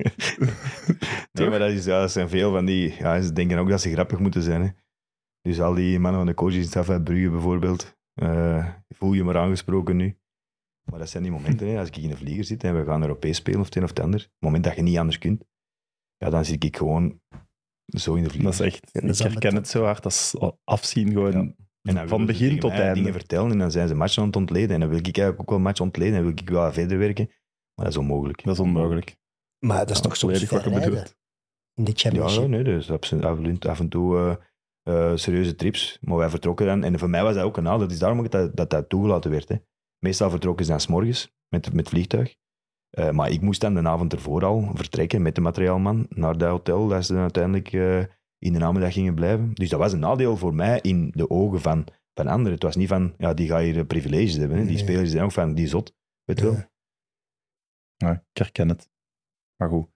Nee, maar dat zijn veel van die... Ja, ze denken ook dat ze grappig moeten zijn. Hè. Dus al die mannen van de coaching staf uit Brugge bijvoorbeeld, voel je maar aangesproken nu. Maar dat zijn die momenten, hè, als ik in een vlieger zit en we gaan Europees spelen of het een of het ander. Het moment dat je niet anders kunt, ja, dan zit ik gewoon zo in de vlieger. Dat is echt... Ja, dat is ik herken al het zo hard als afzien gewoon En dan van willen ze begin tegen tot mij einde. dingen vertellen en dan zijn ze matchen aan het ontleden. En dan wil ik eigenlijk ook wel matchen ontleden en wil ik wel verder werken. Maar dat is onmogelijk. Dat is onmogelijk. Maar dat is nog soms volledig wat je ver rijden bedoelt. in de championship. Ja, nee, dus af en toe serieuze trips. Maar wij vertrokken dan. En voor mij was dat ook een nadeel. Dat is daarom ook dat toegelaten werd. Hè. Meestal vertrokken ze dan 's morgens met vliegtuig. Maar ik moest dan de avond ervoor al vertrekken met de materiaalman naar dat hotel, dat ze dan uiteindelijk in de namiddag gingen blijven. Dus dat was een nadeel voor mij in de ogen van anderen. Het was niet van, ja, die ga hier privileges hebben. Hè. Die Nee. spelers zijn ook van, die zot. Weet je wel? Ja. Ja, ik herken het. Maar goed.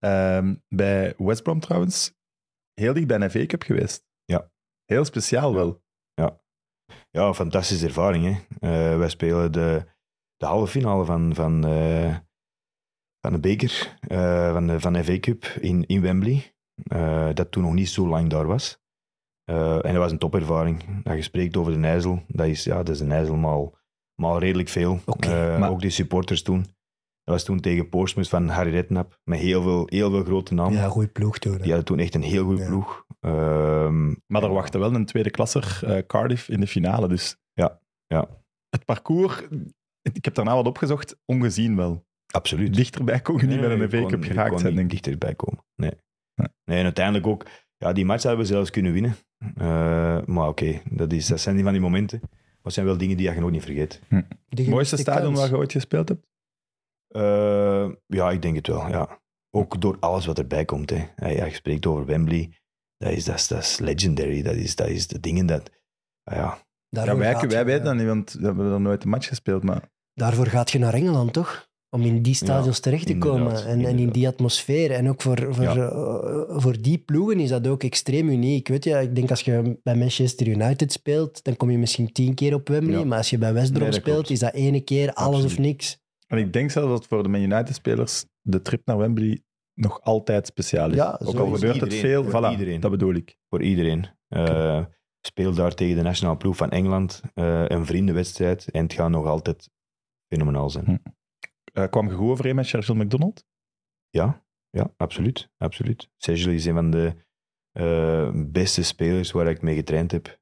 Bij West Brom trouwens, heel dicht bij een FA Cup geweest. Ja. Heel speciaal wel. Ja, een fantastische ervaring. Hè. Wij spelen de halve finale van de beker, van de FA Cup in Wembley. Dat toen nog niet zo lang daar was. En dat was een topervaring. Dat je spreekt over de IJssel, dat is de IJssel maal redelijk veel. Oké, maar- Ook die supporters toen. Dat was toen tegen Portsmouth van Harry Redknapp, met heel veel grote namen. Ja, goede ploeg toen. hè. Die hadden toen echt een heel goede Ja. ploeg. Maar er wachtte wel een tweede klasser Cardiff in de finale. Dus Ja. het parcours, ik heb daarna wat opgezocht, ongezien wel. Absoluut. Dichterbij kon je niet met een je FA Cup kon geraakt zijn, niet denk ik. dichterbij komen. Nee. Ja. Nee, en uiteindelijk ook... Ja, die match hadden we zelfs kunnen winnen. Maar oké, dat zijn die van die momenten. Maar het zijn wel dingen die je nog niet vergeet. De Het mooiste gemiste stadion kans. waar je ooit gespeeld hebt? Ja, ik denk het wel, ja. Ook door alles wat erbij komt. Hè. Ja, je spreekt over Wembley. dat is legendary. Dat is de dingen dat... Ja, Wij weten dat niet, want we hebben er nooit een match gespeeld. Maar... Daarvoor gaat je naar Engeland, toch? Om in die stadions terecht te komen en in die atmosfeer. En ook voor die ploegen is dat ook extreem uniek. Weet je, ik denk als je bij Manchester United speelt, dan kom je misschien 10 keer op Wembley. Ja. Maar als je bij West Brom speelt, klopt. Is dat 1 keer alles Absoluut. Of niks. En ik denk zelfs dat voor de Man United-spelers de trip naar Wembley nog altijd speciaal is. Ja, ook al gebeurt het veel. Voilà, iedereen. Dat bedoel ik. Voor iedereen. Speel daar tegen de nationale ploeg van Engeland. Een vriendenwedstrijd. En het gaat nog altijd fenomenaal zijn. Kwam je goed overeen met Sergio McDonald? Ja, absoluut. Sergio is een van de beste spelers waar ik mee getraind heb.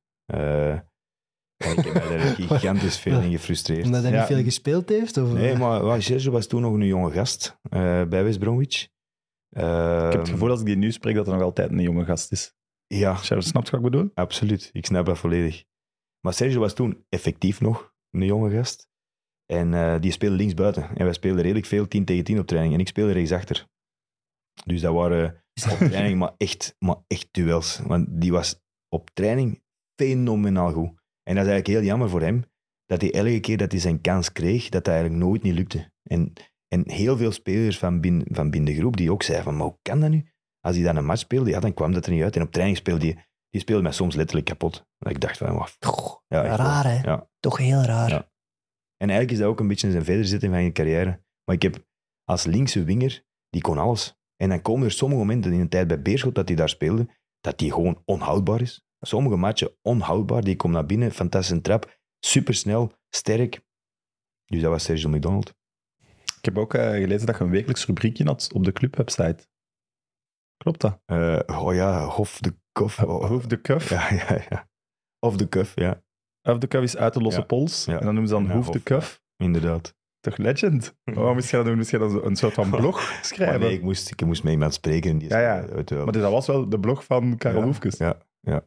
Ik heb mij daar gigantisch veel in gefrustreerd. Omdat hij niet veel gespeeld heeft? Of? Nee, maar Sergio was toen nog een jonge gast bij West Bromwich. Ik heb het gevoel als ik die nu spreek dat er nog altijd een jonge gast is. Ja. Sergio, snapt je wat ik bedoel? Absoluut, ik snap dat volledig. Maar Sergio was toen effectief nog een jonge gast. En die speelde linksbuiten. En wij speelden redelijk veel 10-tegen-10 op training. En ik speelde rechtsachter. Dus dat waren op training maar echt duels. Want die was op training fenomenaal goed. En dat is eigenlijk heel jammer voor hem, dat hij elke keer dat hij zijn kans kreeg, dat eigenlijk nooit niet lukte. En heel veel spelers van binnen de groep die ook zeiden van, maar hoe kan dat nu? Als hij dan een match speelde, ja, dan kwam dat er niet uit. En op training speelde die speelde mij soms letterlijk kapot. En ik dacht van, wow. Ja, raar hè? Ja. Toch heel raar. Ja. En eigenlijk is dat ook een beetje in zijn verderzetting van je carrière. Maar ik heb als linkse winger, die kon alles. En dan komen er sommige momenten in een tijd bij Beerschot dat hij daar speelde, dat die gewoon onhoudbaar is. Sommige matchen onhoudbaar, die komt naar binnen, fantastische trap, supersnel, sterk. Dus dat was Sergio McDonald. Ik heb ook gelezen dat je een wekelijks rubriekje had op de clubwebsite. Klopt dat? Hof de Cuff. Hof de Cuff? Ja. Of de Cuff, ja. Of de Cuff is uit de losse pols. Ja. En dan noemen ze dan Hoef de Cuff. Inderdaad. Toch legend? Oh, moest je dat doen? Moest je dan een soort van blog schrijven? Nee, ik moest met iemand spreken. Die maar dat was wel de blog van Karel Hoefkes. Ja.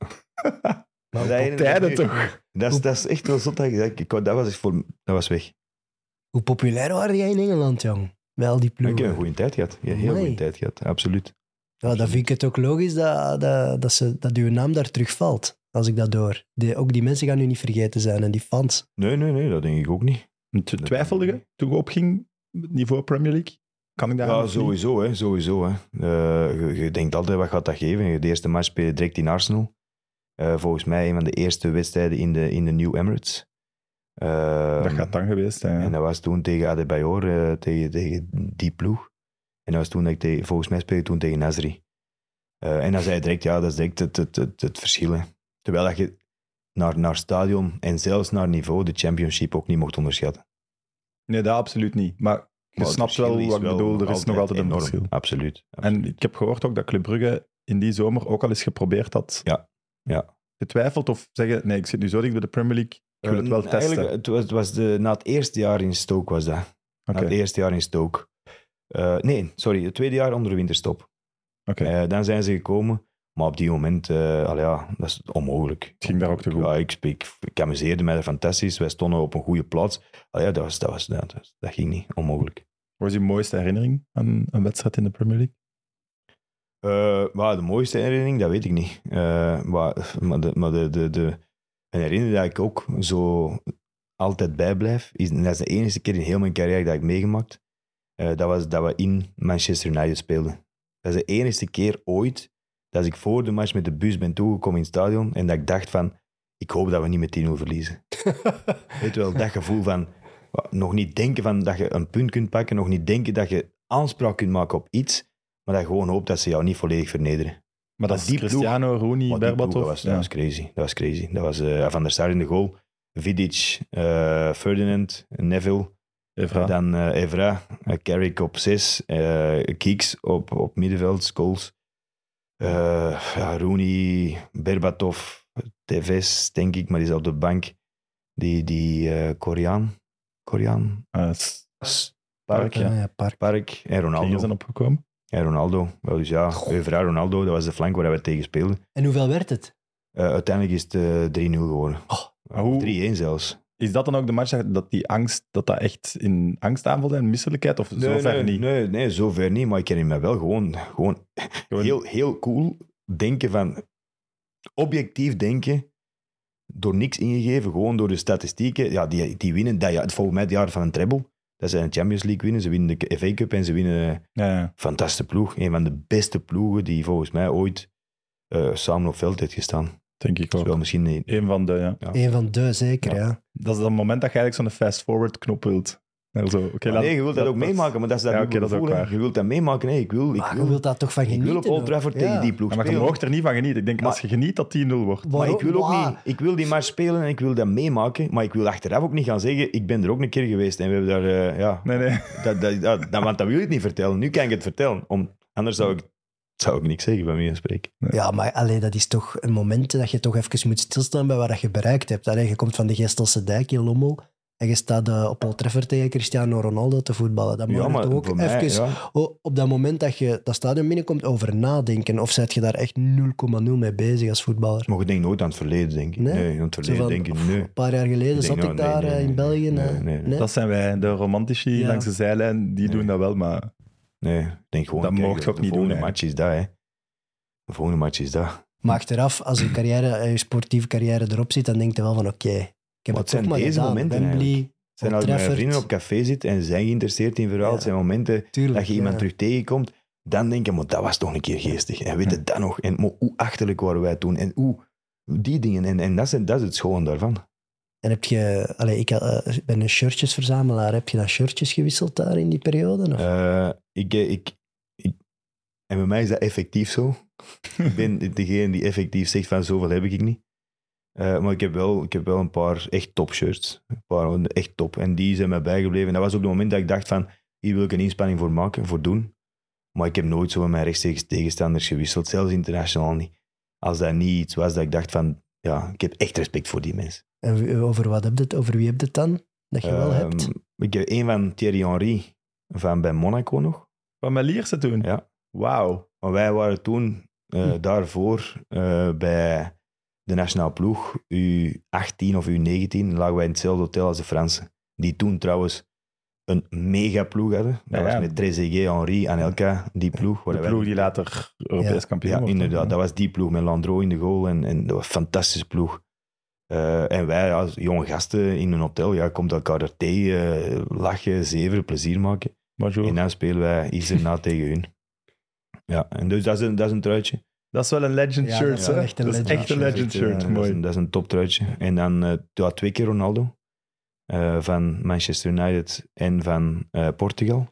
Maar dat tijden toch? Dat is echt wel zot. Dat was weg. Hoe populair waren jij in Engeland, jong? Bij al die ploegen. Ik heb een goede tijd gehad. Heel goede tijd gehad, absoluut. Ja, dan vind ik het ook logisch dat uw naam daar terugvalt. Als ik dat door. Ook die mensen gaan nu niet vergeten zijn en die fans. Nee, dat denk ik ook niet. Twijfelde je toen je opging het niveau Premier League? Kan ik daar ja, sowieso. Je denkt altijd, wat gaat dat geven? De eerste match spelen direct in Arsenal. Volgens mij een van de eerste wedstrijden in de New Emirates. Dat gaat dan geweest zijn. Ja. En dat was toen tegen Adebayor, tegen die ploeg. En dat was toen dat ik volgens mij speelde toen tegen Nasri. En dan zei hij direct, dat is direct het verschil. Hè. Terwijl dat je naar stadion en zelfs naar niveau de championship ook niet mocht onderschatten. Nee, dat absoluut niet. Maar je snapt wel wat ik bedoel, er is nog altijd een verschil. Absoluut. En ik heb gehoord ook dat Club Brugge in die zomer ook al eens geprobeerd had. Ja. Getwijfeld of zeggen, nee, ik zit nu zo dicht bij de Premier League, ik wil het wel testen. Het was na het eerste jaar in Stoke was dat. Okay. Na het eerste jaar in Stoke. Het tweede jaar onder de winterstop. Okay. Dan zijn ze gekomen, maar op die moment, dat is onmogelijk. Het ging daar ook te goed. Ja, ik amuseerde mij fantastisch. Wij stonden op een goede plaats. Dat ging niet, onmogelijk. Wat was je mooiste herinnering aan een wedstrijd in de Premier League? De mooiste herinnering, dat weet ik niet. Maar de herinnering dat ik ook zo altijd bijblijf, dat is de enige keer in heel mijn carrière dat ik meegemaakt, dat was dat we in Manchester United speelden. Dat is de enige keer ooit dat ik voor de match met de bus ben toegekomen in het stadion en dat ik dacht van, ik hoop dat we niet met 10-0 verliezen. Weet je wel, dat gevoel van nog niet denken van dat je een punt kunt pakken, nog niet denken dat je aanspraak kunt maken op iets, maar dat je gewoon hoopt dat ze jou niet volledig vernederen. Maar dat is Cristiano, Rooney, Berbatov. Dat was crazy. Dat was Van der Sar in de goal, Vidic, Ferdinand, Neville, Evra. Dan Evra, Carrick op 6, Kieks op middenveld, Scholes, Rooney, Berbatov, Tevez, denk ik, maar die is op de bank. Die Koreaan. Park en Ronaldo. Die zijn opgekomen. En Ronaldo. Wel, dus Evra, Ronaldo, dat was de flank waar we tegen speelden. En hoeveel werd het? Uiteindelijk is het 3-0 geworden. 3-1 zelfs. Is dat dan ook de match dat die angst, dat echt in angst aanvalt en misselijkheid? Of zover niet? Nee, zover niet. Maar ik herinner me wel gewoon heel, heel cool denken van... Objectief denken, door niks ingegeven, gewoon door de statistieken. Ja, die winnen, volgens mij het jaar van een treble. Dat ze een Champions League winnen, ze winnen de FA Cup en ze winnen een fantastische ploeg. Een van de beste ploegen die volgens mij ooit samen op veld heeft gestaan. Denk ik ook. Wel misschien Een van de, ja. Een van de, zeker, ja. Dat is het moment dat je eigenlijk zo'n fast-forward knop wilt. Nee, je wilt dat ook meemaken, maar dat is dat dat is ook waar. Je wilt dat meemaken. Nee, Maar je wilt daar toch van genieten? Ik wil op Old Trafford tegen die ploeg maar je spelen. mag er niet van genieten. Ik denk, als je geniet, dat 10-0 wordt. Maar ik wil ook niet... Ik wil die match spelen en ik wil dat meemaken, maar ik wil achteraf ook niet gaan zeggen, ik ben er ook een keer geweest en we hebben daar... Nee. Want dat wil je het niet vertellen. Nu kan ik het vertellen. Anders zou ik niks zeggen bij mij spreken. Nee. Ja, maar dat is toch een moment dat je toch even moet stilstaan bij wat je bereikt hebt. Je komt van de Gestelse Dijk in Lommel en je staat op Old Trafford tegen Cristiano Ronaldo te voetballen. Dan moet je toch ook even op dat moment dat je dat stadion binnenkomt over nadenken. Of zet je daar echt 0,0 mee bezig als voetballer? Maar je denkt nooit aan het verleden, denk ik. Nee, aan het verleden denk ik nee. Een paar jaar geleden zat ik daar in België. Nee. Dat zijn wij, de romantici langs de zijlijn, die doen dat wel, maar... Nee, ik denk gewoon... Dat mocht je ook niet doen. De volgende match is dat. Maar achteraf, als je sportieve carrière erop zit, dan denk je wel van oké, ik heb het toch maar deze gedaan. momenten Wembley, zijn als mijn vrienden op café zitten en zijn geïnteresseerd in verhaal. Het zijn momenten dat je iemand terug tegenkomt, dan denk je, maar dat was toch een keer geestig. En weet je dat nog? En maar hoe achterlijk waren wij toen? En hoe die dingen. En dat is het schoon daarvan. En heb je... ik ben een shirtjesverzamelaar. Heb je dan shirtjes gewisseld daar in die periode? En bij mij is dat effectief zo. Ik ben degene die effectief zegt van zoveel heb ik niet. Maar ik heb wel een paar echt top shirts. Een paar echt top. En die zijn mij bijgebleven. En dat was ook het moment dat ik dacht van, hier wil ik een inspanning voor maken, voor doen. Maar ik heb nooit zo met mijn rechtstreeks tegenstanders gewisseld. Zelfs internationaal niet. Als dat niet iets was dat ik dacht van, ja, ik heb echt respect voor die mensen. En over wat heb je het? Over wie heb je het dan? Dat je wel hebt? Ik heb een van Thierry Henry van bij Monaco nog. Van mijn Lierse toen? Ja. Wauw. Maar wij waren toen daarvoor bij de nationale ploeg, U18 of U19, lagen wij in hetzelfde hotel als de Fransen. Die toen trouwens een mega ploeg hadden. Dat was met Trezeguet, Henry, Anelka, die ploeg. De ploeg die later Europees kampioen wordt. Ja, inderdaad. Dat was die ploeg met Landreau in de goal en dat was een fantastische ploeg. En wij als jonge gasten in een hotel, komt elkaar er tegen, lachen, zeveren, plezier maken. Bonjour. En dan spelen wij iets erna tegen hun. Ja, en dus dat is een truitje. Dat is wel een legend shirt, hè? Dat is echt een legend shirt. Mooi. Dat is een top truitje. En dan 2 keer Ronaldo. Van Manchester United en van Portugal.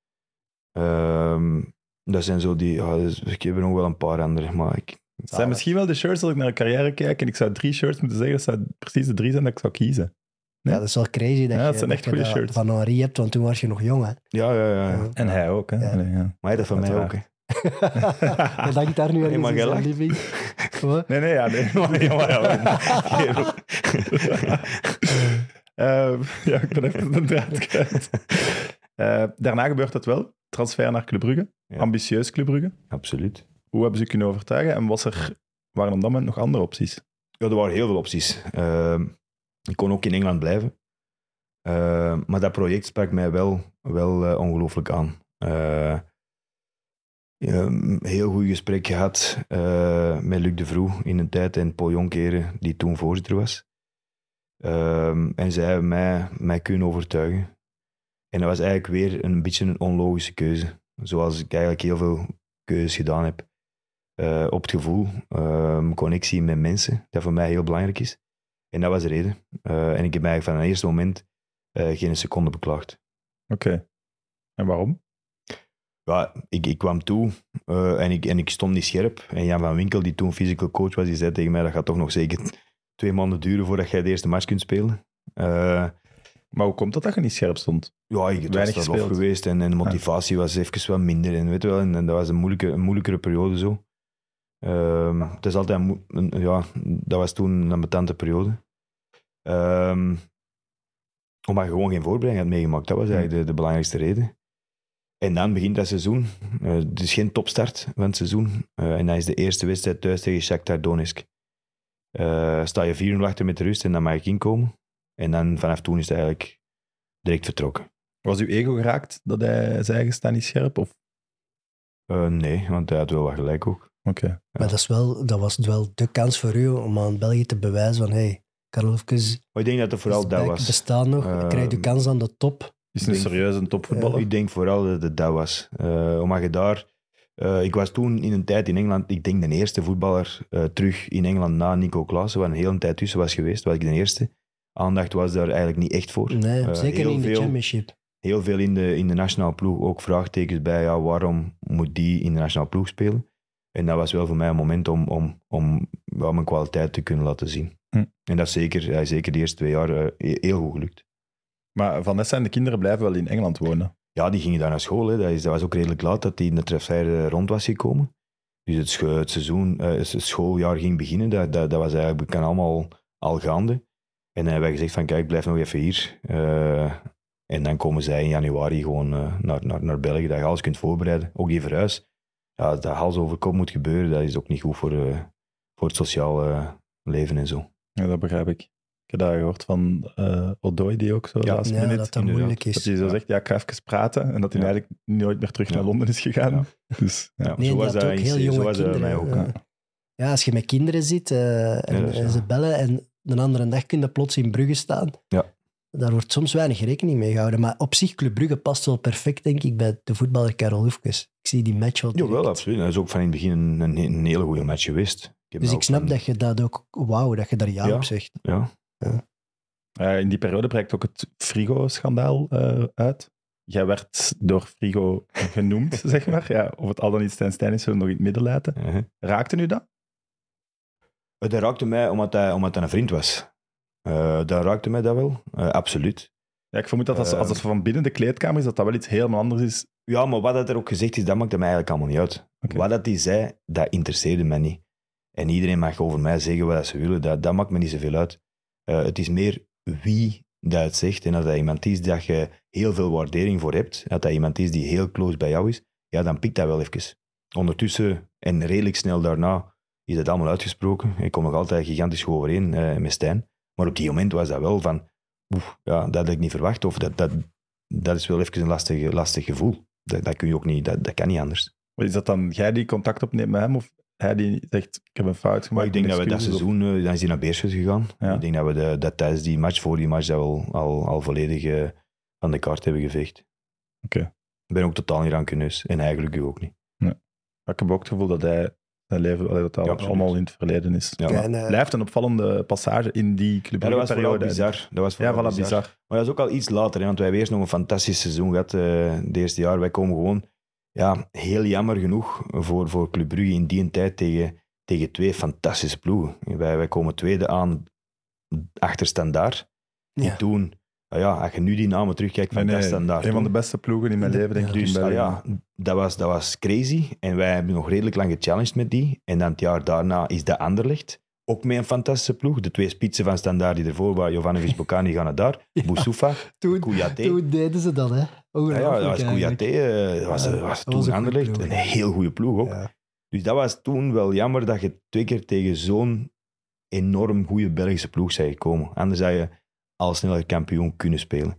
Dat zijn zo die... ik heb er nog wel een paar andere, maar Het zijn misschien wel de shirts als ik naar een carrière kijk en ik zou 3 shirts moeten zeggen, dat zou precies de 3 zijn dat ik zou kiezen. Nee? Ja, dat is wel crazy dat zijn echt goede shirts. van Henry hebt, want toen was je nog jong, hè? Ja. En hij ook, hè? Ja. Ja. Maar hij dat van mij ook, hè. Je dankt daar nu ergens maar in jij zijn lacht. living. Ik ben even de draad kwijt. Daarna gebeurt dat wel. Transfer naar Club Brugge. Ja. Ambitieus Club Brugge. Absoluut. Hoe hebben ze kunnen overtuigen? En waren op dat moment nog andere opties? Ja, er waren heel veel opties. Ik kon ook in Engeland blijven. Maar dat project sprak mij wel ongelooflijk aan. Heel goed gesprek gehad met Luc de Vroe in een tijd en Paul Jonkeren, die toen voorzitter was. En zij hebben mij kunnen overtuigen. En dat was eigenlijk weer een beetje een onlogische keuze. Zoals ik eigenlijk heel veel keuzes gedaan heb. Op het gevoel, connectie met mensen, dat voor mij heel belangrijk is. En dat was de reden. En ik heb eigenlijk van het eerste moment geen seconde beklaagd. Oké. En waarom? Ja, ik kwam toe en ik stond niet scherp. En Jan van Winkel, die toen physical coach was, die zei tegen mij, dat gaat toch nog zeker 2 maanden duren voordat jij de eerste match kunt spelen. Maar hoe komt dat je niet scherp stond? Ja, het was daar af geweest en de motivatie was even wat minder. En, weet je wel, en dat was een moeilijkere periode zo. Het is altijd dat was toen een ambetante periode. Omdat je gewoon geen voorbereiding had meegemaakt. Dat was eigenlijk de belangrijkste reden. En dan begint dat seizoen. Het is geen topstart van het seizoen. En dan is de eerste wedstrijd thuis tegen Shakhtar Donetsk. Sta je 4-0 achter met de rust en dan mag ik inkomen. En dan vanaf toen is het eigenlijk direct vertrokken. Was uw ego geraakt dat hij zei, sta niet scherp? Of? Nee, want hij had wel wat gelijk ook. Oké. Maar dat was wel de kans voor u om aan België te bewijzen van hey, Karel Hoefkes Maar ik denk dat het vooral dat was. bestaan nog, krijg je kans aan de top. Is een serieuze topvoetballer. Ik denk vooral dat het dat was. Omdat je daar... ik was toen in een tijd in Engeland, ik denk de eerste voetballer terug in Engeland na Nico Klaassen, waar een hele tijd tussen was geweest, was ik de eerste. Aandacht was daar eigenlijk niet echt voor. Nee, zeker niet in de Championship. Heel veel in de nationale ploeg, ook vraagtekens bij, ja, waarom moet die in de nationale ploeg spelen? En dat was wel voor mij een moment om mijn kwaliteit te kunnen laten zien. En dat is zeker de eerste 2 jaar heel goed gelukt. Maar Van Nessa en de kinderen blijven wel in Engeland wonen. Ja, die gingen daar naar school. Hè. Dat was ook redelijk laat dat die in de transfer rond was gekomen. Dus het schooljaar ging beginnen. Dat was eigenlijk allemaal al gaande. En dan hebben wij gezegd van kijk, blijf nog even hier. En dan komen zij in januari gewoon naar België, dat je alles kunt voorbereiden. Ook die verhuis. Ja, dat hals over kop moet gebeuren, dat is ook niet goed voor het sociale leven en zo. Ja, dat begrijp ik. Ik heb dat gehoord van Odoi, die ook zo last minute... dat moeilijk is. Dat hij zo zegt, ja, ik ga even praten. En dat hij eigenlijk nooit meer terug naar Londen is gegaan. Ja. Dus, ja. Nee, zo was dat ook heel jonge kinderen. mij ook. Ja, als je met kinderen zit en ze bellen en de andere dag kun je plots in Brugge staan. Ja. Daar wordt soms weinig rekening mee gehouden. Maar op zich, Club Brugge past wel perfect, denk ik, bij de voetballer Karel Hoefkes. Ik zie die match wel direct. Jawel, absoluut. Dat is ook van in het begin een hele goede match geweest. Dus ik snap dat je dat ook... Wauw, dat je daar ja op zegt. Ja. In die periode breekt ook het Frigo-schandaal uit. Jij werd door Frigo genoemd, zeg maar. Ja, of het al dan niet Stijn is, zullen we nog in het midden laten. Uh-huh. Raakte u dat? Dat raakte mij omdat hij een vriend was. Dat raakte mij dat wel, absoluut. Ja, ik vermoed dat als het van binnen de kleedkamer is, dat wel iets helemaal anders is. Ja, maar wat er ook gezegd is, dat maakt mij eigenlijk allemaal niet uit. Okay. Wat dat hij zei, dat interesseerde mij niet. En iedereen mag over mij zeggen wat ze willen, dat maakt me niet zoveel uit. Het is meer wie dat het zegt. En als dat iemand is dat je heel veel waardering voor hebt, dat dat iemand is die heel close bij jou is, ja, dan pikt dat wel even. Ondertussen, en redelijk snel daarna, is het allemaal uitgesproken. Ik kom nog altijd gigantisch goed overeen met Stijn. Maar op die moment was dat wel van, dat had ik niet verwacht. Of dat is wel even een lastig gevoel. Dat kun je ook niet, dat kan niet anders. Maar is dat dan jij die contact opneemt met hem? Of hij die zegt, ik heb een fout gemaakt? Maar ik denk dat we dat seizoen, dan is hij naar Beerschot gegaan. Ja. Ik denk dat we dat tijdens die match, voor die match, dat we al volledig aan de kaart hebben geveegd. Oké. Ik ben ook totaal niet rancuneus. En eigenlijk u ook niet. Nee. Maar ik heb ook het gevoel dat hij zijn leven dat allemaal in het verleden is. Ja, maar blijft een opvallende passage in die club. Ja, dat was vooral bizar. bizar. Maar dat is ook al iets later, hè, want wij hebben eerst nog een fantastisch seizoen gehad. Het eerste jaar, wij komen gewoon, heel jammer genoeg voor Club Brugge in die tijd tegen 2 fantastische ploegen. Wij komen tweede aan achter Standaard. Ja. En toen, als je nu die namen terugkijkt van dat Standaard. Een van de beste ploegen in mijn leven, denk ik. Dus dat was crazy. En wij hebben nog redelijk lang gechallenged met die. En dan het jaar daarna is dat Anderlecht. Ook met een fantastische ploeg. De 2 spitsen van Standaard die ervoor waren, Jovanovic Bocani gaan naar daar. Boussoufa, Kouyaté. Toen deden ze dat, hè. Dat was Kouyaté. was toen Anderlecht. Een heel goede ploeg ook. Ja. Dus dat was toen wel jammer dat je 2 keer tegen zo'n enorm goede Belgische ploeg bent gekomen. Anders zou je al sneller kampioen kunnen spelen.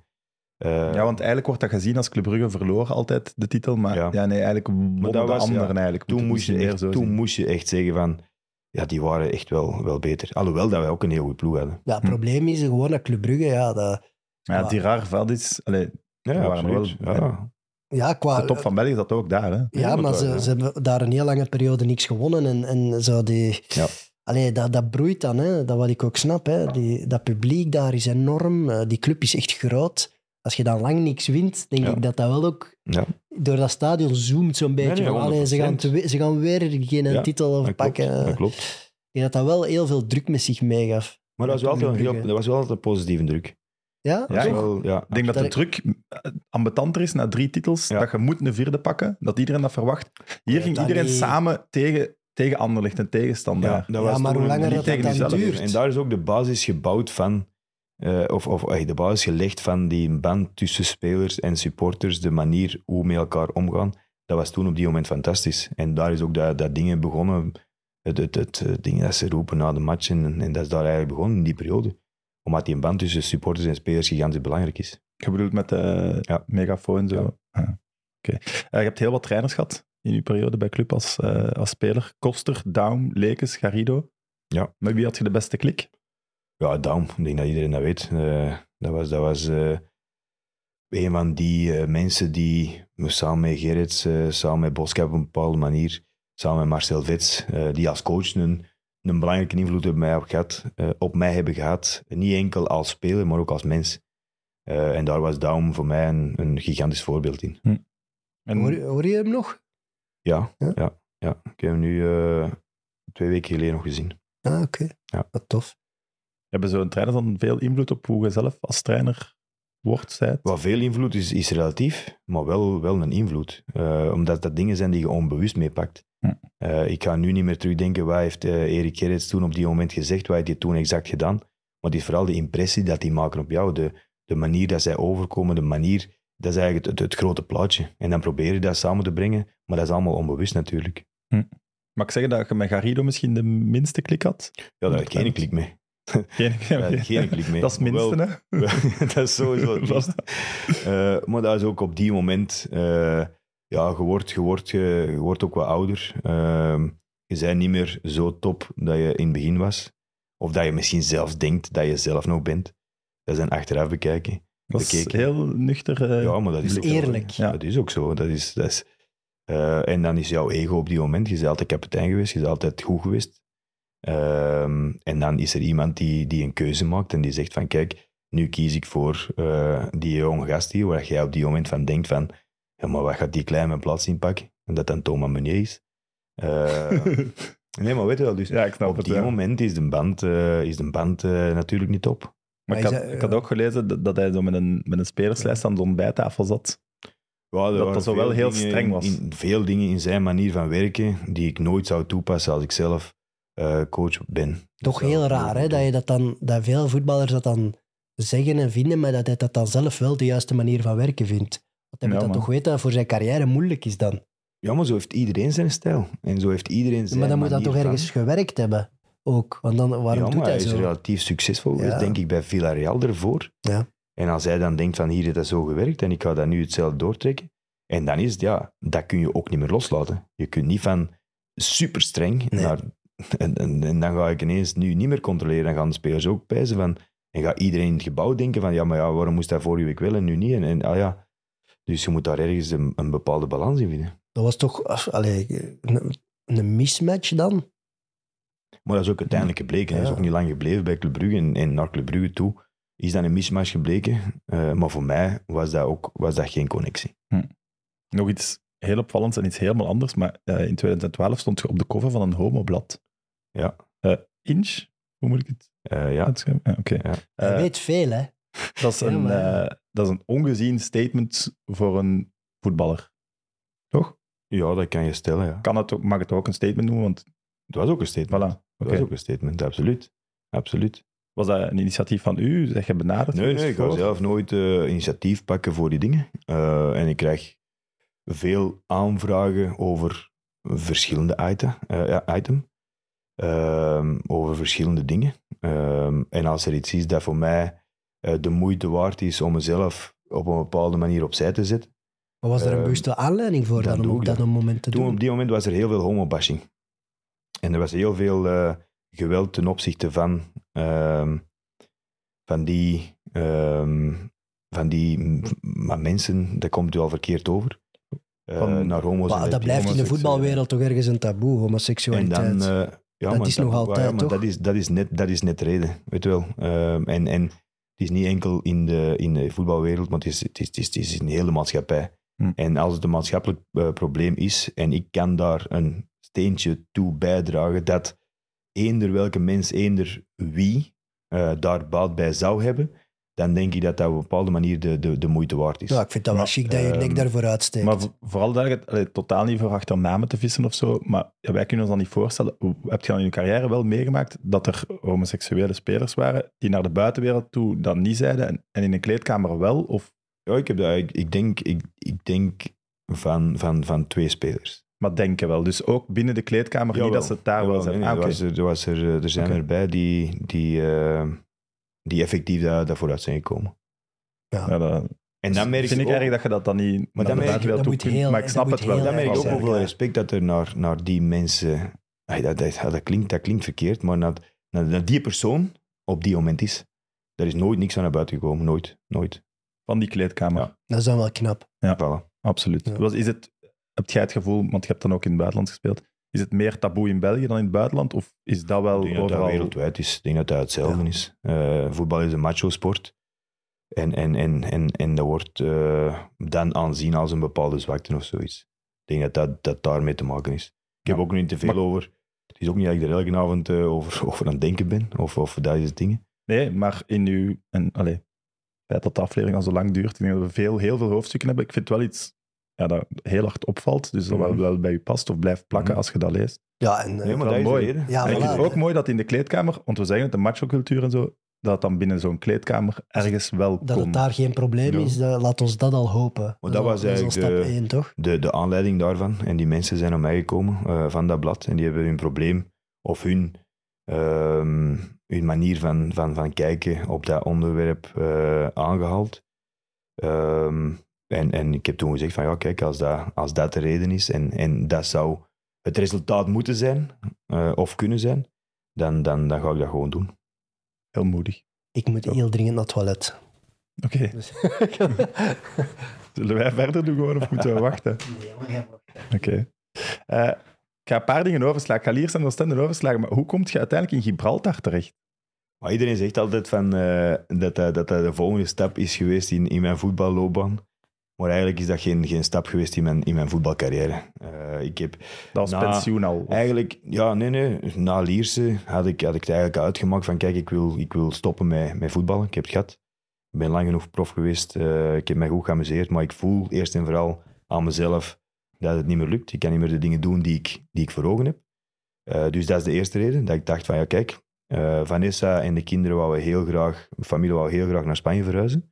Want eigenlijk wordt dat gezien als Club Brugge verloor altijd de titel, maar eigenlijk wonnen de anderen eigenlijk. Toen moest je echt zeggen van, ja, die waren echt wel beter. Alhoewel dat wij ook een heel goede ploeg hadden. Ja, het probleem is gewoon dat Club Brugge, Dirar, Vadic, waren wel... Ja, qua... De top van België zat ook daar, hè? Ja, maar ze hebben daar een heel lange periode niks gewonnen en zo die... Ja. Allee, dat broeit dan, hè. Dat wat ik ook snap. Hè. Dat publiek daar is enorm. Die club is echt groot. Als je dan lang niks wint, denk ik dat wel ook door dat stadion zoomt zo'n beetje. Nee, ze gaan weer geen titel pakken. Dat klopt. Ik denk dat dat wel heel veel druk met zich meegaf. Maar dat was wel altijd een positieve druk. Ja? Ik denk dat de druk ambetanter is na 3 titels, dat je moet een 4e pakken, dat iedereen dat verwacht. Hier ging iedereen samen tegen Anderlecht en tegen Standaard. Maar hoe langer dat dan duurt. En daar is ook de basis gebouwd van, de basis gelegd van die band tussen spelers en supporters, de manier hoe we met elkaar omgaan. Dat was toen op die moment fantastisch. En daar is ook dat dingen begonnen, het ding dat ze roepen na de match. En dat is daar eigenlijk begonnen in die periode. Omdat die band tussen supporters en spelers gigantisch belangrijk is. Je bedoelt met de megafoon zo? Ja. Oké. Je hebt heel wat trainers gehad in uw periode bij club als speler? Koster, Daum, Lekes, Garrido. Ja. Met wie had je de beste klik? Ja, Daum. Ik denk dat iedereen dat weet. Dat was een van die mensen die samen met Gerrits, samen met Boskap op een bepaalde manier, samen met Marcel Vets, die als coach een belangrijke invloed op mij hebben gehad. Niet enkel als speler, maar ook als mens. En daar was Daum voor mij een gigantisch voorbeeld in. En Hoor je hem nog? Ja. Ik heb hem nu 2 weken geleden nog gezien. Ah, oké. Ja. Wat tof. hebben zo'n trainer dan veel invloed op hoe je zelf als trainer wordt, zijt? Wat veel invloed is relatief, maar wel een invloed. Omdat dat dingen zijn die je onbewust meepakt. Ik ga nu niet meer terugdenken wat heeft Erik Gerrits toen op die moment gezegd, wat heeft hij toen exact gedaan. Maar het is vooral de impressie dat die maken op jou, de manier dat zij overkomen, de manier, dat is eigenlijk het grote plaatje. En dan probeer je dat samen te brengen, maar dat is allemaal onbewust natuurlijk. Mag ik zeggen dat je met Garrido misschien de minste klik had? Ja, daar heb ik geen klik mee. Geen klik mee. Dat is het minste, wel, hè? dat is sowieso het minste. Maar dat is ook op die moment... je wordt ook wat ouder. Je bent niet meer zo top dat je in het begin was. Of dat je misschien zelfs denkt dat je zelf nog bent. Dat is een achteraf bekijken. Dat is heel nuchter. Ja, maar dat is ook eerlijk. Zo. Ja. Dat is ook zo. Dat is, en dan is jouw ego op die moment. Je bent altijd kapitein geweest. Je bent altijd goed geweest. En dan is er iemand die een keuze maakt en die zegt van kijk, nu kies ik voor die jonge gast hier, waar jij op die moment van denkt van ja, maar wat gaat die klein mijn plaats inpakken? En dat dan Thomas Meunier is. Nee, maar weet je wel, dus Ja, ik snap op het, die ja. moment is de band natuurlijk niet op. Maar ik had ook gelezen dat hij zo met een spelerslijst aan zo'n bijtafel zat. Ja, Dat zo wel heel streng was. Veel dingen in zijn manier van werken die ik nooit zou toepassen als ik zelf coach ben. Toch Dus heel raar, hè? Dat veel voetballers dat dan zeggen en vinden, maar dat hij dat dan zelf wel de juiste manier van werken vindt. Want hij moet dat toch weten dat voor zijn carrière moeilijk is dan. Ja, maar zo heeft iedereen zijn stijl. En zo heeft iedereen zijn Maar dan moet dat manier toch ergens gewerkt hebben, ook. Want dan, waarom doet hij hij is zo? relatief succesvol geweest, denk ik, bij Villarreal ervoor. Ja. En als hij dan denkt van hier heeft dat zo gewerkt en ik ga dat nu hetzelfde doortrekken. En dan is het, dat kun je ook niet meer loslaten. Je kunt niet van super streng naar... En dan ga ik ineens nu niet meer controleren. Dan gaan de spelers ook pijzen van... En gaat iedereen in het gebouw denken van... Ja, maar ja, waarom moest hij vorige week wel en nu niet? En Dus je moet daar ergens een bepaalde balans in vinden. Dat was toch een mismatch dan? Maar dat is ook uiteindelijk gebleken. Hij is ook niet lang gebleven bij Club Brugge. En naar Club Brugge toe is dat een mismatch gebleken. Maar voor mij was dat geen connectie. Nog iets heel opvallends en iets helemaal anders. Maar in 2012 stond je op de cover van een homoblad. Ja. Inch? Hoe moet ik het uitschrijven? Oké. Ja. Hij weet veel, hè? Dat is een ongezien statement voor een voetballer. Toch? Ja, dat kan je stellen, ja. Mag het ook een statement noemen? Want... Het was ook een statement. Voilà. Het was ook een statement, absoluut. Was dat een initiatief van u? Zeg je benaderd? Nee, ik ga zelf nooit initiatief pakken voor die dingen. En ik krijg veel aanvragen over verschillende items. Over verschillende dingen. En als er iets is dat voor mij de moeite waard is om mezelf op een bepaalde manier opzij te zetten. Maar was er een bewuste aanleiding voor dan om op dat moment te doen? Op die moment was er heel veel homobashing. En er was heel veel geweld ten opzichte van die mensen, dat komt u al verkeerd over. Naar homo's. Maar dat blijft in de voetbalwereld toch ergens een taboe, homoseksualiteit. En dan, dat is nog altijd, toch? Dat is net de reden, weet je wel. En het is niet enkel in de voetbalwereld, maar het is in de hele maatschappij. En als het een maatschappelijk probleem is, en ik kan daar een steentje toe bijdragen, dat eender welke mens, eender wie daar baat bij zou hebben, dan denk ik dat dat op een bepaalde manier de moeite waard is. Ja, ik vind dat wel chic dat je je nek daarvoor uitsteekt. Maar vooral daar, totaal niet voor achter namen te vissen of zo, maar wij kunnen ons dan niet voorstellen, heb je dan in je carrière wel meegemaakt dat er homoseksuele spelers waren die naar de buitenwereld toe dat niet zeiden en in een kleedkamer wel? Of... Ja, ik denk van 2 spelers. Maar denken wel, dus ook binnen de kleedkamer niet dat ze het daar wel zijn. Er zijn erbij die effectief daarvoor uit zijn gekomen. Ja, En dan merk vind je ik ook, erg dat je dat dan niet Maar naar dan de merk je- buitenwereld dat toe moet kunt. heel- Maar ik snap dat het moet wel. heel dan merk ik erg ook zijn, hoeveel ja. respect dat er naar die mensen... Dat klinkt verkeerd, maar naar die persoon op die moment is. Er is nooit niks aan naar buiten gekomen. Nooit. Van die kleedkamer. Ja. Dat is dan wel knap. Voilà. Absoluut. Ja. Heb jij het gevoel, want je hebt dan ook in het buitenland gespeeld, is het meer taboe in België dan in het buitenland? Of is dat wel Ik denk dat dat overal... wereldwijd is. Ik denk dat dat hetzelfde is. Voetbal is een macho-sport. En dat wordt dan aanzien als een bepaalde zwakte of zoiets. Ik denk dat daarmee te maken is. Ik heb Ja. ook nog niet te veel over... Het is ook niet dat ik er elke avond over aan het denken ben. Of dat is dingen. Nee, maar in uw... Het feit dat de aflevering al zo lang duurt, ik denk dat we heel veel hoofdstukken hebben. Ik vind het wel iets dat heel hard opvalt, dus dat wel bij u past of blijft plakken als je dat leest. Ja, en Nee, maar wel dat is mooi. de reden. Ja, En ik voilà. vind het ook mooi dat in de kleedkamer, want we zeggen het, de macho-cultuur en zo, dat het dan binnen zo'n kleedkamer ergens wel dat het komt. daar geen probleem Ja. is, laat ons dat al hopen. Maar dat was is al eigenlijk stap 1, toch? De aanleiding daarvan. En die mensen zijn naar mij gekomen van dat blad. En die hebben hun probleem of hun manier van kijken op dat onderwerp aangehaald. En ik heb toen gezegd van ja, kijk, als dat de reden is en dat zou het resultaat moeten zijn of kunnen zijn, dan ga ik dat gewoon doen. Heel moedig. Ik moet heel dringend naar het toilet. Oké. Dus- Zullen wij verder doen gewoon of moeten we wachten? Oké. Ik ga een paar dingen overslaan. Ik ga Liers en Oostende overslagen, maar hoe kom je uiteindelijk in Gibraltar terecht? Maar iedereen zegt altijd van, dat de volgende stap is geweest in mijn voetballoopbaan. Maar eigenlijk is dat geen stap geweest in mijn voetbalcarrière. Ik heb Dat was pensioen al. eigenlijk, ja, nee. Na Lierse had ik het eigenlijk uitgemaakt van, kijk, ik wil stoppen met voetballen. Ik heb het gehad. Ik ben lang genoeg prof geweest. Ik heb mij goed geamuseerd, maar ik voel eerst en vooral aan mezelf dat het niet meer lukt. Ik kan niet meer de dingen doen die ik voor ogen heb. Dus dat is de eerste reden, dat ik dacht van, ja, kijk, Vanessa en de kinderen de familie wou heel graag naar Spanje verhuizen.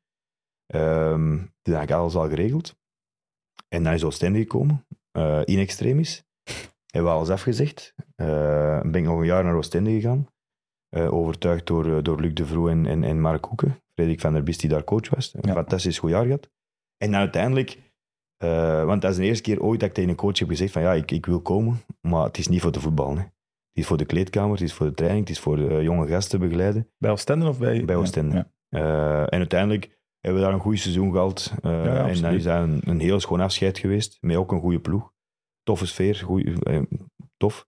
Toen had ik alles al geregeld. En dan is Oostende gekomen, in extremis. Hebben we alles afgezegd. Ben ik nog een jaar naar Oostende gegaan. Overtuigd door Luc de Vroe en Mark Hoeken. Frederik van der Biest, die daar coach was. Een fantastisch goed jaar gehad. En dan uiteindelijk, want dat is de eerste keer ooit dat ik tegen een coach heb gezegd van ja, ik wil komen, maar het is niet voor de voetbal. Hè. Het is voor de kleedkamer, het is voor de training, het is voor de jonge gasten begeleiden. Bij Oostende of bij... Bij Oostende. Ja. En uiteindelijk hebben we daar een goed seizoen gehad. En dan is dat een heel schoon afscheid geweest. Met ook een goede ploeg. Toffe sfeer. Tof.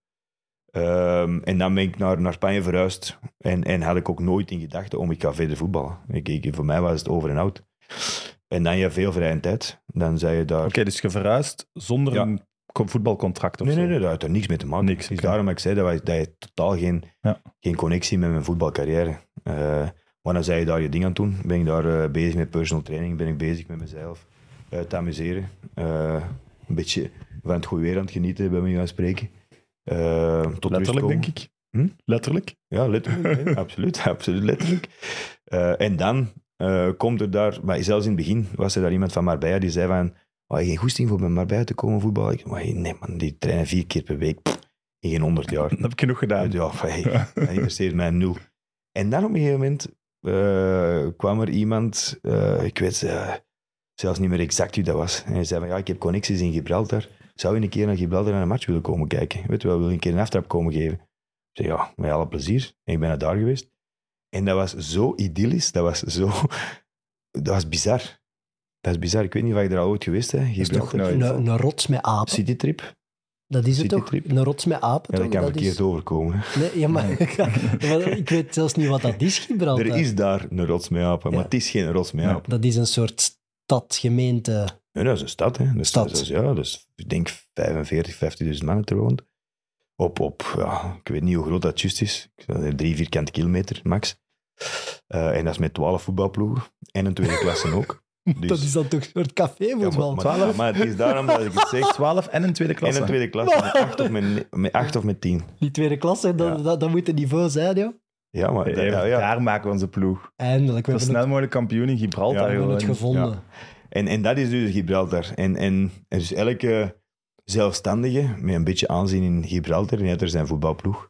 En dan ben ik naar Spanje verhuisd. En had ik ook nooit in gedachten om ik ga verder voetballen. Voor mij was het over en out. En dan heb je veel vrije tijd. Dan zei je daar... Oké, dus je verhuist zonder een voetbalcontract of zo? Nee, dat had er niks mee te maken. Niks, Het is daarom dat ik zei dat je totaal geen connectie met mijn voetbalcarrière. Maar dan zei je daar je ding aan doen. Ben ik daar bezig met personal training. Ben ik bezig met mezelf te amuseren. Een beetje van het goede weer aan het genieten, bij mij gaan spreken. Tot letterlijk, denk ik. Letterlijk? Ja, letterlijk. Hè? absoluut letterlijk. En dan komt er daar... Maar zelfs in het begin was er daar iemand van Marbella die zei van... Oh, je geen goesting voor bij Marbella te komen voetballen? Nee man, die trainen 4 keer per week. In geen 100 jaar. Dat heb ik genoeg gedaan. Ja, dat interesseert mij 0. En dan op een gegeven moment kwam er iemand... ik weet zelfs niet meer exact wie dat was. En hij zei van, ja, ik heb connecties in Gibraltar. Zou je een keer naar Gibraltar naar een match willen komen kijken? Weet je wel, wil je een keer een aftrap komen geven? Ik zei, ja, met alle plezier. En ik ben naar daar geweest. En dat was zo idyllisch. Dat was bizar. Dat is bizar. Ik weet niet of je er al ooit geweest bent. Dat is toch een rots met apen? Citytrip. Dat is het toch? Citytrip. Een rots met apen? Ja, dat kan verkeerd overkomen. Nee, ja, maar ik weet zelfs niet wat dat is, Gibraltar. Er is daar een rots met apen, maar het is geen rots met apen. Dat is een soort stad, gemeente... Nee, dat is een stad. Hè. Stad. Dus ik denk 50.000 man het er woont. Ik weet niet hoe groot dat juist is. 3 vierkante kilometer, max. En dat is met 12 voetbalploegen. En een tweede klasse ook. Dus, dat is dan toch een soort cafévoetbal? maar het is daarom dat ik het zeg. 12 en een tweede klasse. En een tweede klasse, met 8 of met 10. Die tweede klasse, dat moet het niveau zijn, joh. Ja, maar daar maken we onze ploeg. Eindelijk. Zo snel mogelijk kampioen in Gibraltar. We hebben het gevonden. Ja. En dat is dus Gibraltar. En dus elke zelfstandige met een beetje aanzien in Gibraltar, die had er zijn voetbalploeg.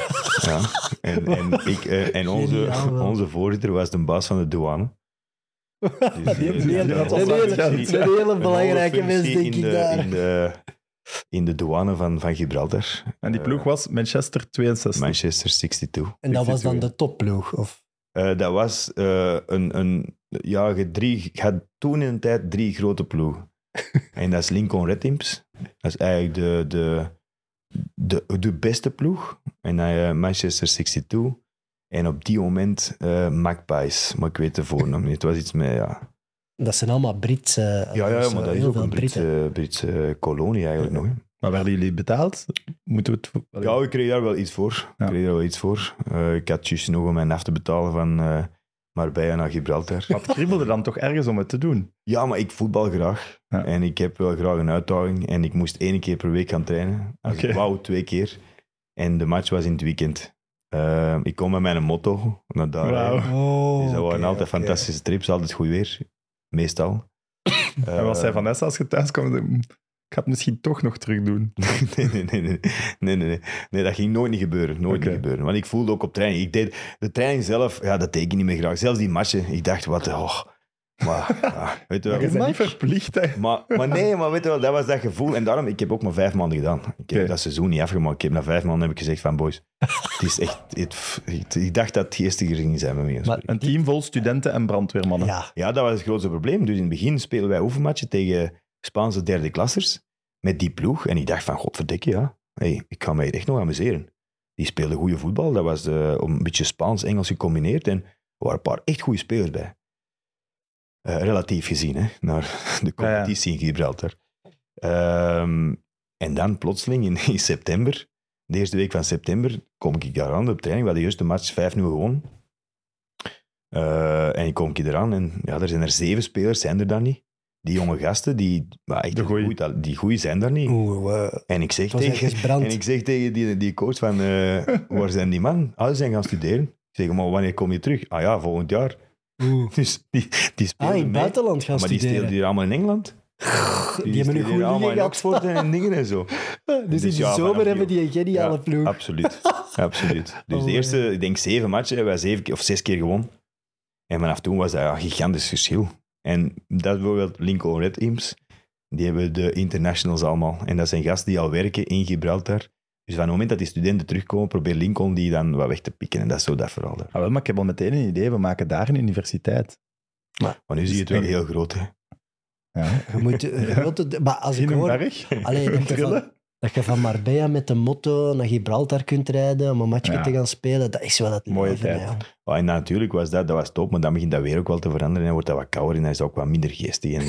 En onze voorzitter was de baas van de douane. Dus, Die die een dat was hele belangrijke een mens, denk functie ik, daar. in de douane van Gibraltar. En die ploeg was Manchester 62. Manchester 62. En dat was dan 62. de topploeg? Of? Dat was ja, je had toen in de tijd 3 grote ploegen. En dat is Lincoln Red Imps. Dat is eigenlijk de beste ploeg. En dan Manchester 62. En op die moment Magpies. Maar ik weet de voornaam niet. Het was iets met, ja... Dat zijn allemaal Britse... Ja, dus, maar dat is heel ook veel een Britten. Britse kolonie eigenlijk nog. Hè. Maar werden jullie betaald? Moeten we het... Ja, ik kreeg daar wel iets voor. Ik had juist nog om mijn af te betalen van Marbella naar Gibraltar. Maar het kriebelde dan toch ergens om het te doen? Ja, maar ik voetbal graag. Ja. En ik heb wel graag een uitdaging. En ik moest 1 keer per week gaan trainen. Als Oké. ik wou, 2 keer. En de match was in het weekend. Ik kom met mijn motto naar daar. Wauw. Oh, Dus dat waren oké, altijd oké. fantastische trips. Altijd goed weer. Meestal. En wat zei Vanessa als je thuis kwam? Ik ga het misschien toch nog terug doen. Nee, dat ging nooit niet gebeuren. Nooit Oké. niet gebeuren. Want ik voelde ook op training. Ik deed de training zelf, ja, dat deed ik niet meer graag. Zelfs die matchen, ik dacht, wat, maar, ja, weet je Maar je wel. bent niet verplicht, hè? Maar nee, maar weet je wel, dat was dat gevoel. En daarom, ik heb ook maar 5 maanden gedaan. Ik heb Oké. dat seizoen niet afgemaakt. Ik heb na 5 maanden heb ik gezegd van, boys, het is echt... ik dacht dat het geestiger ging zijn met mij. Maar- Een team vol studenten en brandweermannen. Ja, Ja, dat was het grootste probleem. Dus in het begin spelen wij oefenmatchen tegen Spaanse derde klassers met die ploeg. En ik dacht van, godverdikke, ja. Hey, ik ga mij echt nog amuseren. Die speelden goede voetbal. Dat was een beetje Spaans-Engels gecombineerd. En er waren een paar echt goede spelers bij. Relatief gezien, hè, naar de competitie in Gibraltar. En dan plotseling in september, de eerste week van september, kom ik daar aan op training. We hadden juist de match 5-0 gewonnen. En ik kom ik eraan en ja, er zijn er 7 spelers, zijn er dan niet. Die jonge gasten, maar echt De goeie. die goeie zijn daar niet. En ik zeg het was ergens brand. tegen die coach van, waar zijn die man? Ah, ze zijn gaan studeren. Ik zeg, maar wanneer kom je terug? Ah ja, volgend jaar. Dus die spelen In het mee. buitenland gaan Maar die studeren. spelen hier allemaal in Engeland. Die hebben een studeren goede allemaal in gehad. Oxford en dingen en zo. Dus in de ja, zomer vanaf hebben die een geniale Ja, ploeg. Absoluut. Absoluut. Dus Oh, de eerste, ik denk 7 matchen, hebben wij 7 of 6 keer gewonnen. En vanaf toen was dat een gigantisch verschil. En dat is bijvoorbeeld Lincoln Red Imps. Die hebben de internationals allemaal. En dat zijn gasten die al werken in Gibraltar. Dus van het moment dat die studenten terugkomen, probeert Lincoln die dan wat weg te pikken. En dat is zo dat verhaal daar. Ah, wel, maar ik heb al meteen een idee. We maken daar een universiteit. Maar nu zie je het wel heel groot, hè. Ja. Je moet, maar als ik In een hoor... berg. Allee, dat je van Marbella met de motto naar Gibraltar kunt rijden om een matchje Ja. te gaan spelen, dat is wel het Mooie leven. tijd. Ja. Oh, en natuurlijk was dat was top, maar dan begint dat weer ook wel te veranderen. En dan wordt dat wat kouder en dan is dat ook wat minder geestig. En,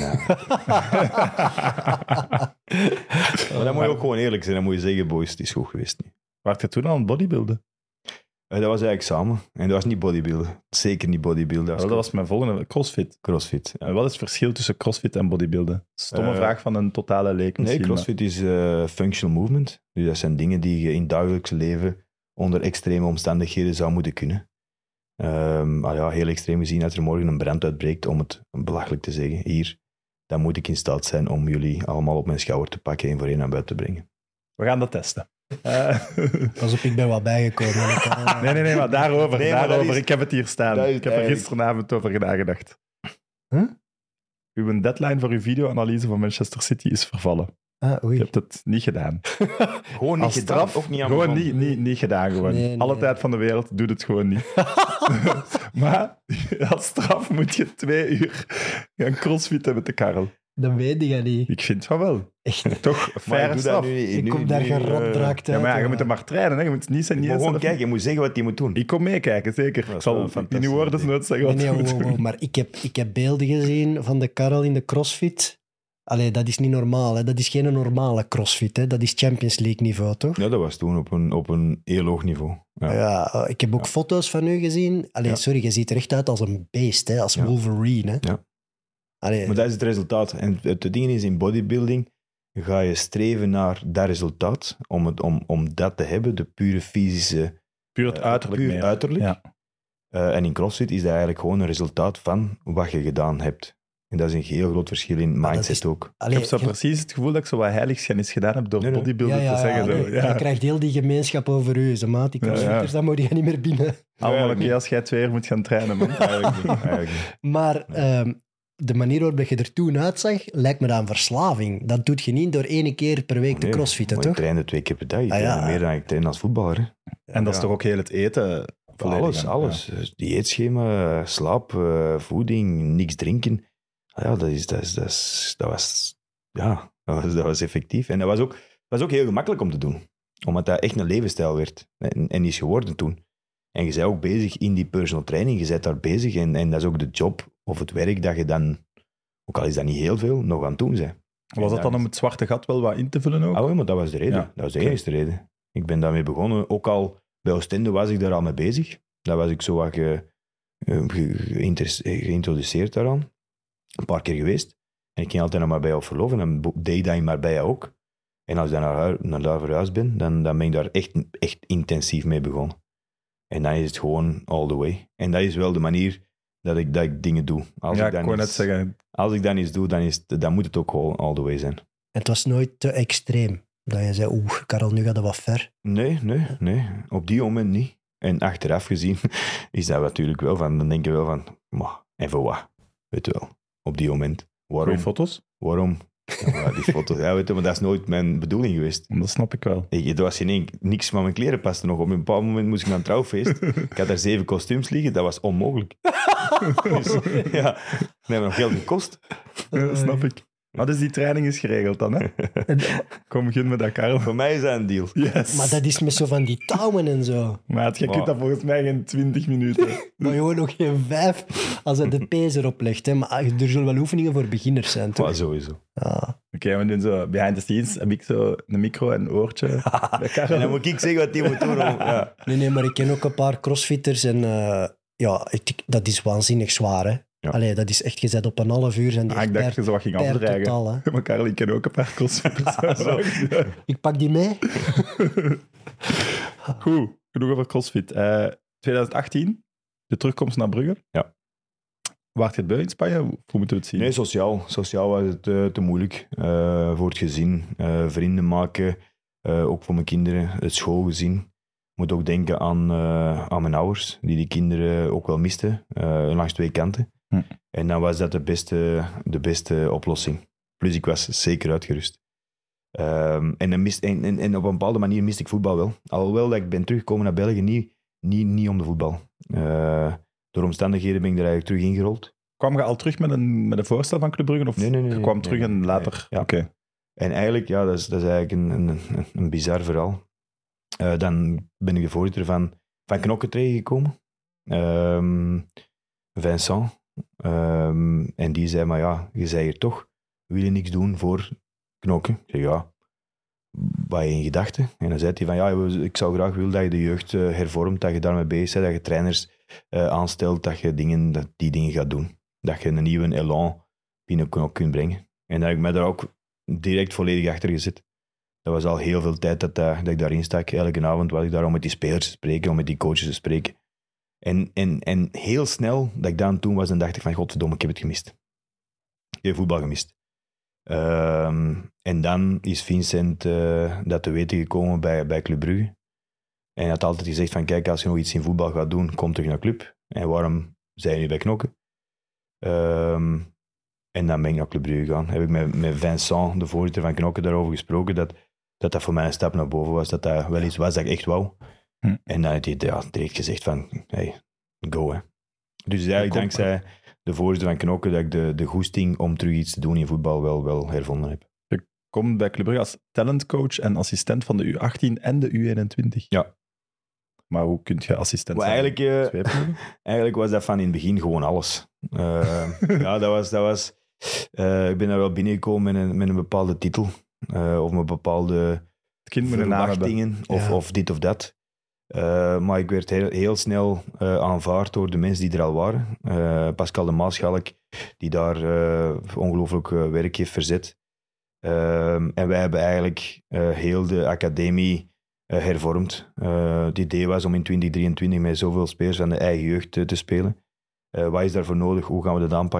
maar dan moet je ook gewoon eerlijk zijn. Dan moet je zeggen, boys, het is goed geweest. Nu. Waart je toen al aan het bodybuilden? Dat was eigenlijk samen. En dat was niet bodybuilden. Zeker niet bodybuilden. Dat was mijn volgende. CrossFit. CrossFit. Ja. En wat is het verschil tussen CrossFit en bodybuilden? Stomme vraag van een totale leek Nee, misschien. CrossFit is functional movement. Dus dat zijn dingen die je in het dagelijkse leven onder extreme omstandigheden zou moeten kunnen. Heel extreem gezien, als er morgen een brand uitbreekt, om het belachelijk te zeggen, hier, dan moet ik in staat zijn om jullie allemaal op mijn schouder te pakken en voor één naar buiten te brengen. We gaan dat testen. Pas op, ik ben wat bijgekomen. Nee, maar daarover. Nee, maar dat is- ik heb het hier staan. dat is Ik heb er eigenlijk- gisteravond over nagedacht. Uw deadline voor uw videoanalyse van Manchester City is vervallen. Je Oei. hebt het niet gedaan. Gewoon niet Als gedaan, straf, ook niet aan gewoon begonnen. niet gedaan. Gewoon. Nee. Alle tijd van de wereld, doe het gewoon niet. Maar als straf moet je 2 uur gaan crossfitten met de Karel. Dat weet ik niet. Ik vind van wel. Echt. Toch, Maar faire ik doe straf. dat nu, Ik kom daar geradbraakt Ja, uit. maar ja, je jongen. moet hem maar trainen. Hè. Je moet niet zijn. Je Niet moet gewoon zelf- kijken, je moet zeggen wat hij moet doen. Ik kom meekijken, zeker. Dat is Ik zal wel een in uw fantastisch woorden idee. nooit zeggen wat Nee, je moet wow, doen. wow, maar ik heb beelden gezien van de Karel in de CrossFit. Allee, dat is niet normaal. Hè. Dat is geen normale CrossFit. Hè. Dat is Champions League niveau, toch? Ja, dat was toen op een heel hoog niveau. Ja. Ja, ik heb ook foto's van u gezien. Allee, Ja. sorry, je ziet er echt uit als een beest, hè, als Ja. Wolverine. Hè. Ja. Allee, Maar dat is het resultaat. En het ding is, in bodybuilding ga je streven naar dat resultaat, om dat te hebben, de pure fysische... Puur het uiterlijk puur meer. uiterlijk. Ja. En in CrossFit is dat eigenlijk gewoon een resultaat van wat je gedaan hebt. En dat is een heel groot verschil in Maar dat mindset is- ook. Ik heb zo precies het gevoel dat ik zo wat heiligschennis gedaan heb door Nee, nee. bodybuilder te zeggen. Zo. nee. Ja. Je krijgt heel die gemeenschap over u. Ze maat, die crossfitters, dan moet je niet meer binnen. Allemaal oké als jij 2 uur moet gaan trainen, man. Eigenlijk niet. Maar de manier waarop je er toen uitzag, lijkt me aan verslaving. Dat doet je niet door 1 keer per week te Nee, crossfitten, maar toch? Ik trainde 2 keer per dag. Ik Ah, ja. trainde meer dan ik train als voetballer. Hè. En dat is toch ook heel het eten? volledig aan. Alles. Dus dieetschema, slaap, voeding, niks drinken. Ja, dat was effectief. En dat was ook heel gemakkelijk om te doen. Omdat dat echt een levensstijl werd. En is geworden toen. En je bent ook bezig in die personal training. Je bent daar bezig. En dat is ook de job of het werk dat je dan, ook al is dat niet heel veel, nog aan het doen bent. Was dat dan om het zwarte gat wel wat in te vullen ook? Ah, maar dat was de reden. Ja. Dat was de enige reden. Ik ben daarmee begonnen. Ook al bij Oostende was ik daar al mee bezig. Daar was ik zo wat geïntroduceerd daaraan. Een paar keer geweest. En ik ging altijd naar Marbella op verlof. En dan deed ik dat in Marbella ook. En als ik dan naar daar verhuisd ben, dan ben ik daar echt intensief mee begonnen. En dan is het gewoon all the way. En dat is wel de manier dat ik dingen doe. Ik kon net zeggen. Als ik dan iets doe, dan moet het ook all the way zijn. En het was nooit te extreem. Dat je zei, Karel, nu gaat het wat ver. Nee. Op die moment niet. En achteraf gezien is dat natuurlijk wel van, dan denk je wel van, en voor wat? Weet je wel, op die moment. Waarom? Goeie foto's? Waarom? Ja, die foto's, ja, weet je, maar dat is nooit mijn bedoeling geweest. Dat snap ik wel. Er was niks van mijn kleren paste nog. Op een bepaald moment moest ik naar een trouwfeest. Ik had daar 7 kostuums liggen, dat was onmogelijk. Dus, ja, dat heeft me nog geld gekost. Ja, dat snap ik. Maar dus die training is geregeld dan, hè? Kom, begin met dat, Karel. Voor mij is dat een deal. Yes. Maar dat is met zo van die touwen en zo. Maar je kunt dat volgens mij geen 20 minuten. Maar gewoon nog geen 5 als hij de pees erop legt. Hè. Maar er zullen wel oefeningen voor beginners zijn, toch? Maar sowieso. Ja. Oké, we doen zo behind the scenes. Heb ik zo een micro en een oortje bij Karel. En dan moet ik zeggen wat die moet doen. Ja. Nee, maar ik ken ook een paar crossfitters en dat is waanzinnig zwaar, hè. Ja. Allee, dat is echt gezet op een half uur. En die Ik dacht dat je zo wat ging per afdreigen. totaal, hè. Maar Karel, ik ken ook een paar crossfitters. Ik pak die mee. Goed, genoeg over crossfit. 2018, de terugkomst naar Brugge. Ja. Waart je het beu in Spanje? Hoe moeten we het zien? Nee, sociaal. Sociaal was het te moeilijk. Voor het gezin. Vrienden maken. Ook voor mijn kinderen. Het schoolgezin. Ik moet ook denken aan mijn ouders, die kinderen ook wel misten. Langs 2 kanten. En dan was dat de beste oplossing. Plus ik was zeker uitgerust. En op een bepaalde manier miste ik voetbal wel. Alhoewel dat ik ben teruggekomen naar België, niet om de voetbal. Door omstandigheden ben ik er eigenlijk terug ingerold. Kwam je al terug met een voorstel van Club Brugge? Of Nee. je kwam terug en later? Ja. Oké. En eigenlijk, ja, dat is eigenlijk een bizar verhaal. Dan ben ik de voorzitter van Knokke tegengekomen. Vincent. En die zei, maar ja, je zei hier toch, wil je niks doen voor Knokke? Ik zei, ja, wat je in gedachten? En dan zei hij van, ja, ik zou graag willen dat je de jeugd hervormt, dat je daarmee bezig bent, dat je trainers aanstelt, dat je die dingen gaat doen. Dat je een nieuwe elan binnen Knokke kunt brengen. En dat heb ik mij daar ook direct volledig achter gezet. Dat was al heel veel tijd dat ik daarin stak. Elke avond was ik daar om met die spelers te spreken, om met die coaches te spreken. En heel snel dat ik daar toen was, dan dacht ik van, godverdomme, ik heb het gemist. Ik heb voetbal gemist. En dan is Vincent dat te weten gekomen bij Club Brugge. En hij had altijd gezegd van, kijk, als je nog iets in voetbal gaat doen, kom terug naar Club. En waarom zijn je nu bij Knokke? En dan ben ik naar Club Brugge gegaan. Heb ik met Vincent, de voorzitter van Knokke, daarover gesproken, dat voor mij een stap naar boven was, dat wel iets was dat ik echt wou. En dan heeft hij direct gezegd van, hey, go hè. Dus eigenlijk dankzij de voorzitter van Knokke dat ik de goesting om terug iets te doen in voetbal wel hervonden heb. Je komt bij Club Brugge als talentcoach en assistent van de U18 en de U21. Ja. Maar hoe kun je assistent maar zijn? eigenlijk was dat van in het begin gewoon alles. Ja, dat was ik ben daar wel binnengekomen met een bepaalde titel. Of een bepaalde verwachtingen of dit of dat. Maar ik werd heel snel aanvaard door de mensen die er al waren. Pascal de Maaschalk, die daar ongelooflijk werk heeft verzet. En wij hebben eigenlijk heel de academie hervormd. Het idee was om in 2023 met zoveel spelers van de eigen jeugd te spelen. Wat is daarvoor nodig? Hoe gaan we dat aanpakken?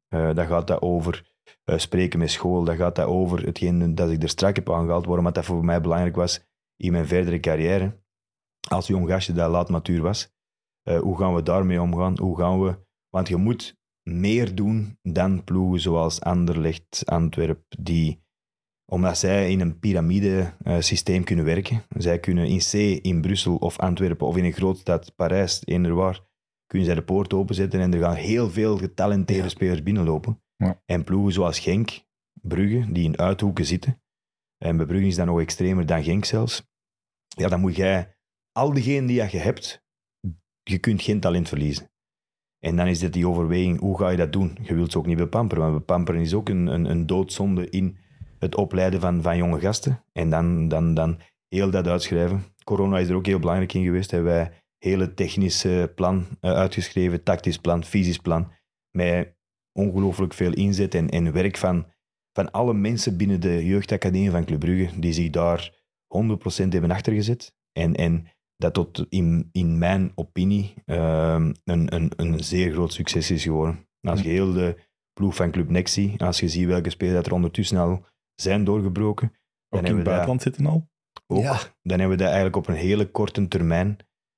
Dan gaat dat over spreken met school. Dan gaat dat over hetgeen dat ik er straks heb aangehaald. Waarom dat voor mij belangrijk was in mijn verdere carrière. Als jong gastje dat laat matuur was. Hoe gaan we daarmee omgaan? Hoe gaan we... Want je moet meer doen dan ploegen zoals Anderlecht, Antwerpen, die... Omdat zij in een piramidesysteem kunnen werken. Zij kunnen in C, in Brussel of Antwerpen of in een grootstad, Parijs, waar, kunnen zij de poort openzetten en er gaan heel veel getalenteerde spelers binnenlopen. Ja. En ploegen zoals Genk, Brugge, die in uithoeken zitten, en bij Brugge is dat nog extremer dan Genk zelfs, ja, dan moet jij al diegenen die je hebt, je kunt geen talent verliezen. En dan is dit die overweging, hoe ga je dat doen? Je wilt ze ook niet bepamperen, want bepamperen is ook een doodzonde in het opleiden van jonge gasten. En dan heel dat uitschrijven. Corona is er ook heel belangrijk in geweest. Hebben wij hele technische plan uitgeschreven, tactisch plan, fysisch plan, met ongelooflijk veel inzet en werk van alle mensen binnen de jeugdacademie van Club Brugge, die zich daar 100% hebben achtergezet. En dat tot in mijn opinie een zeer groot succes is geworden. Als je heel de ploeg van Club Nexi, als je ziet welke spelers dat er ondertussen al zijn doorgebroken. Ook in het buitenland zitten al? Ook, ja. Dan hebben we dat eigenlijk op een hele korte termijn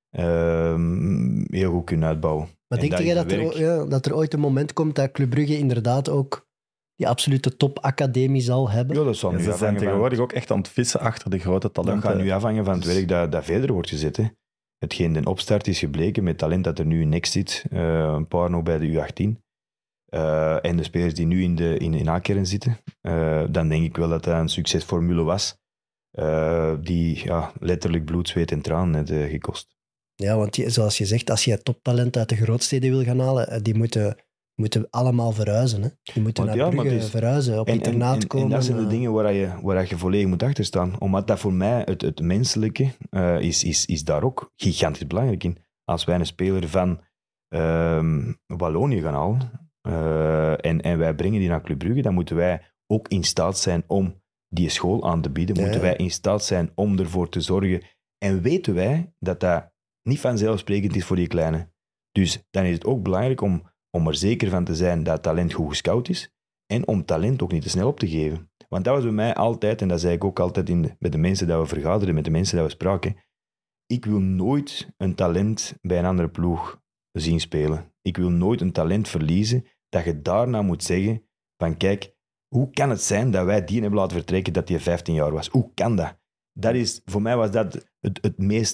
heel goed kunnen uitbouwen. Maar denk je dat er ooit een moment komt dat Club Brugge inderdaad ook die absolute topacademie zal hebben? Ja, dat zal nu ze zijn tegenwoordig ook echt aan het vissen achter de grote talenten. Dat gaat nu afhangen van het werk dat verder wordt gezet. Hè. Hetgeen de opstart is gebleken met talent dat er nu in Next zit, een paar nog bij de U18, en de spelers die nu in A-kern zitten, dan denk ik wel dat dat een succesformule was, die letterlijk bloed, zweet en tranen heeft gekost. Ja, want zoals je zegt, als je toptalent uit de grootsteden wil gaan halen, die moeten allemaal verhuizen. Hè? Die moeten naar Brugge verhuizen, op internaat komen. En dat zijn de dingen waar je volledig moet achter staan. Omdat dat voor mij, het menselijke, is daar ook gigantisch belangrijk in. Als wij een speler van Wallonië gaan halen, en wij brengen die naar Club Brugge, dan moeten wij ook in staat zijn om die school aan te bieden. Moeten wij in staat zijn om ervoor te zorgen. En weten wij dat niet vanzelfsprekend is voor die kleine. Dus dan is het ook belangrijk om er zeker van te zijn dat talent goed gescout is en om talent ook niet te snel op te geven. Want dat was bij mij altijd, en dat zei ik ook altijd met de mensen dat we vergaderden, met de mensen dat we spraken, ik wil nooit een talent bij een andere ploeg zien spelen. Ik wil nooit een talent verliezen dat je daarna moet zeggen van kijk, hoe kan het zijn dat wij die hebben laten vertrekken dat die 15 jaar was? Hoe kan dat? Voor mij was dat het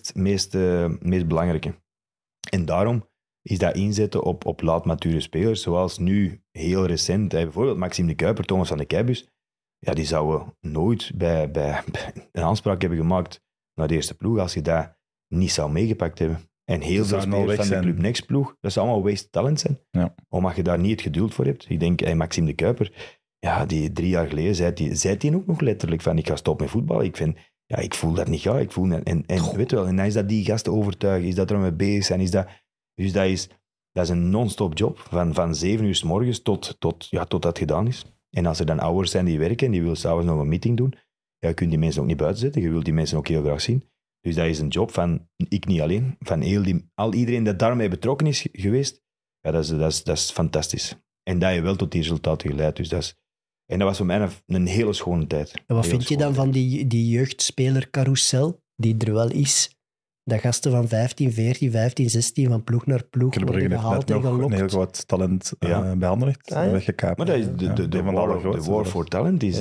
meest belangrijke. En daarom is dat inzetten op laatmature spelers, zoals nu heel recent, bijvoorbeeld Maxime de Kuiper, Thomas van de Keibus, ja, die zouden nooit bij een aanspraak hebben gemaakt naar de eerste ploeg als je dat niet zou meegepakt hebben. En heel veel spelers van de Club Next ploeg, dat zou allemaal waste talent zijn. Ja. Omdat je daar niet het geduld voor hebt. Ik denk, Maxime de Kuiper, ja, die 3 jaar geleden zei hij ook nog letterlijk van ik ga stoppen met voetbal. Ik voel dat niet, ik voel dat. En weet je wel, en dan is dat die gasten overtuigen, is dat er mee bezig zijn, is dat... Dus dat is een non-stop job, van 7 uur 's morgens tot dat gedaan is. En als er dan ouders zijn die werken en die willen s'avonds nog een meeting doen, ja, je kunt die mensen ook niet buiten zetten, je wilt die mensen ook heel graag zien. Dus dat is een job van, ik niet alleen, van iedereen dat daarmee betrokken is geweest, ja, dat is fantastisch. En dat je wel tot die resultaten geleid. Dus en dat was voor mij een hele schone tijd. En wat vind je dan van die jeugdspeler-carousel, die er wel is? Dat gasten van 15, 14, 15, 16 van ploeg naar ploeg worden gehaald en gelokt. Een heel groot talent bij Anderlecht weggekaapt. Maar dat is de war for talent en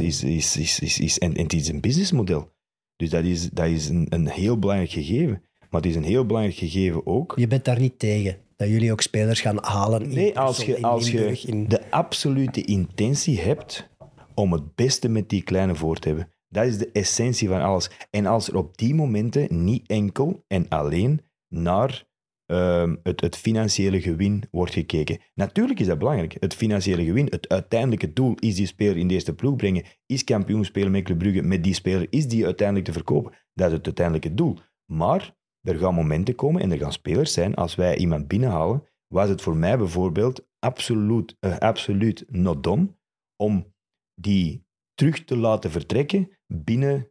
het is een businessmodel. Dus dat is een heel belangrijk gegeven. Maar het is een heel belangrijk gegeven ook. Je bent daar niet tegen, dat jullie ook spelers gaan halen. Nee, als je de absolute intentie hebt om het beste met die kleine voor te hebben. Dat is de essentie van alles. En als er op die momenten niet enkel en alleen naar het financiële gewin wordt gekeken. Natuurlijk is dat belangrijk. Het financiële gewin, het uiteindelijke doel is die speler in de eerste ploeg brengen, is kampioen spelen met Club Brugge, met die speler is die uiteindelijk te verkopen. Dat is het uiteindelijke doel. Maar er gaan momenten komen en er gaan spelers zijn, als wij iemand binnenhalen, was het voor mij bijvoorbeeld absoluut not done om die terug te laten vertrekken binnen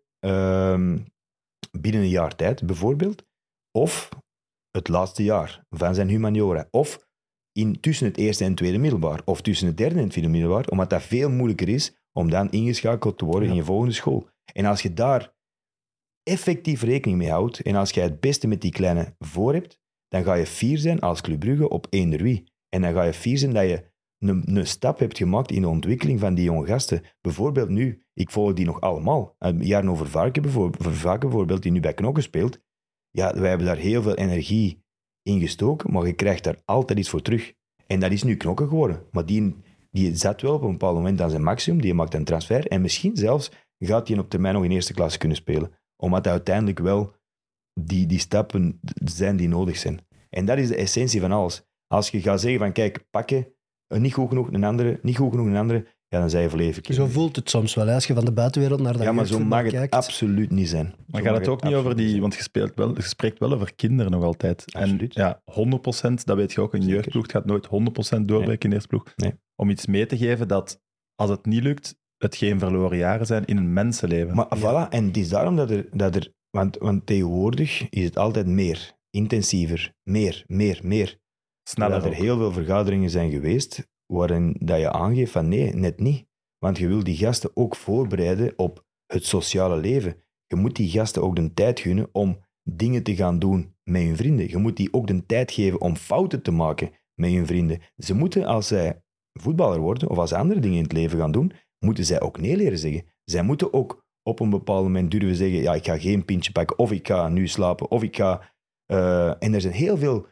een jaar tijd, bijvoorbeeld. Of het laatste jaar van zijn humaniora. Of tussen het eerste en het tweede middelbaar. Of tussen het derde en het vierde middelbaar. Omdat dat veel moeilijker is om dan ingeschakeld te worden in je volgende school. En als je daar effectief rekening mee houdt en als je het beste met die kleine voor hebt, dan ga je fier zijn als Club Brugge op eender wie. En dan ga je fier zijn dat je een stap hebt gemaakt in de ontwikkeling van die jonge gasten. Bijvoorbeeld nu, ik volg die nog allemaal. Jaren over Varken bijvoorbeeld, die nu bij Knokken speelt. Ja, wij hebben daar heel veel energie in gestoken, maar je krijgt daar altijd iets voor terug. En dat is nu Knokken geworden. Maar die zat wel op een bepaald moment aan zijn maximum, die maakt een transfer en misschien zelfs gaat hij op termijn nog in eerste klasse kunnen spelen. Omdat uiteindelijk wel die stappen zijn die nodig zijn. En dat is de essentie van alles. Als je gaat zeggen van kijk, pakken, niet goed genoeg een andere, niet goed genoeg een andere, ja, dan zijn je volledig verkeerd. Zo voelt het soms wel, hè, als je van de buitenwereld naar de Ja, maar zo mag het kijkt. absoluut niet zijn. Maar gaat het ook niet over die... Want je spreekt wel over kinderen nog altijd. Absoluut. En ja, 100%, dat weet je ook, een Zeker. jeugdploeg gaat nooit 100% doorbreken in de eerste ploeg. Nee. Om iets mee te geven dat, als het niet lukt, het geen verloren jaren zijn in een mensenleven. Maar voilà, en het is daarom dat er want tegenwoordig is het altijd meer, intensiever, meer. Sneller Dat er ook. heel veel vergaderingen zijn geweest waarin dat je aangeeft van nee, net niet. Want je wil die gasten ook voorbereiden op het sociale leven. Je moet die gasten ook de tijd gunnen om dingen te gaan doen met hun vrienden. Je moet die ook de tijd geven om fouten te maken met hun vrienden. Ze moeten, als zij voetballer worden of als ze andere dingen in het leven gaan doen, moeten zij ook nee leren zeggen. Zij moeten ook op een bepaald moment durven zeggen, ja, ik ga geen pintje pakken, of ik ga nu slapen, of ik ga... en er zijn heel veel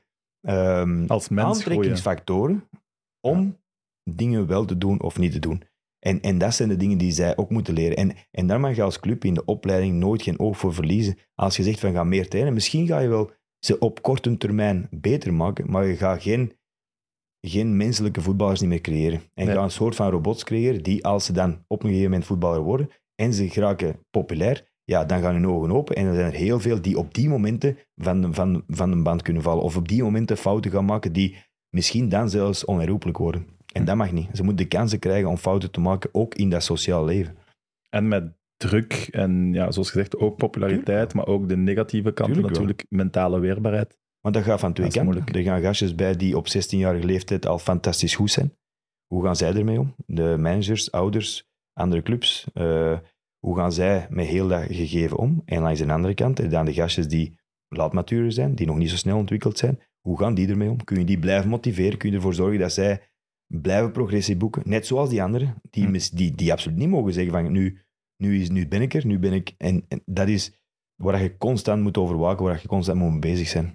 Als mens aantrekkingsfactoren om dingen wel te doen of niet te doen. En dat zijn de dingen die zij ook moeten leren. En daar mag je als club in de opleiding nooit geen oog voor verliezen. Als je zegt van ga meer trainen, misschien ga je wel ze op korte termijn beter maken, maar je gaat geen menselijke voetballers niet meer creëren. En je gaat een soort van robots creëren die, als ze dan op een gegeven moment voetballer worden en ze geraken populair, ja, dan gaan hun ogen open en er zijn er heel veel die op die momenten van een band kunnen vallen of op die momenten fouten gaan maken die misschien dan zelfs onherroepelijk worden. En dat mag niet. Ze moeten de kansen krijgen om fouten te maken, ook in dat sociaal leven. En met druk en, ja, zoals gezegd, ook populariteit, maar ook de negatieve kanten Tuurlijk natuurlijk, mentale weerbaarheid. Want dat gaat van twee Dat is kanten. moeilijk. Er gaan gastjes bij die op 16-jarige leeftijd al fantastisch goed zijn. Hoe gaan zij ermee om? De managers, ouders, andere clubs. Hoe gaan zij met heel dat gegeven om? En langs de andere kant, er dan de gastjes die laatmaturen zijn, die nog niet zo snel ontwikkeld zijn. Hoe gaan die ermee om? Kun je die blijven motiveren? Kun je ervoor zorgen dat zij blijven progressie boeken? Net zoals die anderen, die absoluut niet mogen zeggen van nu ben ik er, nu ben ik... En dat is waar je constant moet overwaken, waar je constant moet mee bezig zijn.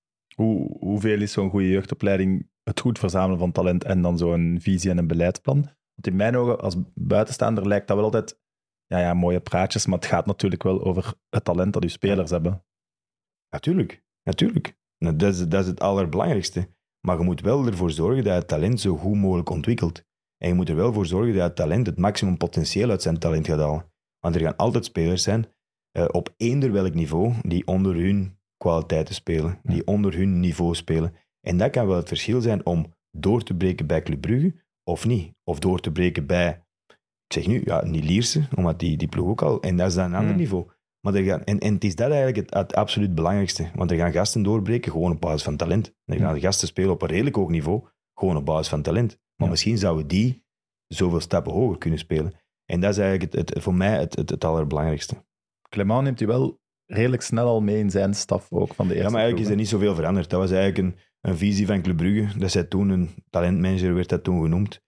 Hoeveel is zo'n goede jeugdopleiding het goed verzamelen van talent en dan zo'n visie en een beleidsplan? Want in mijn ogen, als buitenstaander, lijkt dat wel altijd ja, mooie praatjes, maar het gaat natuurlijk wel over het talent dat uw spelers hebben. Natuurlijk. Nou, dat is het allerbelangrijkste. Maar je moet wel ervoor zorgen dat het talent zo goed mogelijk ontwikkelt. En je moet er wel voor zorgen dat het talent het maximum potentieel uit zijn talent gaat halen. Want er gaan altijd spelers zijn, op eender welk niveau, die onder hun kwaliteiten spelen, die onder hun niveau spelen. En dat kan wel het verschil zijn om door te breken bij Club Brugge, of niet. Of door te breken bij, ik zeg nu, ja, niet Lierse, omdat die ploeg ook al, en dat is dan een ander niveau. Maar en het is dat eigenlijk het absoluut belangrijkste. Want er gaan gasten doorbreken gewoon op basis van talent. Er gaan gasten spelen op een redelijk hoog niveau, gewoon op basis van talent. Maar misschien zouden die zoveel stappen hoger kunnen spelen. En dat is eigenlijk voor mij het allerbelangrijkste. Clement neemt u wel redelijk snel al mee in zijn staf ook van de eerste Ja, maar eigenlijk is ploeg, er niet zoveel veranderd. Dat was eigenlijk een visie van Club Brugge. Dat zij toen een talentmanager werd dat toen genoemd.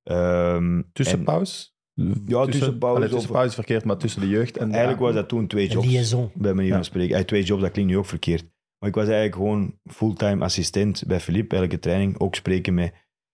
Tussenpauze? Ja, tussenpauze. Tussenpauze is verkeerd, maar tussen de jeugd en... Eigenlijk was dat toen 2 jobs. Liaison. Bij manier van spreken. 2 jobs, dat klinkt nu ook verkeerd. Maar ik was eigenlijk gewoon fulltime assistent bij Philippe. Elke training, ook spreken met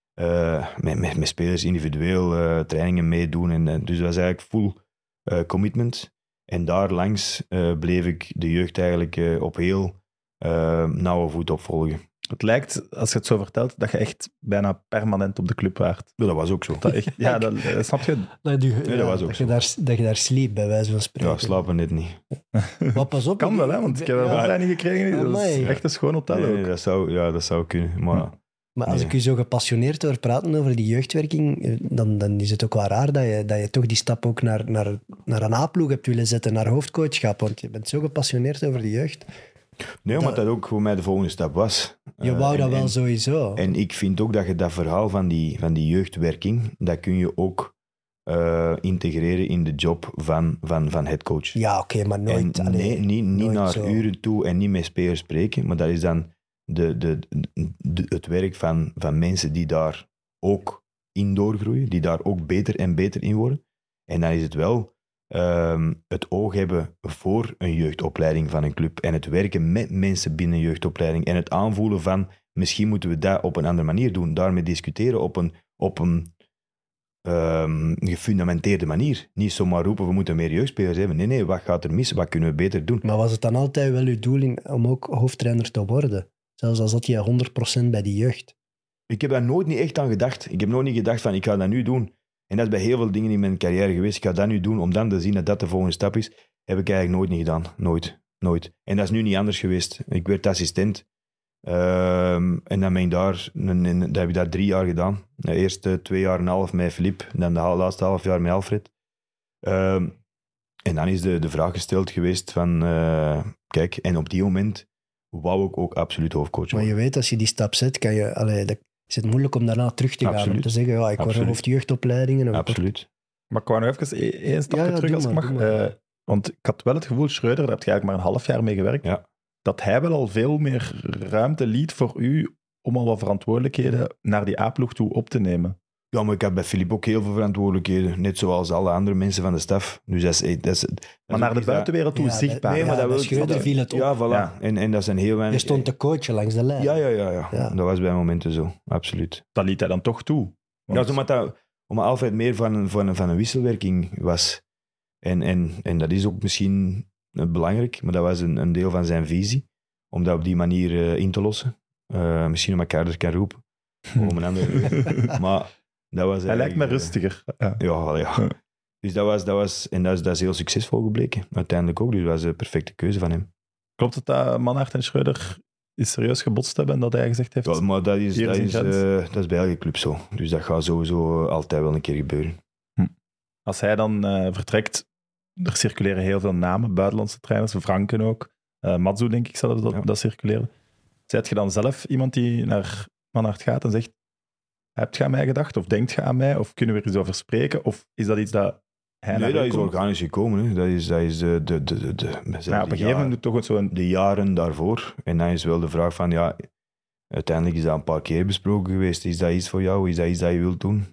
spelers individueel, trainingen meedoen. En, dus dat was eigenlijk full commitment. En daar langs bleef ik de jeugd eigenlijk op heel nauwe voet opvolgen. Het lijkt, als je het zo vertelt, dat je echt bijna permanent op de club waart. Ja, dat was ook zo. Dat echt, ja, dat snap je? dat was ook zo. Dat je daar sliep, bij wijze van spreken. Ja, slapen net niet. Maar pas op. Kan wel, hè, want ik heb een opleiding gekregen. Dat is Amai. echt een schoon hotel Nee, ook. dat zou kunnen. Maar Maar als Nee. ik u zo gepassioneerd hoor praten over die jeugdwerking, dan is het ook wel raar dat je toch die stap ook naar een A-ploeg hebt willen zetten, naar hoofdcoachschap. Want je bent zo gepassioneerd over de jeugd. Nee, omdat dat ook voor mij de volgende stap was. Je wou dat wel sowieso. En ik vind ook dat je dat verhaal van die jeugdwerking, dat kun je ook integreren in de job van headcoach. Ja, oké, maar nooit. En nee, niet nooit naar zo. uren toe en niet met spelers spreken, maar dat is dan het werk van mensen die daar ook in doorgroeien, die daar ook beter en beter in worden. En dan is het wel het oog hebben voor een jeugdopleiding van een club en het werken met mensen binnen een jeugdopleiding en het aanvoelen van misschien moeten we dat op een andere manier doen, daarmee discussiëren op een gefundamenteerde manier. Niet zomaar roepen, we moeten meer jeugdspelers hebben. Nee, wat gaat er mis? Wat kunnen we beter doen? Maar was het dan altijd wel uw doel om ook hoofdtrainer te worden? Zelfs al zat je 100% bij die jeugd. Ik heb daar nooit niet echt aan gedacht. Ik heb nooit niet gedacht van, ik ga dat nu doen. En dat is bij heel veel dingen in mijn carrière geweest. Ik ga dat nu doen om dan te zien dat dat de volgende stap is. Heb ik eigenlijk nooit niet gedaan. Nooit. En dat is nu niet anders geweest. Ik werd assistent. En dan ben ik dat heb ik daar 3 jaar gedaan. De eerste 2 jaar en een half met Filip. Dan de laatste half jaar met Alfred. En dan is de vraag gesteld geweest van... kijk, en op die moment wou ik ook absoluut hoofdcoach worden. Maar je weet, als je die stap zet, is het moeilijk om daarna terug te gaan. Absoluut. Om te zeggen, ja, ik word hoofdjeugdopleidingen. Absoluut. Maar ik wou nog even één stapje terug, doe als ik maar, mag. doe maar. Want ik had wel het gevoel, Schreuder, daar heb je eigenlijk maar een half jaar mee gewerkt, Ja. dat hij wel al veel meer ruimte liet voor u om al wat verantwoordelijkheden naar die A-ploeg toe op te nemen. Ja, maar ik had bij Filip ook heel veel verantwoordelijkheden. Net zoals alle andere mensen van de staf. Dus dat is Maar naar de buitenwereld toe Ja, zichtbaar. Nee, maar dat wil ik- Schreuder viel het op. Ja, voilà. Ja. En dat zijn heel weinig... Je stond te coachen langs de lijn. Ja. Ja. Dat was bij momenten zo. Absoluut. Dat liet hij dan toch toe. Ja, omdat Alfred meer van een wisselwerking was. En dat is ook misschien belangrijk, maar dat was een deel van zijn visie. Om dat op die manier in te lossen. Misschien om elkaar er kan roepen. Om een andere... maar dat was Hij lijkt me eigenlijk, rustiger. Ja. Ja. Dus dat is heel succesvol gebleken. Uiteindelijk ook. Dus dat was een perfecte keuze van hem. Klopt het dat Manhart en Schreuder serieus gebotst hebben en dat hij gezegd heeft... Ja, maar dat is Hier is een grens. dat is bij elke club zo. Dus dat gaat sowieso altijd wel een keer gebeuren. Als hij dan vertrekt, er circuleren heel veel namen, buitenlandse trainers, Franken ook. Matsu, denk ik, zelfs dat circuleren. Zijt je dan zelf iemand die naar Manhart gaat en zegt, hebt je aan mij gedacht? Of denkt je aan mij? Of kunnen we er eens over spreken? Of is dat iets dat hij naar Nee, dat u is komt? organisch gekomen. Hè. Dat is Maar op een gegeven moment doet toch zo'n... de jaren daarvoor. En dan is wel de vraag van, ja, uiteindelijk is dat een paar keer besproken geweest. Is dat iets voor jou? Is dat iets dat je wilt doen?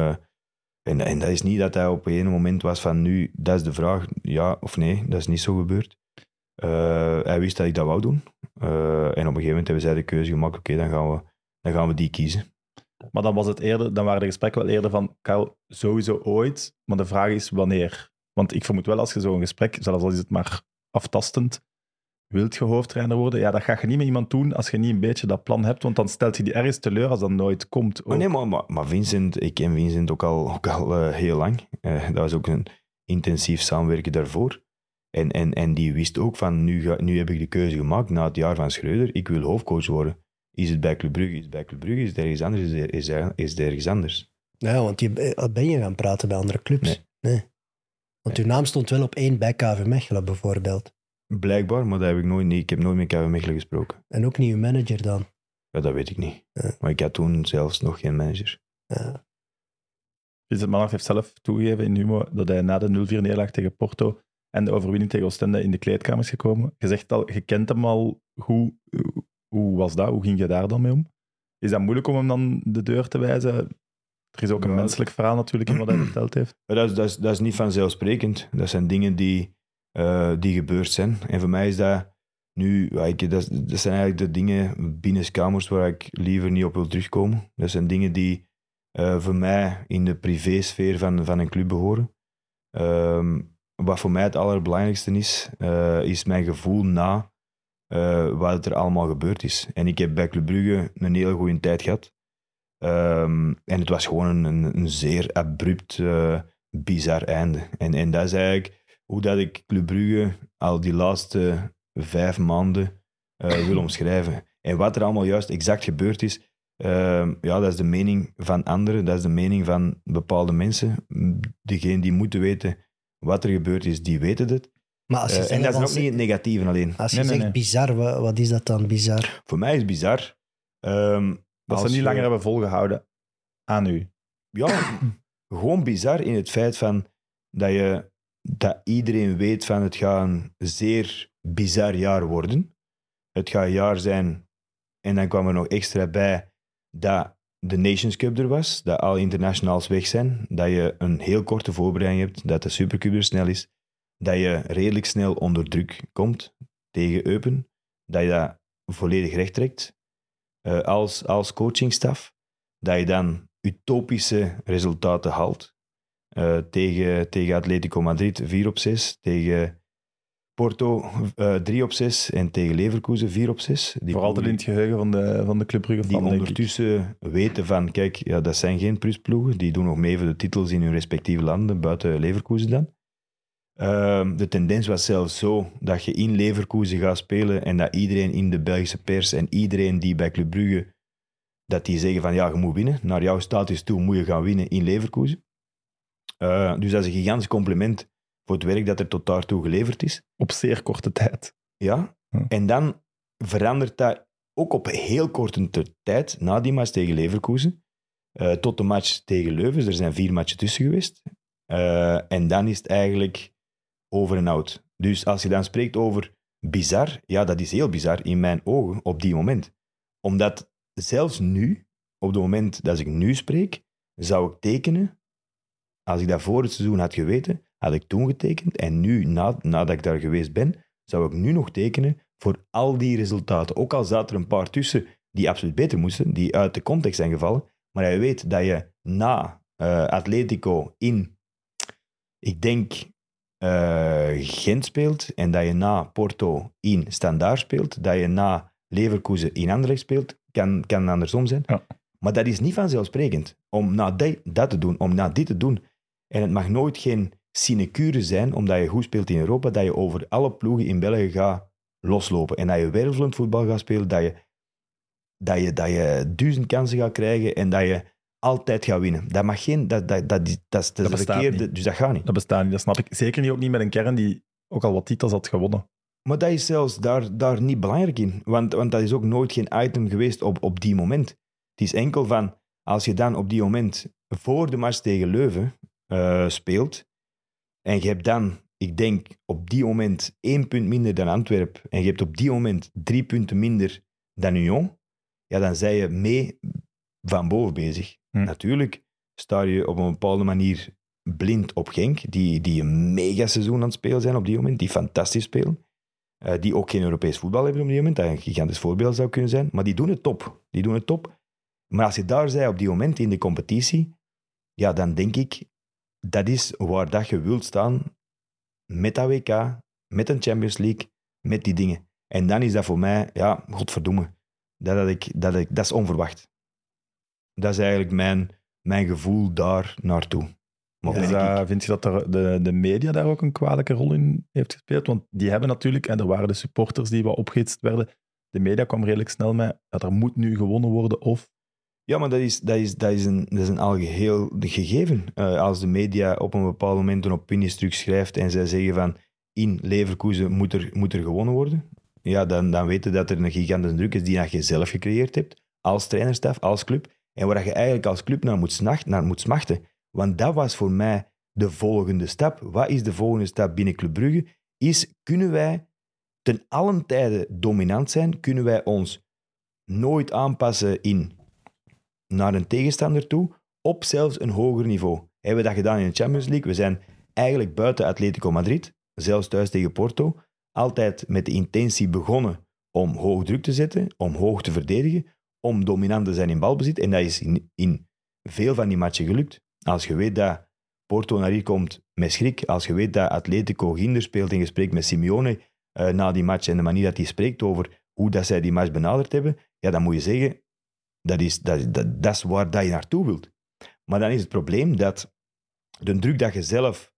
En dat is niet dat hij op een moment was van nu, dat is de vraag, ja of nee. Dat is niet zo gebeurd. Hij wist dat ik dat wou doen. En op een gegeven moment hebben zij de keuze gemaakt, oké, dan gaan we die kiezen. Maar dan was het eerder, dan waren de gesprekken wel eerder van, Karel, sowieso ooit, maar de vraag is wanneer. Want ik vermoed wel, als je zo'n gesprek, zelfs al is het maar aftastend, wilt je hoofdtrainer worden? Ja, dat ga je niet met iemand doen als je niet een beetje dat plan hebt, want dan stelt je die ergens teleur als dat nooit komt. Maar nee, maar Vincent, ik ken Vincent ook al heel lang. Dat was ook een intensief samenwerken daarvoor. En die wist ook van, nu heb ik de keuze gemaakt na het jaar van Schreuder, ik wil hoofdcoach worden. Is het bij Club Brugge? Is het bij Club Brugge? Is het ergens anders? Is het ergens anders? Ja, want ben je gaan praten bij andere clubs? Nee. Want uw naam stond wel op 1 bij KV Mechelen bijvoorbeeld. Blijkbaar, maar dat heb ik heb nooit met KV Mechelen gesproken. En ook niet uw manager dan? Ja, dat weet ik niet. Ja. Maar ik had toen zelfs nog geen manager. Ja. Vincent Manhart heeft zelf toegegeven in Humo dat hij na de 0-4-nederlaag tegen Porto en de overwinning tegen Oostende in de kleedkamer is gekomen. Je zegt al, je kent hem al. Hoe was dat? Hoe ging je daar dan mee om? Is dat moeilijk om hem dan de deur te wijzen? Er is ook een menselijk verhaal natuurlijk in wat hij verteld heeft. Maar dat is niet vanzelfsprekend. Dat zijn dingen die gebeurd zijn. En voor mij is dat nu... Dat zijn eigenlijk de dingen binnenskamers waar ik liever niet op wil terugkomen. Dat zijn dingen die voor mij in de privésfeer van een club behoren. Wat voor mij het allerbelangrijkste is mijn gevoel na wat er allemaal gebeurd is. En ik heb bij Club Brugge een hele goede tijd gehad. En het was gewoon een zeer abrupt, bizar einde. En dat is eigenlijk hoe dat ik Club Brugge al die laatste 5 maanden wil omschrijven. En wat er allemaal juist exact gebeurd is, dat is de mening van anderen, dat is de mening van bepaalde mensen. Degenen die moeten weten wat er gebeurd is, die weten het. Maar als je En dat is ook niet het negatieve alleen. Als je Nee. zegt bizar, wat is dat dan bizar? Voor mij is het bizar. Dat ze niet langer hebben volgehouden aan u. Ja, gewoon bizar in het feit van dat iedereen weet van het gaat een zeer bizar jaar worden. Het gaat een jaar zijn, en dan kwam er nog extra bij dat de Nations Cup er was, dat alle internationals weg zijn, dat je een heel korte voorbereiding hebt, dat de Supercup er snel is, dat je redelijk snel onder druk komt tegen Eupen, dat je dat volledig recht trekt als coachingstaf, dat je dan utopische resultaten haalt. Tegen Atletico Madrid 4-6, tegen Porto 3-6 en tegen Leverkusen 4-6. Voor altijd in het geheugen van de Club Brugge die fan, denk ik. ondertussen weten van, kijk, ja, dat zijn geen plusploegen, die doen nog mee voor de titels in hun respectieve landen, buiten Leverkusen dan. De tendens was zelfs zo dat je in Leverkusen gaat spelen en dat iedereen in de Belgische pers en iedereen die bij Club Brugge, dat die zeggen van, ja, je moet winnen. Naar jouw status toe moet je gaan winnen in Leverkusen. Dus dat is een gigantisch compliment voor het werk dat er tot daartoe geleverd is. Op zeer korte tijd. Ja, Ja. en dan verandert dat ook op heel korte tijd, na die match tegen Leverkusen, tot de match tegen Leuven. Er zijn 4 matchen tussen geweest. En dan is het eigenlijk over en out. Dus als je dan spreekt over bizar, ja, dat is heel bizar in mijn ogen op die moment. Omdat zelfs nu, op het moment dat ik nu spreek, zou ik tekenen, als ik dat voor het seizoen had geweten, had ik toen getekend. En nu, nadat ik daar geweest ben, zou ik nu nog tekenen voor al die resultaten. Ook al zaten er een paar tussen die absoluut beter moesten, die uit de context zijn gevallen. Maar je weet dat je na Atletico in, ik denk, Gent speelt, en dat je na Porto in Standaard speelt, dat je na Leverkusen in Anderlecht speelt, kan andersom zijn. Ja. Maar dat is niet vanzelfsprekend. Om na dat te doen, om na dit te doen. En het mag nooit geen sinecure zijn, omdat je goed speelt in Europa, dat je over alle ploegen in België gaat loslopen. En dat je wervelend voetbal gaat spelen, dat je 1000 kansen gaat krijgen en dat je altijd gaat winnen. Dat mag geen... Dat is de verkeerde... niet. Dus dat gaat niet. Dat bestaat niet, dat snap ik. Zeker niet, ook niet met een kern die ook al wat titels had gewonnen. Maar dat is zelfs daar niet belangrijk in. Want dat is ook nooit geen item geweest op die moment. Het is enkel van, als je dan op die moment voor de match tegen Leuven speelt, en je hebt dan, ik denk, op die moment 1 punt minder dan Antwerpen, en je hebt op die moment 3 punten minder dan Union, ja, dan zijn je mee van boven bezig. Natuurlijk sta je op een bepaalde manier blind op Genk, die een mega seizoen aan het spelen zijn op die moment, die fantastisch spelen. Die ook geen Europees voetbal hebben op die moment, dat een gigantisch voorbeeld zou kunnen zijn, maar die doen het top. Maar als je daar bent op die moment in de competitie, ja, dan denk ik, dat is waar dat je wilt staan met dat WK, met een Champions League, met die dingen. En dan is dat voor mij, ja, godverdomme, dat is onverwacht. Dat is eigenlijk mijn gevoel daar naartoe. Maar Vind je dat de media daar ook een kwalijke rol in heeft gespeeld? Want die hebben natuurlijk, en er waren de supporters die wat opgehitst werden, de media kwam redelijk snel met dat er moet nu gewonnen worden of... Ja, maar dat is een algeheel gegeven. Als de media op een bepaald moment een opiniestuk schrijft en zij zeggen van in Leverkusen moet er gewonnen worden, ja, dan weten dat er een gigantische druk is die je zelf gecreëerd hebt, als trainerstaf, als club, en waar je eigenlijk als club naar moet smachten. Want dat was voor mij de volgende stap. Wat is de volgende stap binnen Club Brugge? Kunnen wij ten allen tijde dominant zijn? Kunnen wij ons nooit aanpassen naar een tegenstander toe, op zelfs een hoger niveau? Hebben we dat gedaan in de Champions League? We zijn eigenlijk buiten Atletico Madrid, zelfs thuis tegen Porto, altijd met de intentie begonnen om hoog druk te zetten, om hoog te verdedigen, om dominant te zijn in balbezit. En dat is in veel van die matchen gelukt. Als je weet dat Porto naar hier komt met schrik, als je weet dat Atletico Ginder speelt in gesprek met Simeone na die match en de manier dat hij spreekt over hoe dat zij die match benaderd hebben, ja, dan moet je zeggen, dat is waar dat je naartoe wilt. Maar dan is het probleem dat de druk dat je zelf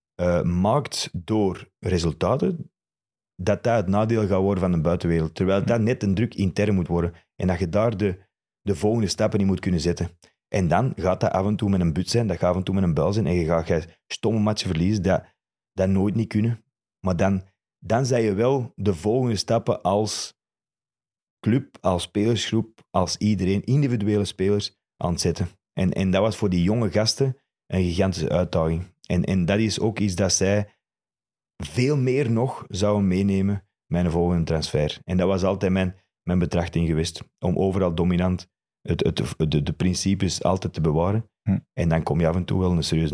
maakt door resultaten, dat het nadeel gaat worden van de buitenwereld. Terwijl dat net een druk intern moet worden. En dat je daar de volgende stappen in moet kunnen zetten. En dan gaat dat af en toe met een but zijn, dat gaat af en toe met een buil zijn, en je gaat stomme matchen verliezen, dat nooit niet kunnen. Maar dan zijn je wel de volgende stappen als club, als spelersgroep, als iedereen, individuele spelers, aan het zetten. En dat was voor die jonge gasten een gigantische uitdaging. En dat is ook iets dat zij veel meer nog zouden meenemen met een volgende transfer. En dat was altijd mijn betrachting geweest. Om overal dominant de principes altijd te bewaren. En dan kom je af en toe wel een serieus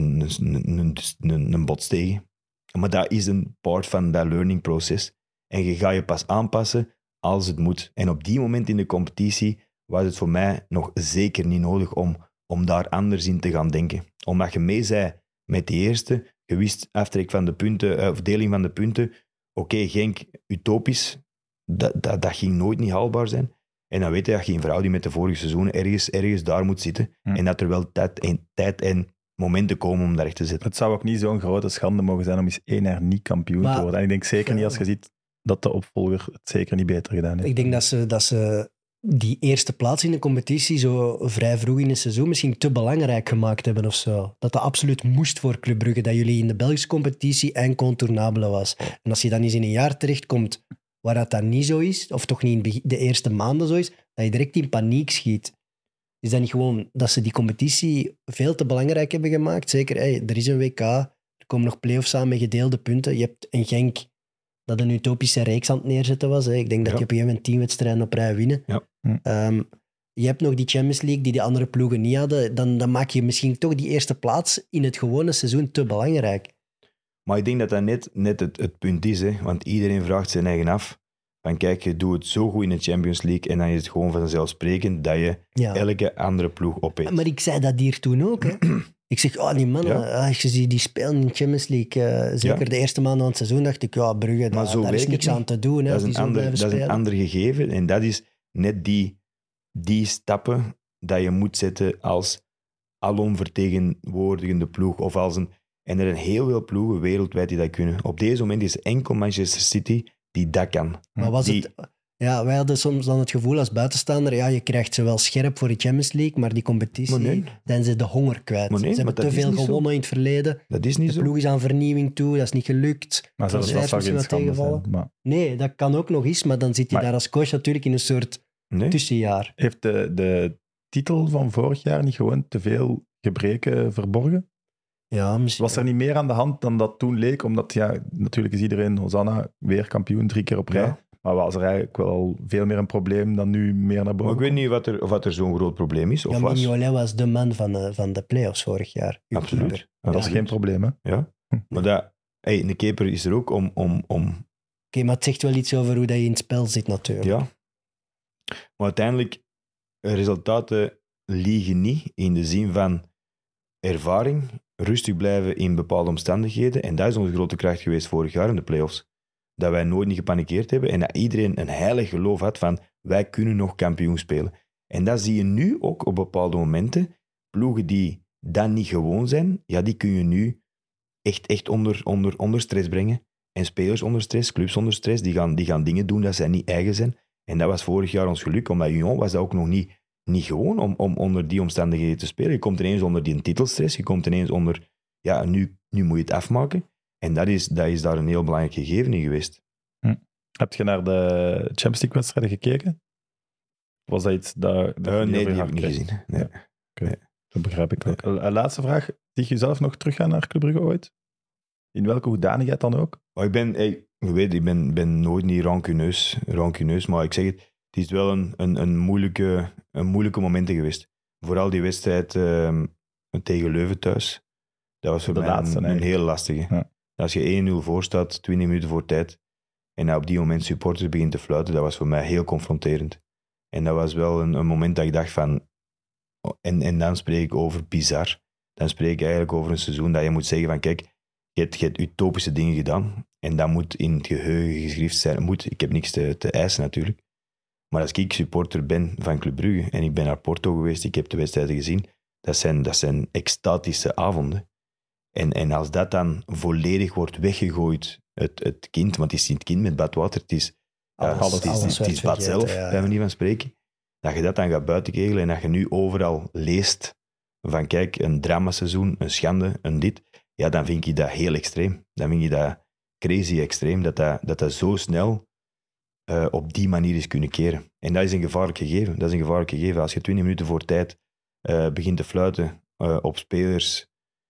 een bots tegen. Maar dat is een part van dat learning proces. En je gaat je pas aanpassen als het moet. En op die moment in de competitie was het voor mij nog zeker niet nodig om daar anders in te gaan denken. Omdat je mee zei met die eerste, je wist aftrek van de punten, of deling van de punten. Oké, Genk, utopisch, dat ging nooit niet haalbaar zijn. En dan weet je dat je in verhouding met de vorige seizoenen ergens daar moet zitten. En dat er wel tijd en momenten komen om daar echt te zitten. Het zou ook niet zo'n grote schande mogen zijn om eens 1 jaar niet kampioen te worden. En ik denk zeker niet als je ziet dat de opvolger het zeker niet beter gedaan heeft. Ik denk dat ze die eerste plaats in de competitie zo vrij vroeg in het seizoen misschien te belangrijk gemaakt hebben of zo. Dat absoluut moest voor Club Brugge, dat jullie in de Belgische competitie incontournabele was. En als je dan eens in een jaar terechtkomt waar dat niet zo is, of toch niet in de eerste maanden zo is, dat je direct in paniek schiet. Is dat niet gewoon dat ze die competitie veel te belangrijk hebben gemaakt? Zeker, er is een WK, er komen nog play-offs aan met gedeelde punten. Je hebt een Genk dat een utopische reeks aan het neerzetten was. Ik denk dat je op een gegeven moment 10 wedstrijden op rij winnen. Ja. Je hebt nog die Champions League die andere ploegen niet hadden. Dan maak je misschien toch die eerste plaats in het gewone seizoen te belangrijk. Maar ik denk dat dat net het punt is. Hè? Want iedereen vraagt zijn eigen af. Van kijk, je doet het zo goed in de Champions League en dan is het gewoon vanzelfsprekend dat je elke andere ploeg opeet. Maar ik zei dat hier toen ook. Hè. Ik zeg, die mannen, als je die spelen in de Champions League, zeker de eerste maanden van het seizoen, dacht ik, Brugge, daar is niks aan te doen. Dat is een ander gegeven en dat is net die stappen dat je moet zetten als alomvertegenwoordigende ploeg. Of als en er zijn heel veel ploegen wereldwijd die dat kunnen. Op deze moment is enkel Manchester City die dat kan. Maar wij hadden soms dan het gevoel als buitenstaander, je krijgt ze wel scherp voor de Champions League, maar die competitie, zijn ze de honger kwijt. ze hebben te veel gewonnen in het verleden. Dat is niet zo. De ploeg is aan vernieuwing toe, dat is niet gelukt. Maar dat zou geen schande zijn. Maar... Nee, dat kan ook nog eens, maar dan zit hij daar als coach natuurlijk in een soort tussenjaar. Heeft de titel van vorig jaar niet gewoon te veel gebreken verborgen? Ja, misschien. Was er niet meer aan de hand dan dat toen leek? Omdat, natuurlijk is iedereen, Hosanna, weer kampioen, 3 keer op rij. Ja. Maar was er eigenlijk wel veel meer een probleem dan nu meer naar boven? Maar ik weet niet of er zo'n groot probleem is. Of Mignolet was de man van de play-offs vorig jaar. Absoluut. Dat is geen probleem, hè? Ja. Maar een keeper is er ook om... Oké, maar het zegt wel iets over hoe dat je in het spel zit natuurlijk. Ja. Maar uiteindelijk, resultaten liegen niet in de zin van ervaring, rustig blijven in bepaalde omstandigheden. En dat is onze grote kracht geweest vorig jaar in de play-offs. Dat wij nooit niet gepanikeerd hebben en dat iedereen een heilig geloof had van wij kunnen nog kampioen spelen. En dat zie je nu ook op bepaalde momenten. Ploegen die dat niet gewoon zijn, die kun je nu echt onder stress brengen. En spelers onder stress, clubs onder stress, die gaan dingen doen dat zij niet eigen zijn. En dat was vorig jaar ons geluk, omdat Union was dat ook nog niet gewoon om onder die omstandigheden te spelen. Je komt ineens onder die titelstress, je komt ineens onder, nu moet je het afmaken. En dat is daar een heel belangrijk gegeven in geweest. Heb je naar de Champions League-wedstrijden gekeken? Was dat iets dat nee, die heb ik niet gezien. Nee. Ja. Okay. Dat begrijp ik ook. Laatste vraag. Zie je zelf nog teruggaan naar Club Brugge ooit? In welke hoedanigheid dan ook? Ik ben nooit niet rancuneus, maar ik zeg het is wel een moeilijke momenten geweest. Vooral die wedstrijd tegen Leuven thuis. Dat was voor mij een heel lastige. Ja. Als je 1-0 voor staat, 20 minuten voor tijd, en op die moment supporters begint te fluiten, dat was voor mij heel confronterend. En dat was wel een moment dat ik dacht van... En dan spreek ik over bizar. Dan spreek ik eigenlijk over een seizoen dat je moet zeggen van kijk, je hebt utopische dingen gedaan en dat moet in het geheugen geschreven zijn. Ik heb niks te eisen natuurlijk. Maar als ik supporter ben van Club Brugge en ik ben naar Porto geweest, ik heb de wedstrijden gezien, dat zijn extatische avonden. En als dat dan volledig wordt weggegooid, het kind, want het is niet het kind met badwater, het is bad zelf, bij manier van spreken, dat je dat dan gaat buitenkegelen en dat je nu overal leest van kijk, een dramaseizoen, een schande, een dit, dan vind ik dat heel extreem. Dan vind ik dat crazy extreem dat zo snel op die manier is kunnen keren. En dat is een gevaarlijk gegeven. Als je 20 minuten voor tijd begint te fluiten op spelers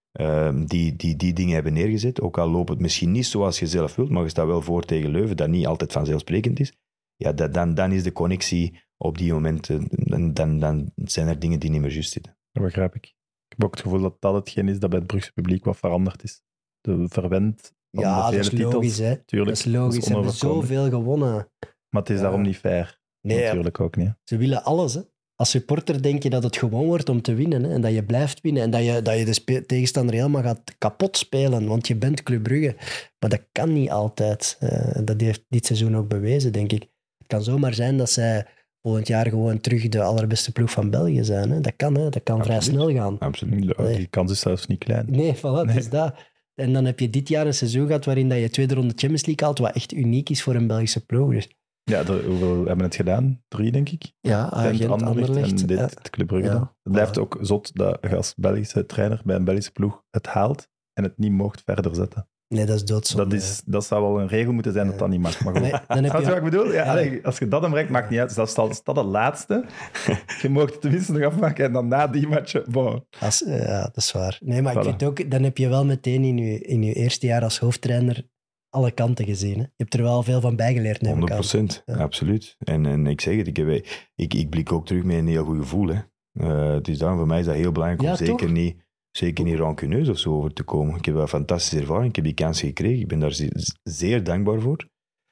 die dingen hebben neergezet, ook al loopt het misschien niet zoals je zelf wilt, maar je staat wel voor tegen Leuven, dat niet altijd vanzelfsprekend is, ja, dan is de connectie op die momenten, dan zijn er dingen die niet meer juist zitten. Dat begrijp ik. Ik heb ook het gevoel dat dat hetgeen is dat bij het Brugse publiek wat veranderd is. De verwend van Ja, de dat vele is logisch. titels. Hè. Tuurlijk, Dat is logisch. Ze hebben onoverkomelijk. zoveel gewonnen. Maar het is Ja. daarom niet fair. Nee, Natuurlijk ook niet. ze willen alles. Hè. Als supporter denk je dat het gewoon wordt om te winnen. Hè. En dat je blijft winnen. En dat je de tegenstander helemaal gaat kapot spelen. Want je bent Club Brugge. Maar dat kan niet altijd. Dat heeft dit seizoen ook bewezen, denk ik. Het kan zomaar zijn dat zij volgend jaar gewoon terug de allerbeste ploeg van België zijn. Hè. Dat kan, hè. Dat kan vrij Absoluut. snel gaan. Absoluut. Ja, die kans is zelfs niet klein. Nee, voilà, het Nee. is dat. En dan heb je dit jaar een seizoen gehad waarin dat je tweede ronde Champions League haalt, wat echt uniek is voor een Belgische ploeg. Dus, Ja, hoeveel hebben het gedaan? 3, denk ik. ja, Gent, Gent, Anderlecht. en dit, Ja. het Club Brugge Ja. dan. Het blijft ook zot dat je als Belgische trainer bij een Belgische ploeg het haalt en het niet mocht verder zetten. Nee, dat is doodzonde. Dat zou wel een regel moeten zijn dat dat niet mag. Maar goed. Nee, dan heb Snap je wat je... ik bedoel? Ja, Ja. allee, als je dat hem brengt, maakt niet uit. Zelfs al is dat het laatste. Je mag het tenminste nog afmaken en dan na die matchen... Bon. Ja, dat is waar. Nee, maar ik Voilà. vind ook, dan heb je wel meteen in je eerste jaar als hoofdtrainer alle kanten gezien. Hè? Je hebt er wel veel van bijgeleerd, neem ik aan. 100%, Ja. absoluut. En ik zeg het, ik blik ook terug met een heel goed gevoel. Hè. Dus daarom voor mij is dat heel belangrijk om Ja, toch? zeker niet rancuneus of zo over te komen. Ik heb wel een fantastische ervaring, ik heb die kans gekregen. Ik ben daar zeer dankbaar voor.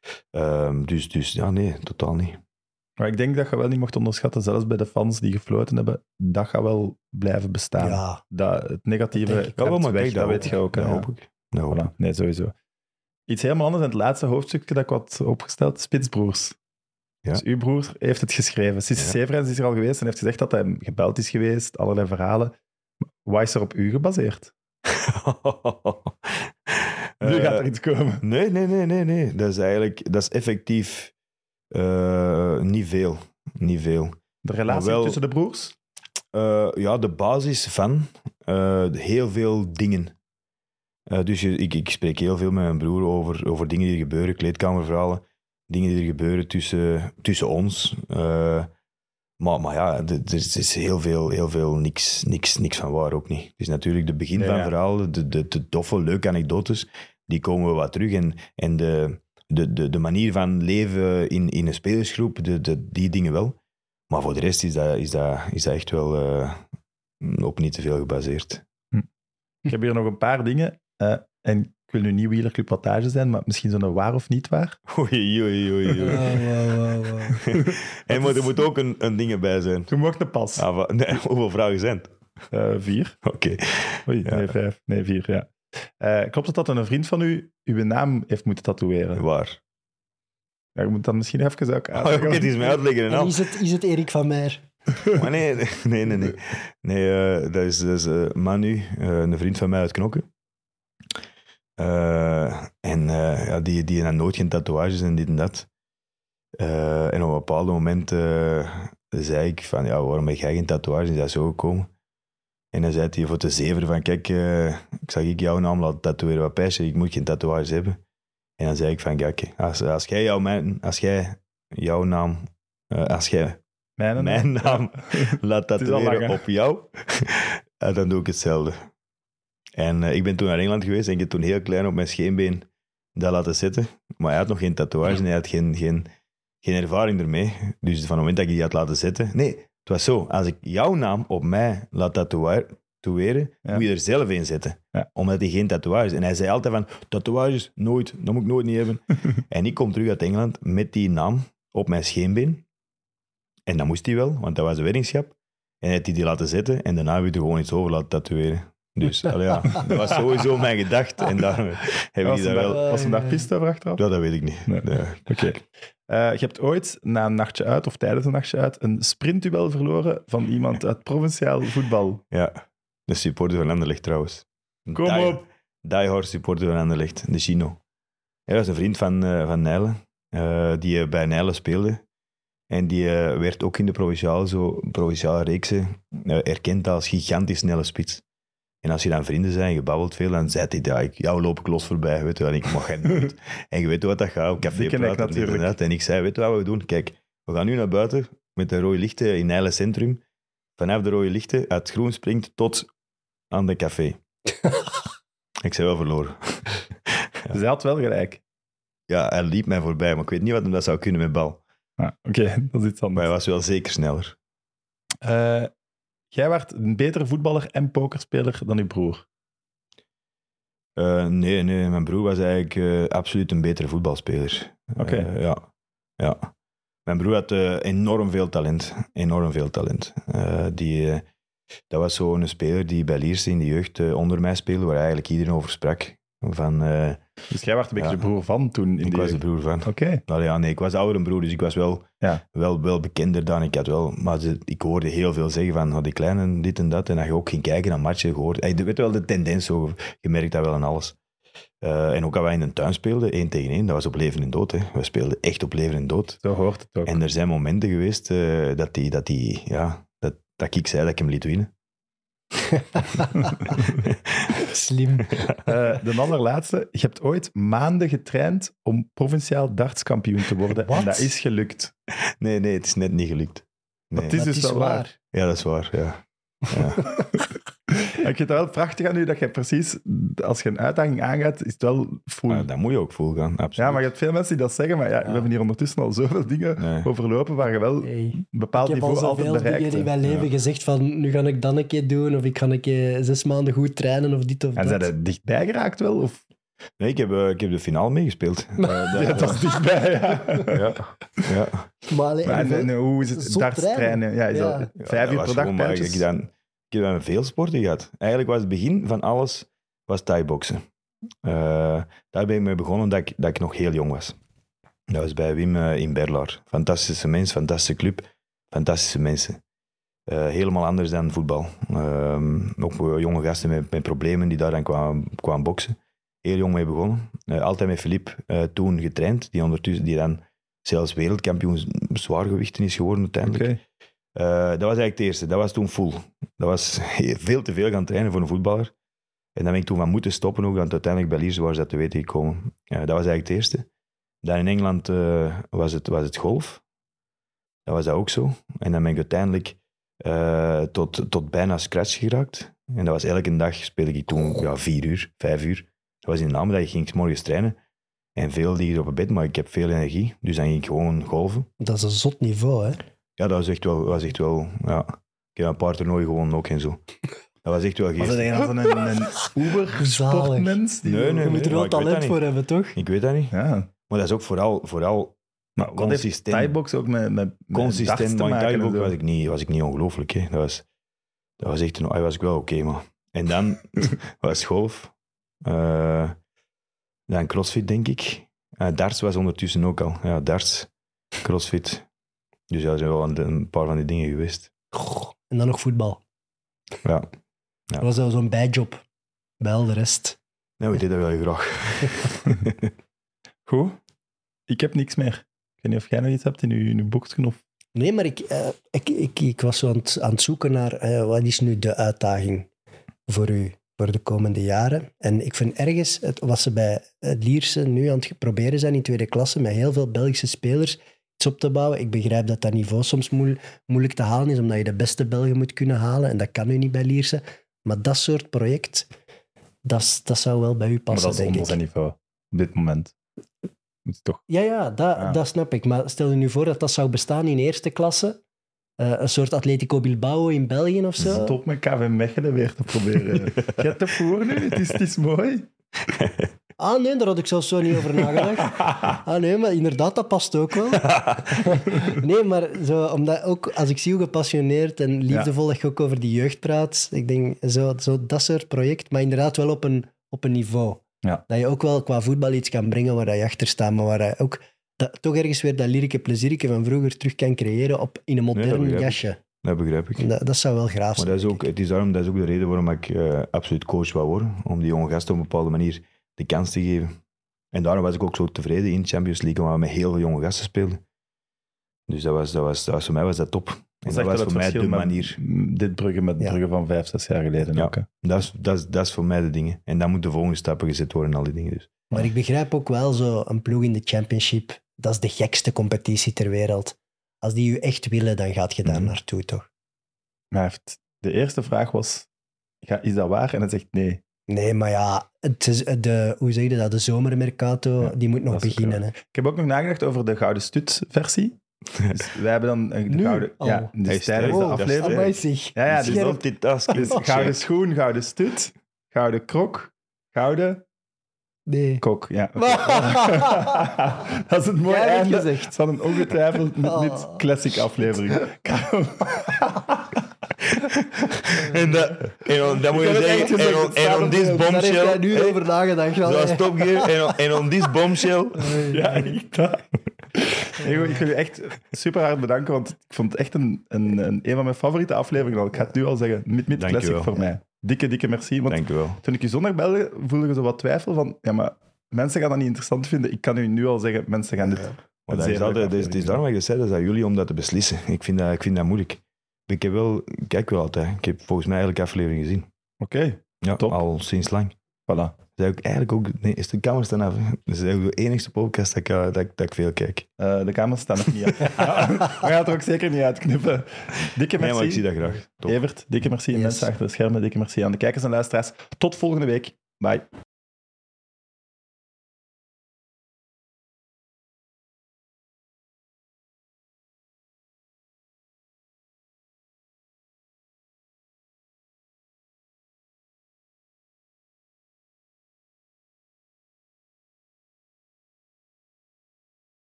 Dus ja, nee, totaal niet. Maar ik denk dat je wel niet mocht onderschatten, zelfs bij de fans die gefloten hebben, dat gaat wel blijven bestaan. Ja, Het negatieve Dat denk ik. Ja, wel, maar weg, kijk, dat weet je ook. hè, Dat ja. hoop ik. Dat hoop ik. Voilà. Nee, sowieso. Iets helemaal anders in het laatste hoofdstukje dat ik had opgesteld, Spitsbroers. Ja. Dus uw broer heeft het geschreven. Sisse Ja. Severens is er al geweest en heeft gezegd dat hij gebeld is geweest, allerlei verhalen. Wat is er op u gebaseerd? Nu gaat er iets komen. Nee. Dat is effectief niet veel. Niet veel. De relatie Maar wel- tussen de broers? Ja, de basis van heel veel dingen. Dus ik spreek heel veel met mijn broer over dingen die er gebeuren, kleedkamerverhalen, dingen die er gebeuren tussen ons. Maar ja, er is heel veel niks van waar ook niet. Het is natuurlijk de begin van Ja. verhalen, de toffe, leuke anekdotes, die komen wel wat terug. En de manier van leven in een spelersgroep, die dingen wel. Maar voor de rest is dat echt wel op niet te veel gebaseerd. Ik heb hier nog een paar dingen. En ik wil nu niet wielerclub wattage zijn, maar misschien zo'n waar of niet waar. Oei. Wow. En maar er moet ook een ding bij zijn. Toen mocht een pas. Nee, hoeveel vragen zijn het? 4. Oké. Oei, Ja. nee, 5. Nee, 4, ja. Klopt het dat een vriend van u uw naam heeft moeten tatoeëren? Waar? Ja, je moet dat misschien even ook Oké, uitleggen. het is mij uitleggen en En al. is het Erik van Meijer? Maar nee. Nee, dat is Manu, een vriend van mij uit Knokke. Ja, die had nooit geen tatoeages en dit en dat. En op een bepaald moment zei ik van, ja, waarom heb jij geen tatoeages? Is dat zo gekomen? En dan zei hij voor te zeveren van, kijk, ik zag jouw naam laten tatoeëren, wat pijsje, ik moet geen tatoeages hebben. En dan zei ik van, kijk, als jij jouw naam, als jij mijn naam laat Het is al lang, tatoeëren hè? op jou, dan doe ik hetzelfde. En ik ben toen naar Engeland geweest en ik heb toen heel klein op mijn scheenbeen dat laten zetten. Maar hij had nog geen tatoeage en hij had geen ervaring ermee. Dus van het moment dat ik die had laten zetten... Nee, het was zo. Als ik jouw naam op mij laat tatoeëren, Ja. moet je er zelf in zetten. Ja. Omdat hij geen tatoeages... En hij zei altijd van, tatoeages, nooit. Dat moet ik nooit niet hebben. En ik kom terug uit Engeland met die naam op mijn scheenbeen. En dat moest hij wel, want dat was een weddingschap. En hij had die laten zetten en daarna heb ik er gewoon iets over laten tatoeëren. Dus ja, dat was sowieso mijn gedachte. En daar heb ik dat wel... Was hem daar pist over achteraf? Ja, dat weet ik niet. Nee. Nee. Oké. Je hebt ooit na een nachtje uit, of tijdens een nachtje uit, een sprintduel verloren van iemand uit provinciaal voetbal. Ja, de supporter van Anderlecht trouwens. Kom op! Diehard supporter van Anderlecht, de Chino. Hij was een vriend van Nijlen, die bij Nijlen speelde. En die werd ook in de provinciale reeksen erkend als gigantisch snelle spits. En als je dan vrienden zijn, je babbelt veel, dan zei hij, jou loop ik los voorbij, weet je wel, en ik mag geen nooit. En je weet wat dat gaat, op café praten, dit en dat. En ik zei, weet je wat we doen? Kijk, we gaan nu naar buiten met de rode lichten in Eilen Centrum. Vanaf de rode lichten, uit groen springt tot aan de café. Ik zei wel verloren. Dus hij had wel gelijk. Ja, hij liep mij voorbij, maar ik weet niet wat hem dat zou kunnen met bal. Oké, dat is iets anders. Maar hij was wel zeker sneller. Jij werd een betere voetballer en pokerspeler dan je broer. Nee, mijn broer was eigenlijk absoluut een betere voetbalspeler. Oké. Ja. Mijn broer had enorm veel talent. Dat was zo'n speler die bij Lierse in de jeugd onder mij speelde, waar eigenlijk iedereen over sprak. Dus jij werd een beetje de broer van toen? Ik was de broer van. Oké. Nou ja, nee, ik was ouder een broer, dus ik was wel bekender dan. Maar ik hoorde heel veel zeggen van die kleine dit en dat. En dat je ook ging kijken naar matchen, gehoord. Je weet wel de tendens, zo, je merkt dat wel aan alles. En ook als wij in een tuin speelden, 1 tegen 1, dat was op leven en dood. Hè. We speelden echt op leven en dood. Zo hoort het ook. En er zijn momenten geweest dat ik zei dat ik hem liet winnen. Slim. De allerlaatste. Je hebt ooit maanden getraind om provinciaal dartskampioen te worden. Wat? En dat is gelukt. Nee, het is net niet gelukt. Nee. Dat is dus wel waar. Ja, dat is waar, ja. Ik vind het wel prachtig aan u dat je precies, als je een uitdaging aangaat, is het wel full. Maar dat moet je ook full gaan, absoluut. Ja, maar je hebt veel mensen die dat zeggen, maar we hebben hier ondertussen al zoveel dingen overlopen waar je wel een bepaald niveau altijd bereikt. Ik heb al zoveel dingen in mijn leven gezegd van, nu ga ik dan een keer doen, of ik ga een keer 6 maanden goed trainen, of dit of dat. En zijn er dichtbij geraakt wel? Of? Nee, ik heb de finale meegespeeld. Dat is dichtbij, ja. Maar hoe is het dartstrainen? Ja, is dat 5 uur per dag pijltjes? Ik heb met veel sporten gehad. Eigenlijk was het begin van alles thai-boksen. Daar ben ik mee begonnen dat ik nog heel jong was. Dat was bij Wim in Berlaar. Fantastische mens, fantastische club, fantastische mensen. Helemaal anders dan voetbal. Ook jonge gasten met problemen die daar dan kwamen boksen. Heel jong mee begonnen. Altijd met Philippe toen getraind, die dan zelfs wereldkampioen zwaargewichten is geworden uiteindelijk. Okay. Dat was eigenlijk het eerste. Dat was toen full. Dat was veel te veel gaan trainen voor een voetballer. En dan ben ik toen van moeten stoppen ook, want uiteindelijk bij Lierse was dat te weten gekomen. Dat was eigenlijk het eerste. Dan in Engeland was het golf. Dat was dat ook zo. En dan ben ik uiteindelijk tot bijna scratch geraakt. En dat was elke dag speelde ik toen 4 uur, 5 uur. Dat was in de namiddag, ik ging 's morgens trainen. En veel liggen op het bed, maar ik heb veel energie. Dus dan ging ik gewoon golven. Dat is een zot niveau, hè? Ja, dat was echt wel ja. Ik heb een paar toernooien gewonnen ook en zo. Dat was echt wel geestig. Was dat een uber-sportmens? Nee. Je moet er wel talent voor hebben, toch? Ik weet dat niet. Ja. Maar dat is ook vooral maar consistent. Thai-box ook met consistent, maar in Thai-box was ik niet ongelooflijk. Hè. Dat was echt was ik wel oké, man. En dan was golf. Dan crossfit, denk ik. Darts was ondertussen ook al. Ja, darts, crossfit. Dus ja, er zijn wel een paar van die dingen geweest. En dan nog voetbal. Ja. Dat was wel zo'n bijjob. Bij al de rest. Nou, ik deed dat wel graag. Goed. Ik heb niks meer. Ik weet niet of jij nog iets hebt in je boxknop. Nee, maar ik was zo aan het zoeken naar wat is nu de uitdaging voor u voor de komende jaren. En ik vind ergens, wat ze bij Lierse nu aan het proberen zijn in tweede klasse, met heel veel Belgische spelers iets op te bouwen. Ik begrijp dat dat niveau soms moeilijk te halen is, omdat je de beste Belgen moet kunnen halen. En dat kan nu niet bij Lierse. Maar dat soort project, dat zou wel bij u passen, denk ik. Maar dat is onder zijn niveau, op dit moment. Toch? Ja, dat snap ik. Maar stel je nu voor dat dat zou bestaan in eerste klasse. Een soort Atletico Bilbao in België of zo. Stop met KV Mechelen weer te proberen. Je hebt het voor nu, het is mooi. Ah nee, daar had ik zelfs zo niet over nagedacht. Ah nee, maar inderdaad, dat past ook wel. Nee, maar zo, omdat ook als ik zie hoe gepassioneerd en liefdevol dat je ook over die jeugd praat, ik denk zo dat soort project, maar inderdaad wel op een niveau. Ja. Dat je ook wel qua voetbal iets kan brengen waar je achter staat, maar waar je ook toch ergens weer dat lirieke plezierke van vroeger terug kan creëren in een modern jasje. Dat begrijp ik. Dat zou wel graag zijn. Maar dat is ook de reden waarom ik absoluut coach wou worden. Om die jonge gasten op een bepaalde manier de kans te geven. En daarom was ik ook zo tevreden in de Champions League, omdat we met heel veel jonge gasten speelden. Dus dat was voor mij was dat top. En Dat dat is was echt voor mij het de verschil manier. met dit Brugge met Ja. Brugge van 5-6 jaar geleden Ja. ook. Hè. Dat is voor mij de dingen. En dan moeten de volgende stappen gezet worden en al die dingen. Dus. Maar ik begrijp ook wel zo een ploeg in de Championship. Dat is de gekste competitie ter wereld. Als die je echt willen, dan gaat je daar naartoe, toch? Maar de eerste vraag was, is dat waar? En hij zegt nee. Nee, maar ja, het is hoe zeg je dat? De zomermercato, Ja, die moet nog dat is ook beginnen. Hè. Ik heb ook nog nagedacht over de Gouden Stut-versie. Dus wij hebben dan de Nu Gouden... al? Ja, dus Hij is tijdens sterk. de Oh, aflevering. Amai, zeg. Ja, dus, Scherp. dus Gouden Schoen, Gouden Stut, Gouden Krok, Gouden Nee. Kok. Ja, oké. Dat is het mooie Jij hebt einde gezegd. van een ongetwijfeld Oh. niet classic aflevering. En dat moet je heb het echt zeggen. gezegd, het staat En on op this beeld. Daar heeft hij bombshell. nu over nagedacht. wel, Zoals hè. Top Gear. En on this bombshell. Ja, echt dat. Hugo, ik wil je echt super hard bedanken, want ik vond het echt een van mijn favoriete afleveringen al. Ik ga het nu al zeggen, met Dank je classic wel. voor mij. Dikke merci. Want Dank je wel. toen ik je zondag belde, voelde je zo wat twijfel van, ja, maar mensen gaan dat niet interessant vinden. Ik kan u nu al zeggen, mensen gaan dit... Maar een dat zeer is leuke altijd, het is aflevering daarom dat ik zei, dat is aan jullie om dat te beslissen. Ik vind dat moeilijk. Ik kijk wel altijd. Ik heb volgens mij elke aflevering gezien. Oké, Ja, Top. al sinds lang. voilà. Dat is eigenlijk ook... Nee, is de camera staan af? Dat is eigenlijk de enigste podcast dat ik veel kijk. De camera's staan nog niet uit. Ja, we gaan het er ook zeker niet uitknippen. Dikke Nee, merci. maar ik zie dat graag. Top. Evert, dikke merci. Yes. Mensen achter de schermen, dikke merci aan de kijkers en luisteraars. Tot volgende week. Bye.